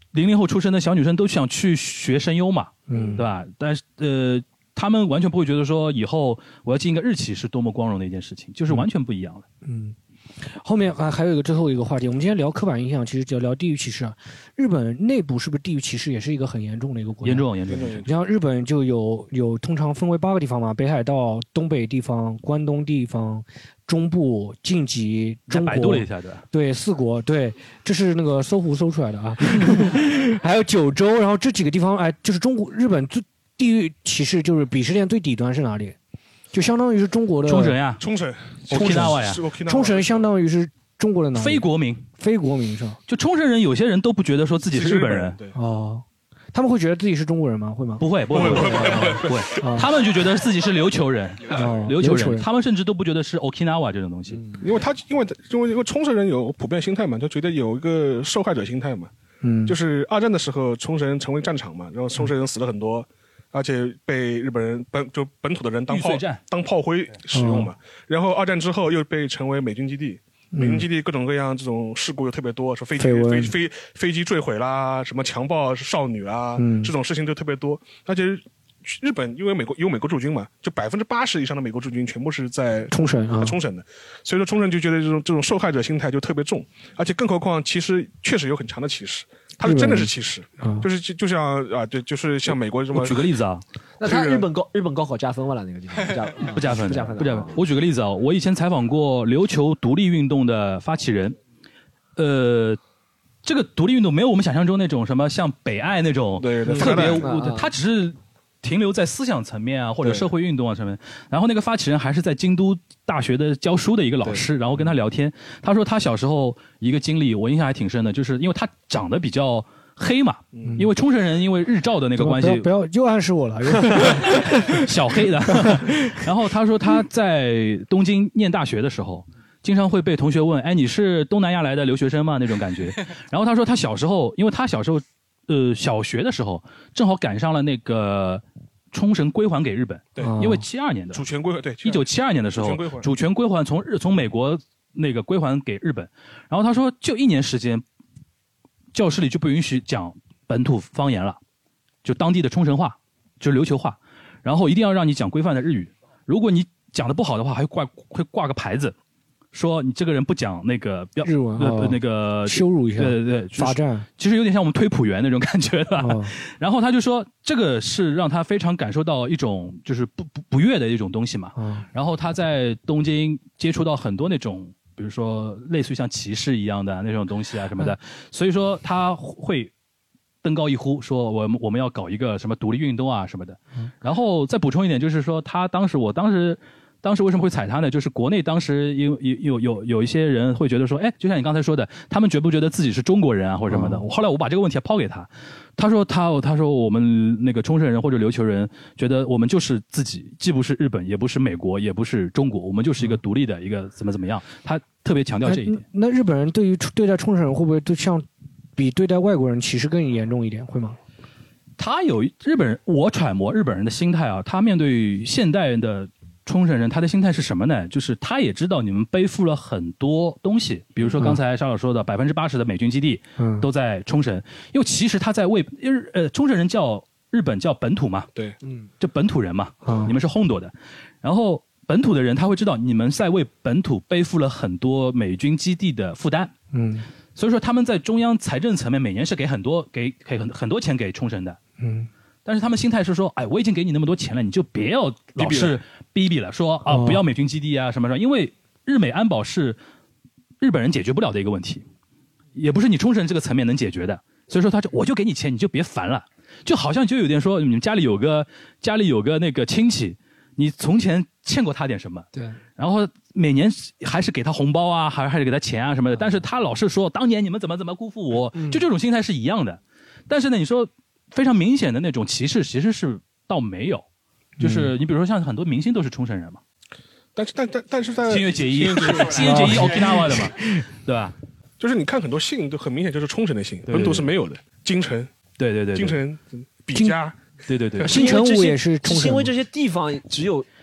00后出生的小女生都想去学声优嘛，对吧？但是他们完全不会觉得说以后我要进一个日企是多么光荣的一件事情，就是完全不一样的。 后面还有最后一个话题，我们今天聊刻板印象，其实就聊地域歧视啊。日本内部是不是地域歧视也是一个很严重的一个国家？ 严重。 你像日本就有通常分为8个地方嘛，北海道、东北地方、关东地方、中部、近畿、中国。 百度了一下对4国，对，这是那个搜狐搜出来的啊。还有九州，然后这几个地方，哎，就是日本最地域歧视就是鄙视链最底端是哪里？就相当于是中国的冲绳呀， 冲绳 Okinawa 呀， 冲绳相当于是中国的哪里？ 非国民是吧？ 就冲绳人，有些人都不觉得说自己是日本人。 对哦，他们会觉得自己是中国人吗？会吗？ 不会，他们就觉得自己是琉球人，琉球人，他们甚至都不觉得是 Okinawa 这种东西， 因为冲绳人有普遍心态嘛，就觉得有一个受害者心态嘛，就是2战的时候冲绳成为战场嘛，然后冲绳人死了很多。而且被日本人本土的人当炮灰使用嘛，然后2战之后又被成为美军基地，美军基地各种各样这种事故又特别多，说飞机坠毁啦，什么强暴少女啦，这种事情就特别多。而且日本因为有美国驻军嘛，就80%以上的美国驻军全部是在冲绳的，所以说冲绳就觉得这种受害者心态就特别重，而且更何况其实确实有很强的歧视。他是真的是歧视，就像啊，对，就是像美国什么。 我举个例子啊， 那他日本高考加分了那个地方不加分。我举个例子啊，我以前采访过琉球独立运动的发起人，这个独立运动没有我们想象中那种什么像北爱那种特别，他只是停留在思想层面啊，或者社会运动啊什么。然后那个发起人还是在京都大学的教书的一个老师，然后跟他聊天，他说他小时候一个经历，我印象还挺深的，就是因为他长得比较黑嘛，因为冲绳人因为日照的那个关系， 不要又暗示我了， 小黑的。然后他说他在东京念大学的时候，经常会被同学问，哎，你是东南亚来的留学生吗？那种感觉。然后他说他小时候，因为他小时候小学的时候正好赶上了那个冲绳归还给日本， 对， 因为72年的主权归还，对 ，1972年的时候主权归还从美国那个归还给日本，然后他说就1年时间，教室里就不允许讲本土方言了，就当地的冲绳话，就是琉球话，然后一定要让你讲规范的日语，如果你讲的不好的话，还会挂个牌子。说你这个人不讲那个日文， 那个羞辱一下， 对， 罚站， 其实有点像我们推普员那种感觉的。然后他就说，这个是让他非常感受到一种就是不悦的一种东西嘛。然后他在东京接触到很多那种，比如说类似于像歧视一样的那种东西啊什么的，所以说他会登高一呼，说我们要搞一个什么独立运动啊什么的。然后再补充一点，就是说我当时为什么会踩他呢？就是国内当时有一些人会觉得说，哎，就像你刚才说的，他们觉不觉得自己是中国人啊，或者什么的？后来我把这个问题抛给他，他说我们那个冲绳人或者琉球人觉得我们就是自己，既不是日本，也不是美国，也不是中国，我们就是一个独立的一个怎么样？他特别强调这一点。 那日本人对待冲绳人会不会比对待外国人歧视更严重一点？会吗？我揣摩日本人的心态啊，他面对现代人的冲绳人，他的心态是什么呢？就是他也知道你们背负了很多东西，比如说刚才沙老说的80%的美军基地都在冲绳，因为其实他在为冲绳人叫日本叫本土嘛， 对， 就本土人嘛，你们是本土的，然后本土的人他会知道你们在为本土背负了很多美军基地的负担，所以说他们在中央财政层面每年是给很多钱给冲绳的，但是他们心态是说，哎，我已经给你那么多钱了，你就别要老是逼了，说啊不要美军基地啊什么什么，因为日美安保是日本人解决不了的一个问题，也不是你冲绳这个层面能解决的，所以说我就给你钱，你就别烦了，就好像就有点说你们家里有个那个亲戚，你从前欠过他点什么， 对， 然后每年还是给他红包啊，还是给他钱啊什么的，但是他老是说当年你们怎么辜负我，就这种心态是一样的。但是呢，你说非常明显的那种歧视其实是倒没有，就是你比如说像很多明星都是冲绳人嘛， 但是在新垣结衣 Okinawa 的嘛，对吧？ 就是你看很多姓都很明显就是冲绳的姓，本土是没有的。京城， 对， 京城、比嘉， 对， 新城武也是冲绳， 因为这些地方只有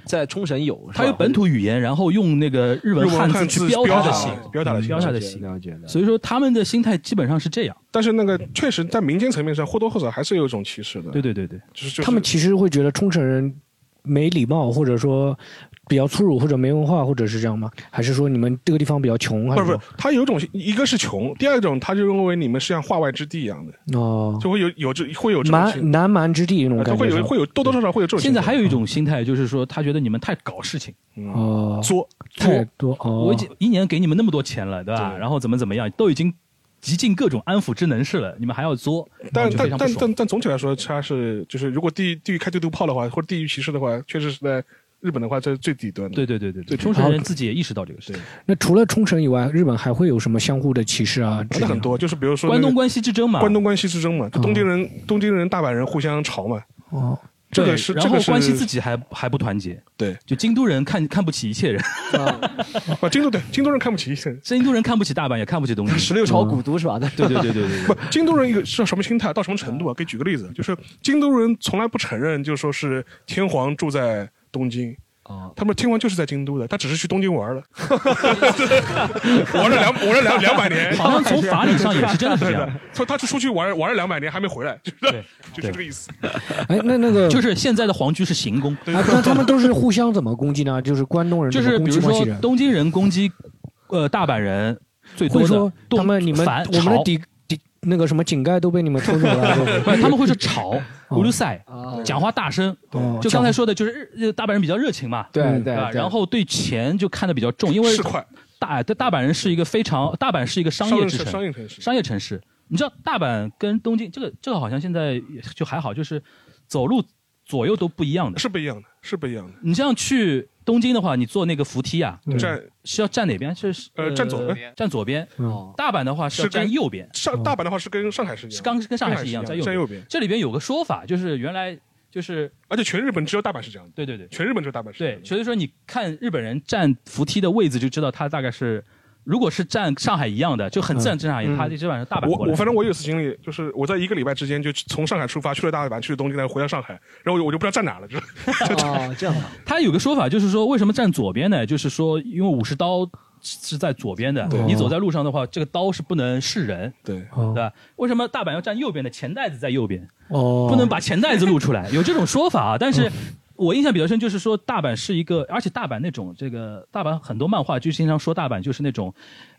在冲绳有， 它有本土语言，然后用那个日文汉字去标它的姓， 标它的姓。 所以说他们的心态基本上是这样。 但是那个确实在民间层面上或多或少还是有一种歧视的。 对， 就是他们其实会觉得冲绳人没礼貌，或者说比较粗鲁，或者没文化，或者是这样吗？还是说你们这个地方比较穷？ 不是，他有一种，一个是穷，第二种他就认为你们是像化外之地一样的哦， 就会有这南蛮之地那种感觉， 会有多多少少会有这种。 现在还有一种心态，就是说他觉得你们太搞事情， 作太多， 我已经一年给你们那么多钱了，对吧？然后怎么样，都已经极尽各种安抚之能事了，你们还要作？ 但总体来说，它是就是如果地域开对独炮的话，或者地域歧视的话，确实是在日本的话，这是最底端的。 对，冲绳人自己也意识到这个事。 那除了冲绳以外，日本还会有什么相互的歧视啊？ 那很多，就是比如说关东关西之争嘛， 就东京人、大阪人互相吵嘛。 哦。这个是，然后关西自己还不团结， 对， 就京都人看不起一切人， 京都人看不起一切人， 京都人看不起大阪，也看不起东京 ，16朝古都是吧？ 对， 不，京都人一个是什么心态，到什么程度啊？给举个例子，就是京都人从来不承认，就说是天皇住在东京。他们天皇就是在京都的，他只是去东京玩了，玩了200年， 好像从法理上也是真的是这样。 他是出去玩了200年还没回来，就是这个意思。 哎，那个就是现在的皇居是行宫， 那他们都是互相怎么攻击呢？就是关东人就是比如说东京人攻击大阪人最多的， 说他们我们的那个什么井盖都被你们偷走了， 他们会说吵乌鲁塞，讲话大声，就刚才说的，就是大阪人比较热情嘛， 对， 然后对钱就看得比较重，因为大阪人是一个大阪是一个商业之城，商业城市。你知道大阪跟东京这个好像现在就还好，就是走路左右都不一样的， 是不一样的。 你这样去东京的话，你坐那个扶梯啊，是要站哪边？是站左边。 站左边。大阪的话是要站右边。 大阪的话是跟上海是一样， 跟上海是一样，在右边。这里边有个说法，就是原来就是， 而且全日本只有大阪是这样的。 对， 全日本只有大阪是这样的。 对，所以说你看日本人站扶梯的位置，就知道他大概是。如果是站上海一样的，就很自然正常，他基本上大阪过来。 反正我有次经历，就是我在1个礼拜之间就从上海出发去了大阪，去了东京，再回到上海，然后我就不知道站哪了， 这样。 他有个说法，就是说为什么站左边呢？就是说因为武士刀是在左边的，你走在路上的话，这个刀是不能示人， 对吧？为什么大阪要站右边的？钱袋子在右边，不能把钱袋子露出来，有这种说法啊，但是。我印象比较深，就是说大阪是一个，而且大阪那种大阪很多漫画就经常说大阪就是那种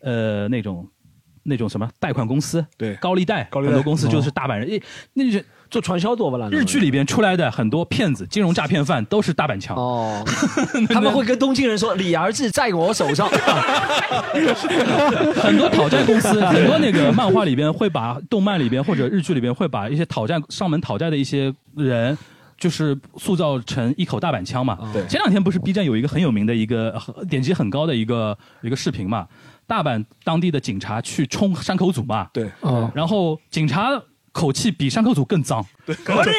什么贷款公司， 对， 高利贷很多公司就是大阪人，那是做传销多不啦？ 日剧里边出来的很多骗子、金融诈骗犯都是大阪腔。 他们会跟东京人说李儿志在我手上。 很多讨债公司，很多那个漫画里边会把动漫里边或者日剧里边会把一些上门讨债的一些人。就是塑造成一口大阪腔嘛。 对， 前2天不是 B 站有一个很有名的一个点击很高的一个视频嘛？大阪当地的警察去冲山口组嘛？ 对， 然后警察口气比山口组更脏。 对，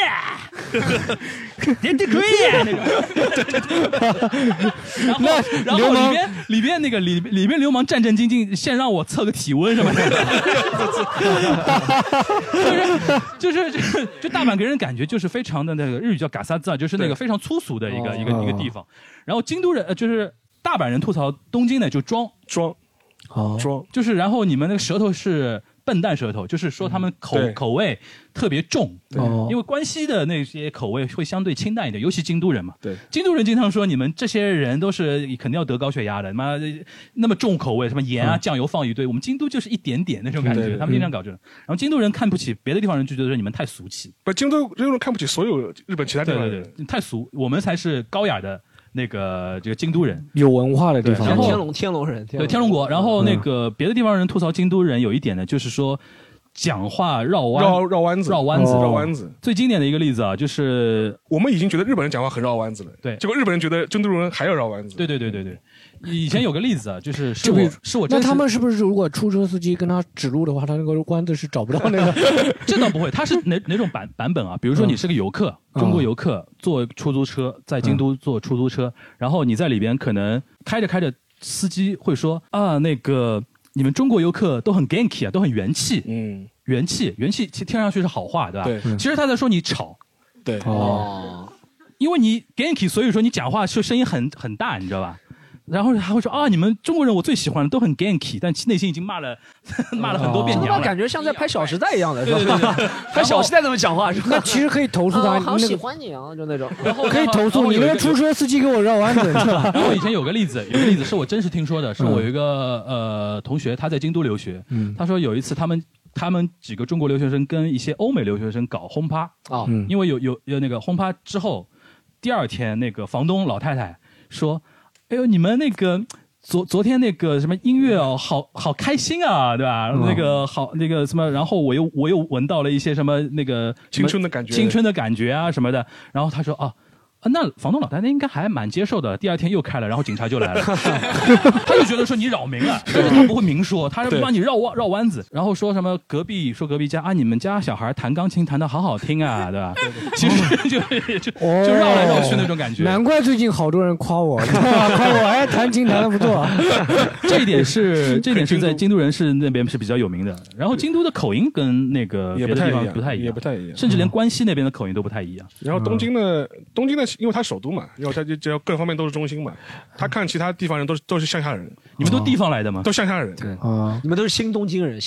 然后里边那个里边流氓战战兢兢，先让我测个体温什么的。就大阪给人感觉就是非常的那个日语叫嘎萨兹，就是那个非常粗俗的一个地方。然后京都人就是大阪人吐槽东京呢就装，就是然后你们那个舌头是。笨蛋舌头，就是说他们口味特别重，因为关西的那些口味会相对清淡一点，尤其京都人嘛。 对， 京都人经常说你们这些人都是肯定要得高血压的，妈那么重口味，什么盐啊、酱油放一堆，我们京都就是一点点那种感觉，他们经常搞这种。然后京都人看不起别的地方人，就觉得你们太俗气。 不，京都人看不起所有日本其他地方人， 对，太俗，我们才是高雅的。这个京都人有文化的地方， 天龙人， 对天龙国。然后那个别的地方人吐槽京都人有一点呢，就是说讲话绕弯子。最经典的一个例子啊，就是我们已经觉得日本人讲话很绕弯子了， 对， 结果日本人觉得京都人还要绕弯子。 对。以前有个例子啊，就是我那他们是不是如果出租车司机跟他指路的话，他那个弯子是找不到那个？ 这倒不会，他是哪种版本啊？比如说你是个游客，中国游客坐出租车，在京都坐出租车，然后你在里边可能开着，司机会说啊，那个你们中国游客都很 genki 啊，都很元气，元气听上去是好话，对吧？ 对， 其实他在说你吵， 对因为你 Genki， 所以说你讲话就声音很大，你知道吧？然后他会说啊，你们中国人我最喜欢的都很 Genki， 但内心已经骂了很多遍娘了。 感觉像在拍《小时代》一样的，是吧？拍《小时代》怎么讲话？ 那其实可以投诉他， 好喜欢你啊，就那种。 可以投诉你那个出租车司机给我绕弯子，是吧？ 然后以前有个例子是我真实听说的，是我有一个同学，他在京都留学，他说有一次他们几个中国留学生跟一些欧美留学生搞轰趴啊，因为有那个轰趴之后，第二天那个房东老太太说。哎呦，你们那个昨天那个什么音乐哦，好开心啊，对吧？那个好那个什么，然后我又闻到了一些什么那个青春的感觉啊什么的。然后他说啊，那房东老太太应该还蛮接受的。第二天又开了，然后警察就来了，他就觉得说你扰民了，但是他不会明说，他帮你绕弯子，然后说什么隔壁家啊，你们家小孩弹钢琴弹得好好听啊，对吧？其实就绕来绕去那种感觉。 难怪最近好多人夸我，夸我还弹琴弹得不错。 这一点是在京都人士那边是比较有名的。然后京都的口音跟那个别的地方不太一样，甚至连关西那边的口音都不太一样。 然后东京的。因为它首都嘛，因为它就各方面都是中心嘛，他看其他地方人都是乡下人。 你们都地方来的吗？ 都乡下人。 对啊，你们都是新东京人。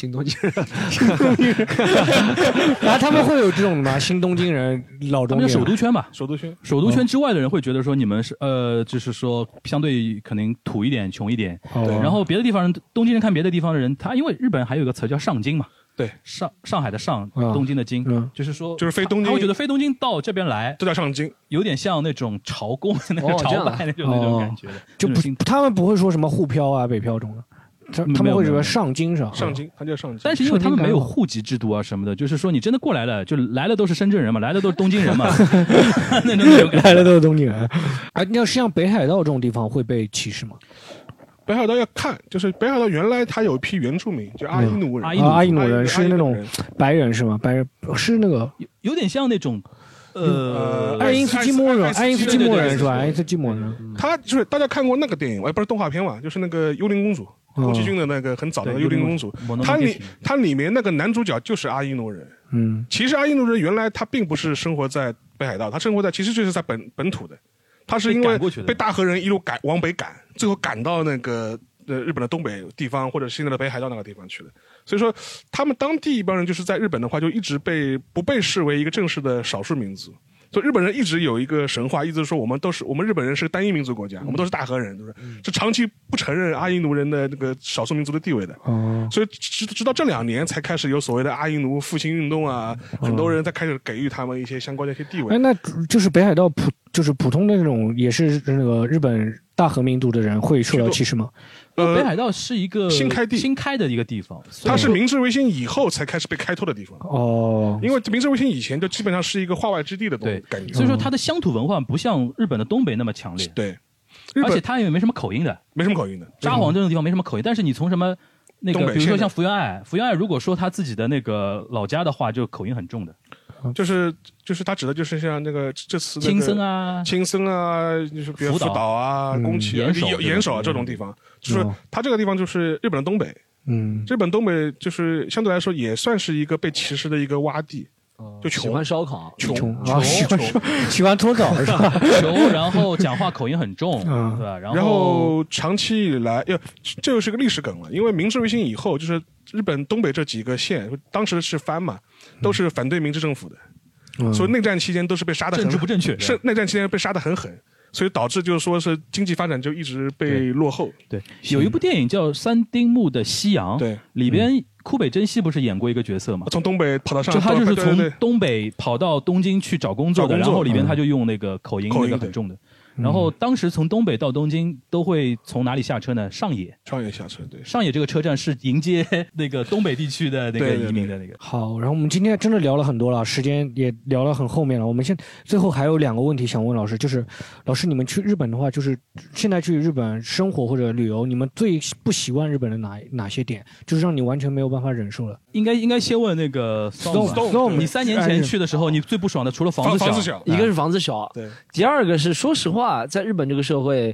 然后他们会有这种吗？新东京人、老东京人。 首都圈吧， 首都圈之外的人会觉得说你们是就是说相对可能土一点、穷一点。然后别的地方人，东京人看别的地方的人，他因为日本还有一个词叫上京嘛。 对， 上海的上，东京的京，就是说， 就是飞东京， 他会觉得飞东京到这边来， 都叫上京， 有点像那种朝贡、那个朝拜那种感觉的， 就不，他们不会说什么沪漂啊、北漂这种的，他们会说上京是吧？ 上京，他叫上京， 但是因为他们没有户籍制度啊什么的，就是说你真的过来了，就来了都是深圳人嘛，来了都是东京人嘛，那种来了都是东京人。哎，要是像北海道这种地方会被歧视吗？ 北海道要看，就是北海道原来它有一批原住民，就阿伊努人。 阿伊努人是那种白人是吗？白人是那个有点像那种爱因斯基摩人，爱因斯基摩人是吧？爱因斯基摩人。 他就是大家看过那个电影，不是动画片嘛，就是那个幽灵公主，宫崎骏的那个很早的幽灵公主。它里面那个男主角就是阿伊努人。其实阿伊努人原来他并不是生活在北海道，他生活在其实就是在本土的。他是因为被大和人一路往北赶，最后赶到那个日本的东北地方或者现在的北海道那个地方去的。所以说，他们当地一帮人就是在日本的话，就一直不被视为一个正式的少数民族。所以日本人一直有一个神话，一直说我们日本人是单一民族国家，我们都是大和人，对不对？是长期不承认阿伊奴人的那个少数民族的地位的。所以直到这2年才开始有所谓的阿伊奴复兴运动啊，很多人才开始给予他们一些相关的一些地位。 哎，那就是北海道就是普通的那种，也是那个日本大和民族的人会受到歧视吗？ 北海道是一个新开的一个地方， 它是明治维新以后才开始被开拓的地方。因为明治维新以前就基本上是一个化外之地的感觉。 所以说它的乡土文化不像日本的东北那么强烈。 对， 而且它也没什么口音的，札幌这种地方没什么口音，但是你从什么那个，比如说像福原爱如果说他自己的那个老家的话，就口音很重的。 就是他指的就是像那个这次青森啊， 就是比如福岛啊、宫崎、岩手啊这种地方，就是他这个地方就是日本的东北。日本东北就是相对来说也算是一个被歧视的一个洼地。就喜欢烧烤， 喜欢脱稿是吧？ 然后讲话口音很重，对吧？ 然后长期以来，这又是个历史梗了，因为明治维新以后，就是日本东北这几个县，当时是藩嘛，都是反对明治政府的，所以内战期间都是被杀的政治不正确， 内战期间被杀的很狠。所以导致就是说是经济发展就一直被落后。 对，有一部电影叫三丁目的夕阳，对，里边枯北真希不是演过一个角色吗？ 从东北跑到上海， 他就是从东北跑到东京去找工作的，然后里边他就用那个口音那个很重的。然后当时从东北到东京都会从哪里下车呢？上野下车，对。 上野这个车站是迎接那个东北地区的那个移民的那个。 好，然后我们今天真的聊了很多了，时间也聊了很后面了。我们最后还有2个问题想问老师，就是老师你们去日本的话，就是现在去日本生活或者旅游，你们最不习惯日本的哪些点，就是让你完全没有办法忍受了？ 应该先问那个 Storm， 你3年前去的时候，你最不爽的除了房子小， 一个是房子小， 对， 第二个是说实话，在日本这个社会，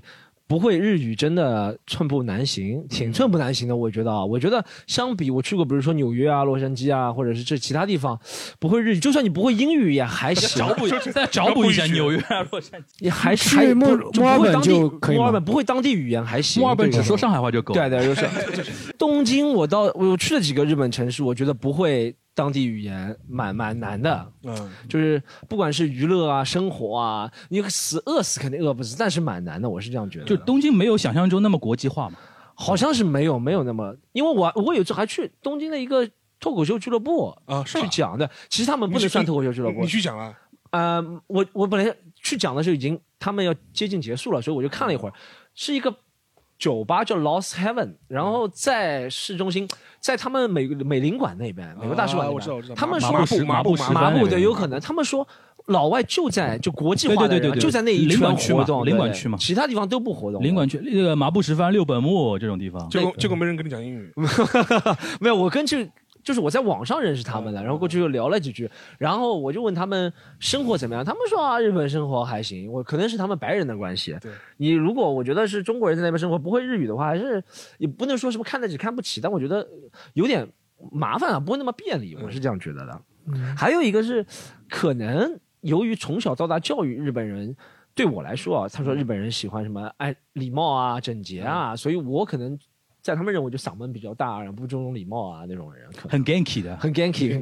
不会日语真的寸步难行，挺寸步难行的。我觉得相比我去过，比如说纽约啊、洛杉矶啊，或者是这其他地方，不会日语，就算你不会英语也还行。 再找补一下纽约啊、洛杉矶， 也还去墨尔本就可以。 墨尔本不会当地语言还行， 墨尔本只说上海话就够。 对，就是东京，我去了几个日本城市，我觉得不会当地语言蛮难的，就是不管是娱乐啊、生活啊，你饿死肯定饿不死，但是蛮难的，我是这样觉得。 就东京没有想象中那么国际化嘛？ 好像是没有那么，因为我有次还去东京的一个脱口秀俱乐部去讲的，其实他们不能算脱口秀俱乐部。 你去讲啊？ 我本来去讲的时候他们要接近结束了，所以我就看了一会儿，是一个酒吧叫 Lost Heaven， 然后在市中心，在他们美领馆那边，美国大使馆那边， 我知道。 他们说麻布的有可能，他们说老外就国际化的人就在那一圈活动， 领馆区嘛， 其他地方都不活动。 领馆区那个麻布十番、六本木这种地方， 结果没人跟你讲英语。 没有，我就是我在网上认识他们的，然后过去又聊了几句，然后我就问他们生活怎么样，他们说日本生活还行，可能是他们白人的关系。 对， 你如果我觉得是中国人在那边生活不会日语的话，还是也不能说什么看得起看不起，但我觉得有点麻烦不会那么便利，我是这样觉得的。还有一个是可能由于从小到大教育日本人，对我来说他说日本人喜欢什么礼貌啊、整洁啊，所以我可能在他们认为就嗓门比较大，然后不注重礼貌啊那种人， 很 ganky 的， 很 ganky。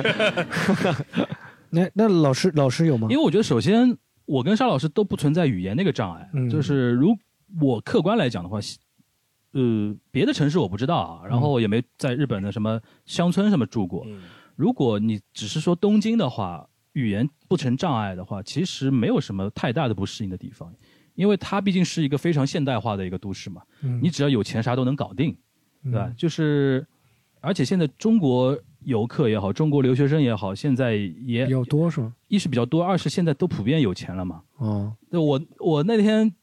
那老师有吗？ 因为我觉得首先我跟沙老师都不存在语言那个障碍，就是如我客观来讲的话，别的城市我不知道啊，然后也没在日本的什么乡村什么住过。如果你只是说东京的话，语言不成障碍的话，其实没有什么太大的不适应的地方。因为它毕竟是一个非常现代化的一个都市嘛，你只要有钱啥都能搞定，对吧？就是，而且现在中国游客也好，中国留学生也好，现在也比较多是吗？ 一是比较多，二是现在都普遍有钱了嘛。我那天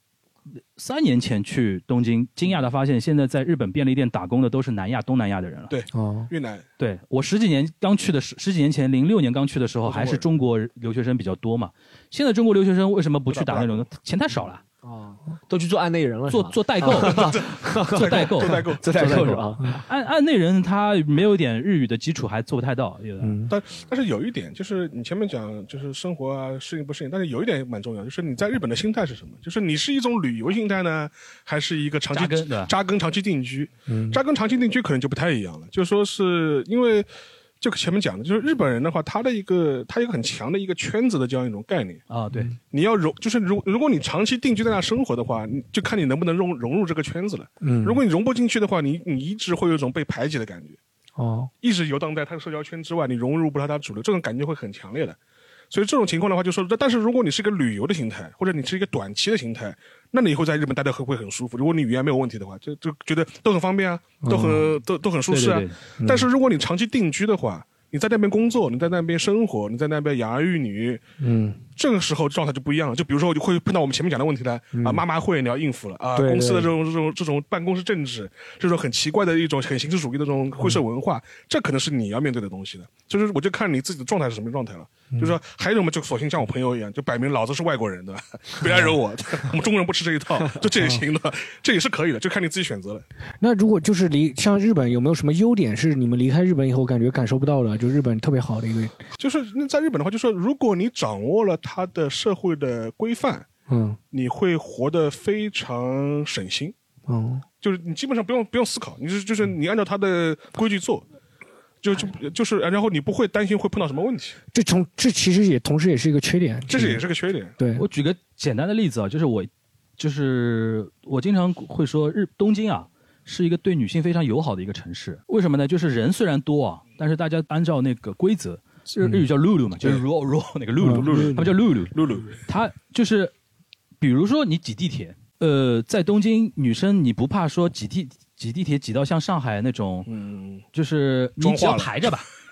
3年前去东京，惊讶的发现，现在在日本便利店打工的都是东南亚的人了。 对，越南。 对，我十几年前06年刚去的时候，还是中国留学生比较多嘛。现在中国留学生为什么不去打那种？钱太少了。 都去做案内人了， 做代购，做代购是吧？案内人他没有一点日语的基础，还做不太到。 但是有一点，就是你前面讲就是生活啊适应不适应，但是有一点蛮重要，就是你在日本的心态是什么？就是你是一种旅游心态呢，还是一个扎根长期定居？扎根长期定居可能就不太一样了，就是说是因为。就前面讲的，就是日本人的话，他有一个很强的一个圈子的这样一种概念啊。对， 你要就是如果你长期定居在那生活的话，就看你能不能融入这个圈子了。如果你融不进去的话，你一直会有一种被排挤的感觉。一直游荡在他的社交圈之外，你融入不了他主流，这种感觉会很强烈的。所以这种情况的话，就说，但是如果你是一个旅游的心态，或者你是一个短期的心态，那你以后在日本待得会很舒服。如果你语言没有问题的话，就觉得都很方便啊，都很舒适啊。但是如果你长期定居的话，你在那边工作，你在那边生活，你在那边养儿育女，这个时候状态就不一样了。就比如说，就会碰到我们前面讲的问题了妈妈会你要应付了啊，公司的这种办公室政治，这种很奇怪的一种很形式主义的这种会社文化，这可能是你要面对的东西的。就是我就看你自己的状态是什么状态了。就是说，还有人们就索性像我朋友一样，就摆明老子是外国人，对吧？别来惹我，我们中国人不吃这一套，就这也行的，这也是可以的，就看你自己选择了。 那如果就是像日本，有没有什么优点是你们离开日本以后感受不到的？就日本特别好的一个， 就是在日本的话，就说如果你掌握了它的社会的规范，你会活得非常省心，就是你基本上不用思考，就是你按照它的规矩做。就是，然后你不会担心会碰到什么问题。 这其实同时也是一个缺点。 这也是个缺点。 对， 我举个简单的例子啊，就是我经常会说东京啊是一个对女性非常友好的一个城市。为什么呢？就是人虽然多啊，但是大家按照那个规则，日语叫露露嘛，就是 raw 那个露露，他们叫露露。他就是比如说你挤地铁，在东京女生你不怕说挤地铁挤到像上海那种，就是你只要排着吧，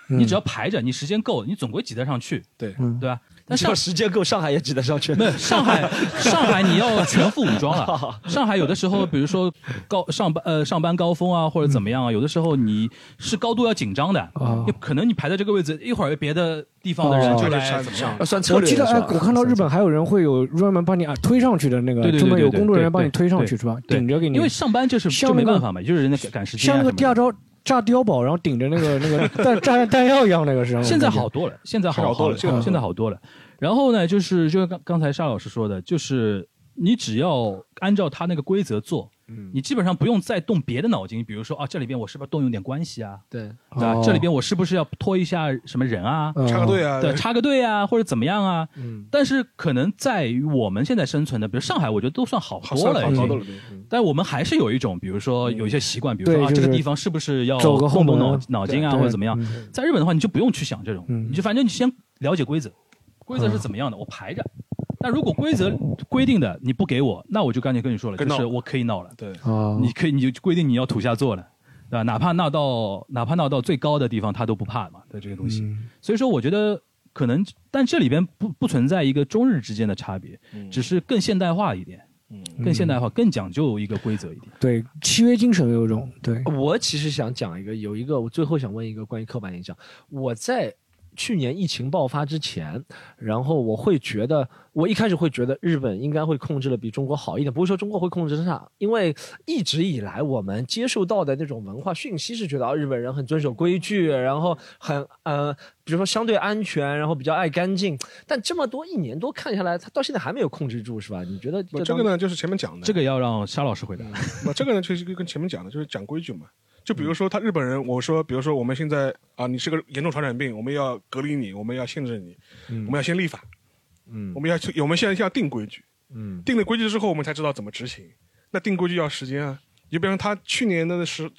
你只要排着，你时间够，你总归挤得上去， 对吧？ 但是时间够，上海也挤得上去。 没有上海你要全副武装了。上海有的时候，比如说上班高峰啊，或者怎么样啊，有的时候你是高度要紧张的，可能你排在这个位置，一会儿别的地方的人就来怎么样？ 算策略。 我记得我看到日本还有人会有专门帮你推上去的那个，专门有工作人员帮你推上去是吧？顶着给你。 因为上班就没办法嘛，就是人家赶时间。 像那个第二招。炸碉堡，然后顶着那个弹药一样那个是。 现在好多了，现在好多了。然后呢，就是刚才沙老师说的，就是你只要按照他那个规则做，你基本上不用再动别的脑筋，比如说这里边我是不是动用点关系啊？对吧？这里边我是不是要拖一下什么人啊？ 插个队啊？ 对，插个队啊，或者怎么样啊？但是可能在于我们现在生存的，比如上海，我觉得都算好多了，但我们还是有一种，比如说有一些习惯，比如说这个地方是不是要动脑筋啊，或者怎么样？在日本的话，你就不用去想这种，你就反正你先了解规则是怎么样的，我排着。但如果规则规定的你不给我，那我就刚才跟你说了，就是我可以闹了。对，你就规定你要土下座了，对吧？哪怕闹到最高的地方，他都不怕嘛，对这个东西。所以说，我觉得可能，但这里边不存在一个中日之间的差别，只是更现代化一点。更现代化，更讲究一个规则一点。 对，契约精神有一种。对， 我其实想讲有一个，我最后想问一个关于刻板印象。我在去年疫情爆发之前，然后我一开始会觉得日本应该会控制的比中国好一点，不是说中国会控制的差，因为一直以来我们接受到的那种文化讯息是觉得日本人很遵守规矩，然后很比如说相对安全，然后比较爱干净，但这么多1年多看下来，他到现在还没有控制住，是吧？你觉得这个呢，就是前面讲的， 这个要让沙老师回答。 这个呢，其实跟前面讲的就是讲规矩嘛。就比如说他日本人，我说，比如说我们现在你是个严重传染病，我们要隔离你，我们要限制你，我们要先立法，我们现在要定规矩，定了规矩之后，我们才知道怎么执行。那定规矩要时间啊。就比方他去年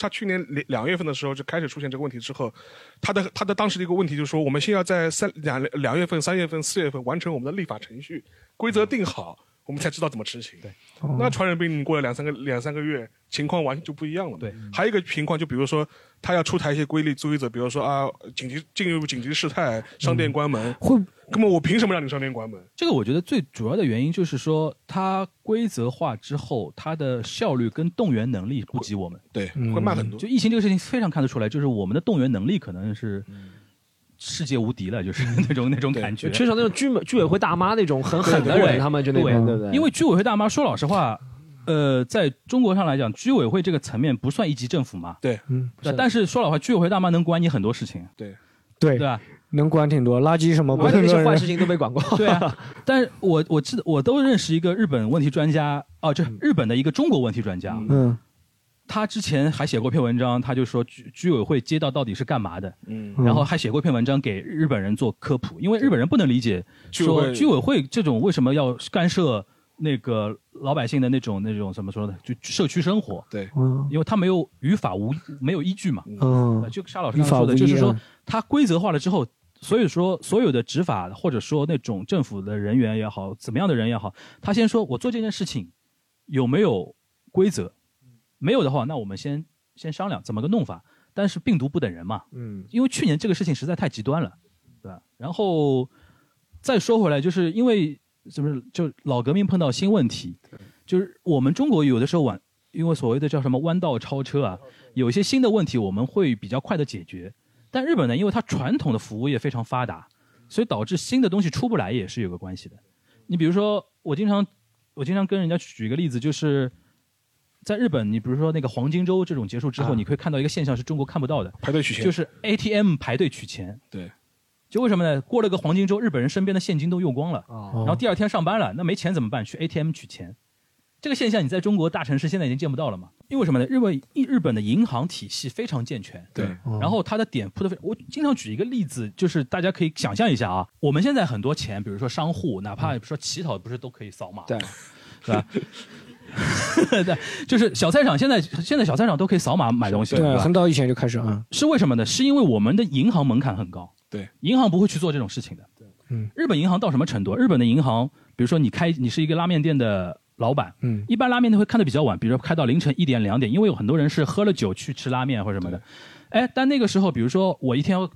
2月份的时候就开始出现这个问题之后，他的当时的一个问题就是说，我们先要在2月份、3月份、4月份完成我们的立法程序，规则定好。我们才知道怎么执行。对，那传染病你过了两三个月，情况完全就不一样了。对，还有一个情况，就比如说他要出台一些规则，比如说进入紧急事态，商店关门，根本我凭什么让你商店关门？ 这个我觉得最主要的原因就是说，它规则化之后，它的效率跟动员能力不及我们。 对，会慢很多。 就疫情这个事情非常看得出来，就是我们的动员能力可能是。世界无敌了，就是那种感觉， 缺少那种居委会大妈那种很狠的人，他们就那种，对不对？ 因为居委会大妈说老实话，在中国上来讲，居委会这个层面不算一级政府嘛， 对， 但是说老实话，居委会大妈能管你很多事情， 对吧？ 能管挺多，垃圾什么， 那些坏事情都没管过， 对啊。但是我记得我都认识一个日本问题专家，这日本的一个中国问题专家，他之前还写过篇文章，他就说居委会街道到底是干嘛的，然后还写过一篇文章给日本人做科普，因为日本人不能理解说居委会这种为什么要干涉那个老百姓的那种怎么说呢，就社区生活， 对， 因为他没有语法没有依据嘛，就沙老师刚才说的，就是说他规则化了之后，所以说所有的执法或者说那种政府的人员也好，怎么样的人也好，他先说我做这件事情有没有规则。没有的话，那我们先商量怎么个弄法。但是病毒不等人嘛，因为去年这个事情实在太极端了，对吧？然后再说回来，就是因为就老革命碰到新问题，就是我们中国有的时候因为所谓的叫什么弯道超车啊，有一些新的问题我们会比较快的解决。但日本呢，因为它传统的服务业非常发达，所以导致新的东西出不来也是有个关系的。你比如说，我经常跟人家举一个例子，就是在日本，你比如说那个黄金周这种结束之后，你可以看到一个现象是中国看不到的， 排队取钱， 就是 ATM 排队取钱。 对， 就为什么呢？过了个黄金周，日本人身边的现金都用光了，然后第二天上班了，那没钱怎么办？去 ATM 取钱。这个现象你在中国大城市现在已经见不到了嘛？因为什么呢？日本的银行体系非常健全， 对， 然后它的点铺的我经常举一个例子，就是大家可以想象一下啊，我们现在很多钱，比如说商户，哪怕比如说乞讨，不是都可以扫码， 对， 是吧？对，就是小菜场，现在小菜场都可以扫码买东西， 对，很早以前就开始啊。 是为什么呢？是因为我们的银行门槛很高， 对， 银行不会去做这种事情的。对，日本银行到什么程度？日本的银行，比如说你是一个拉面店的老板，一般拉面店会开得比较晚，比如说开到凌晨1点2点，因为有很多人是喝了酒去吃拉面或者什么的。哎，但那个时候，比如说我一天要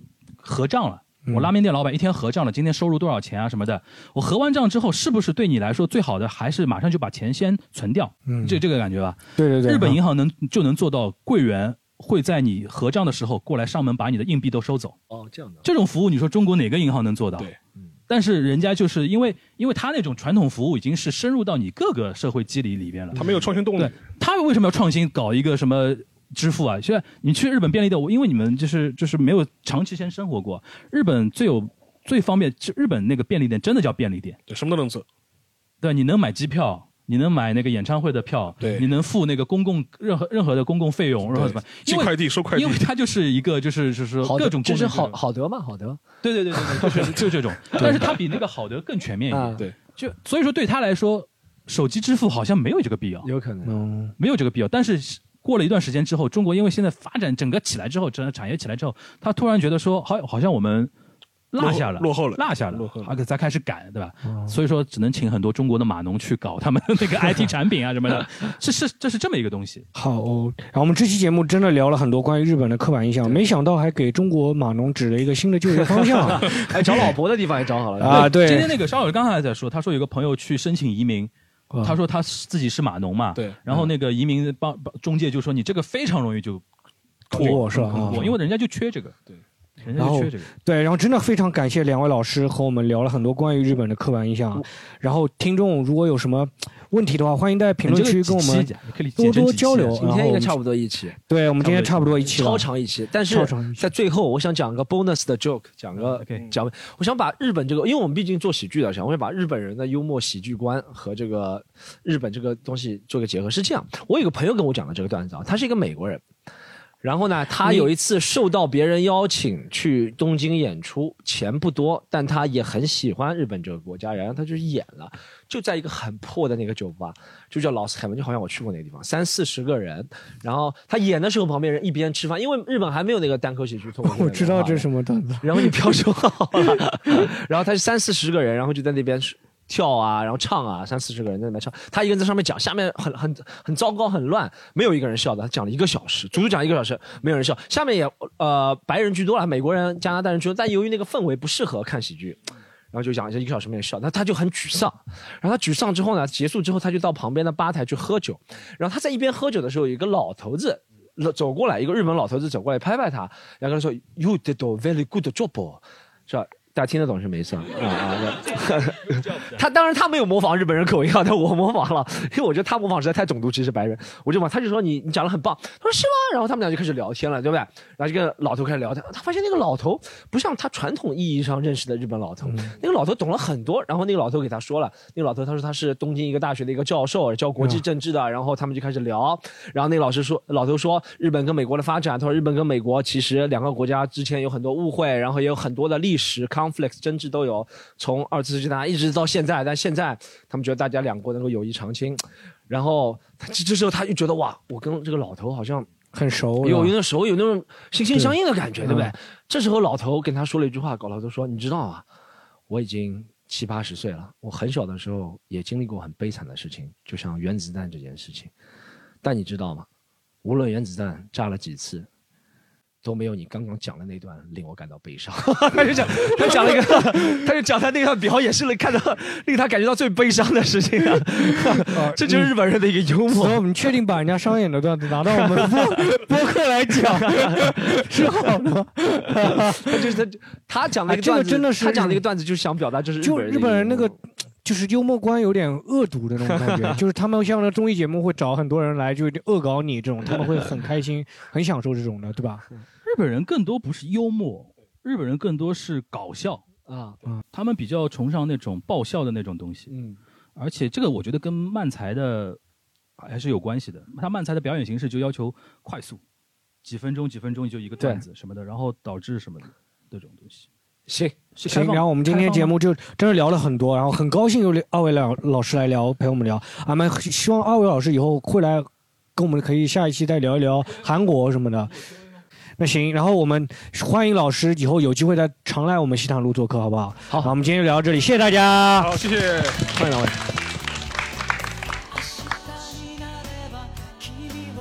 核账了。我拉面店老板一天核账了，今天收入多少钱啊什么的。我核完账之后，是不是对你来说最好的还是马上就把钱先存掉？这个感觉吧。 对对对。 日本银行就能做到柜员会在你核账的时候过来上门把你的硬币都收走。 哦，这样的。 这种服务你说中国哪个银行能做到？ 对。 但是人家就是因为他那种传统服务已经是深入到你各个社会机理里边了。 他没有创新动力。 他为什么要创新搞一个什么？支付啊，现在你去日本便利店，因为你们就是没有长期先生活过，日本最方便，日本那个便利店真的叫便利店， 对，什么都能做， 对，你能买机票，你能买那个演唱会的票， 对， 你能付那个任何的公共费用，任何什么， 寄快递收快递， 因为它就是一个就是各种这是好德嘛，好德， 对，就这种，但是它比那个好德更全面一点， 对， 就所以说对他来说，手机支付好像没有这个必要， 有可能， 没有这个必要，但是。过了一段时间之后，中国因为现在发展整个起来之后，整个产业起来之后，他突然觉得说，好像我们落下了，咱开始赶，对吧？所以说只能请很多中国的码农去搞他们那个 IT 产品啊什么的，这是这么一个东西。 好，然后我们这期节目真的聊了很多关于日本的刻板印象，没想到还给中国码农指了一个新的就业方向， 还找老婆的地方也找好了啊。对， 今天那个邵老师刚才还在说，他说有个朋友去申请移民。他说他自己是码农嘛， 对， 然后那个移民中介就说你这个非常容易就过是吧？ 因为人家就缺这个，对，人家就缺这个， 对，然后真的非常感谢两位老师和我们聊了很多关于日本的刻板印象。然后听众如果有什么问题的话，欢迎在评论区跟我们多多交流。 今天应该差不多一期， 对，我们今天差不多一期了， 超长一期。但是在最后，我想讲个 bonus 的 joke， 讲，我想把日本这个，因为我们毕竟做喜剧的，我想把日本人的幽默喜剧观和这个日本这个东西做个结合。是这样，我有个朋友跟我讲的这个段子啊，他是一个美国人。然后呢，他有一次受到别人邀请去东京演出，钱不多，但他也很喜欢日本这个国家，然后他就演了，就在一个很破的那个酒吧，就叫劳斯凯文，就好像我去过那个地方，30-40个人，然后他演的时候，旁边人一边吃饭，因为日本还没有那个单口喜剧脱口秀， 我知道这是什么段子， 然后你票收好了，然后他是30-40个人，然后就在那边跳啊，然后唱啊，30-40个人在那边唱，他一个人在上面讲，下面很糟糕，很乱，没有一个人笑的。他讲了1个小时，足足讲1个小时，没有人笑。下面也白人居多了，美国人、加拿大人居多，但由于那个氛围不适合看喜剧，然后就讲1个小时没人笑，那他就很沮丧。然后他沮丧之后呢，结束之后他就到旁边的吧台去喝酒，然后他在一边喝酒的时候，有一个老头子走过来，一个日本老头子走过来拍拍他，然后跟他说 "You did a very good job"， 是吧？大家听得懂是没事啊。他当然他没有模仿日本人口音啊，但我模仿了，因为我觉得他模仿实在太种族歧视白人。我就他就说你讲得很棒，他说是吗？然后他们俩就开始聊天了，对不对？然后这个老头开始聊天，他发现那个老头不像他传统意义上认识的日本老头，那个老头懂了很多。然后那个老头给他说了，那个老头他说他是东京一个大学的一个教授，教国际政治的。然后他们就开始聊，然后那个老头说日本跟美国的发展，他说日本跟美国其实2个国家之前有很多误会，然后也有很多的历史conflict 争执都有，从2次世界大战一直到现在，但现在他们觉得大家2国能够友谊长青。然后这时候他就觉得哇，我跟这个老头好像很熟， 有那种熟，有那种心心相印的感觉， 对不对？这时候老头跟他说了一句话，老头说：“你知道吗？我已经70-80岁了，我很小的时候也经历过很悲惨的事情，就像原子弹这件事情。但你知道吗？无论原子弹炸了几次。”都没有你刚刚讲的那段令我感到悲伤。他就讲了一个，他就讲他那段表演是令他感觉到最悲伤的事情啊。这就是日本人的一个幽默。 所以我们确定把人家商演的段子拿到我们播客来讲是好的。 他讲那个段子，真的是他讲那个段子，就是想表达就是日本人那个。就是幽默观有点恶毒的那种感觉，就是他们像那综艺节目会找很多人来就恶搞你这种，他们会很开心很享受这种的，对吧？ 日本人更多不是幽默，日本人更多是搞笑啊，他们比较崇尚那种爆笑的那种东西，而且这个我觉得跟漫才的还是有关系的，他漫才的表演形式就要求快速，几分钟就一个段子什么的，然后导致什么的这种东西。 行，然后我们今天节目就真的聊了很多，然后很高兴有2位老师来陪我们聊，俺们希望2位老师以后会来跟我们可以下一期再聊一聊韩国什么的。那行，然后我们欢迎老师以后有机会再常来我们西塘路做客，好不好？好，我们今天就聊到这里，谢谢大家。 好，谢谢， 欢迎2位。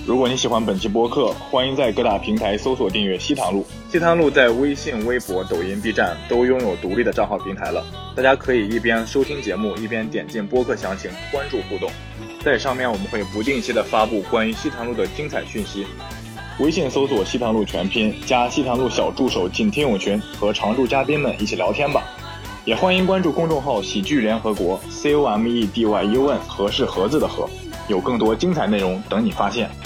如果你喜欢本期播客，欢迎在各大平台搜索订阅西塘路。西塘路在微信、微博、抖音、B 站都拥有独立的账号平台了，大家可以一边收听节目，一边点进播客详情，关注互动。在上面我们会不定期的发布关于西塘路的精彩讯息。微信搜索西塘路全拼，加西塘路小助手进听友群，和常驻嘉宾们一起聊天吧。也欢迎关注公众号喜剧联合国 COMEDYUN， 和是盒子的和，有更多精彩内容等你发现。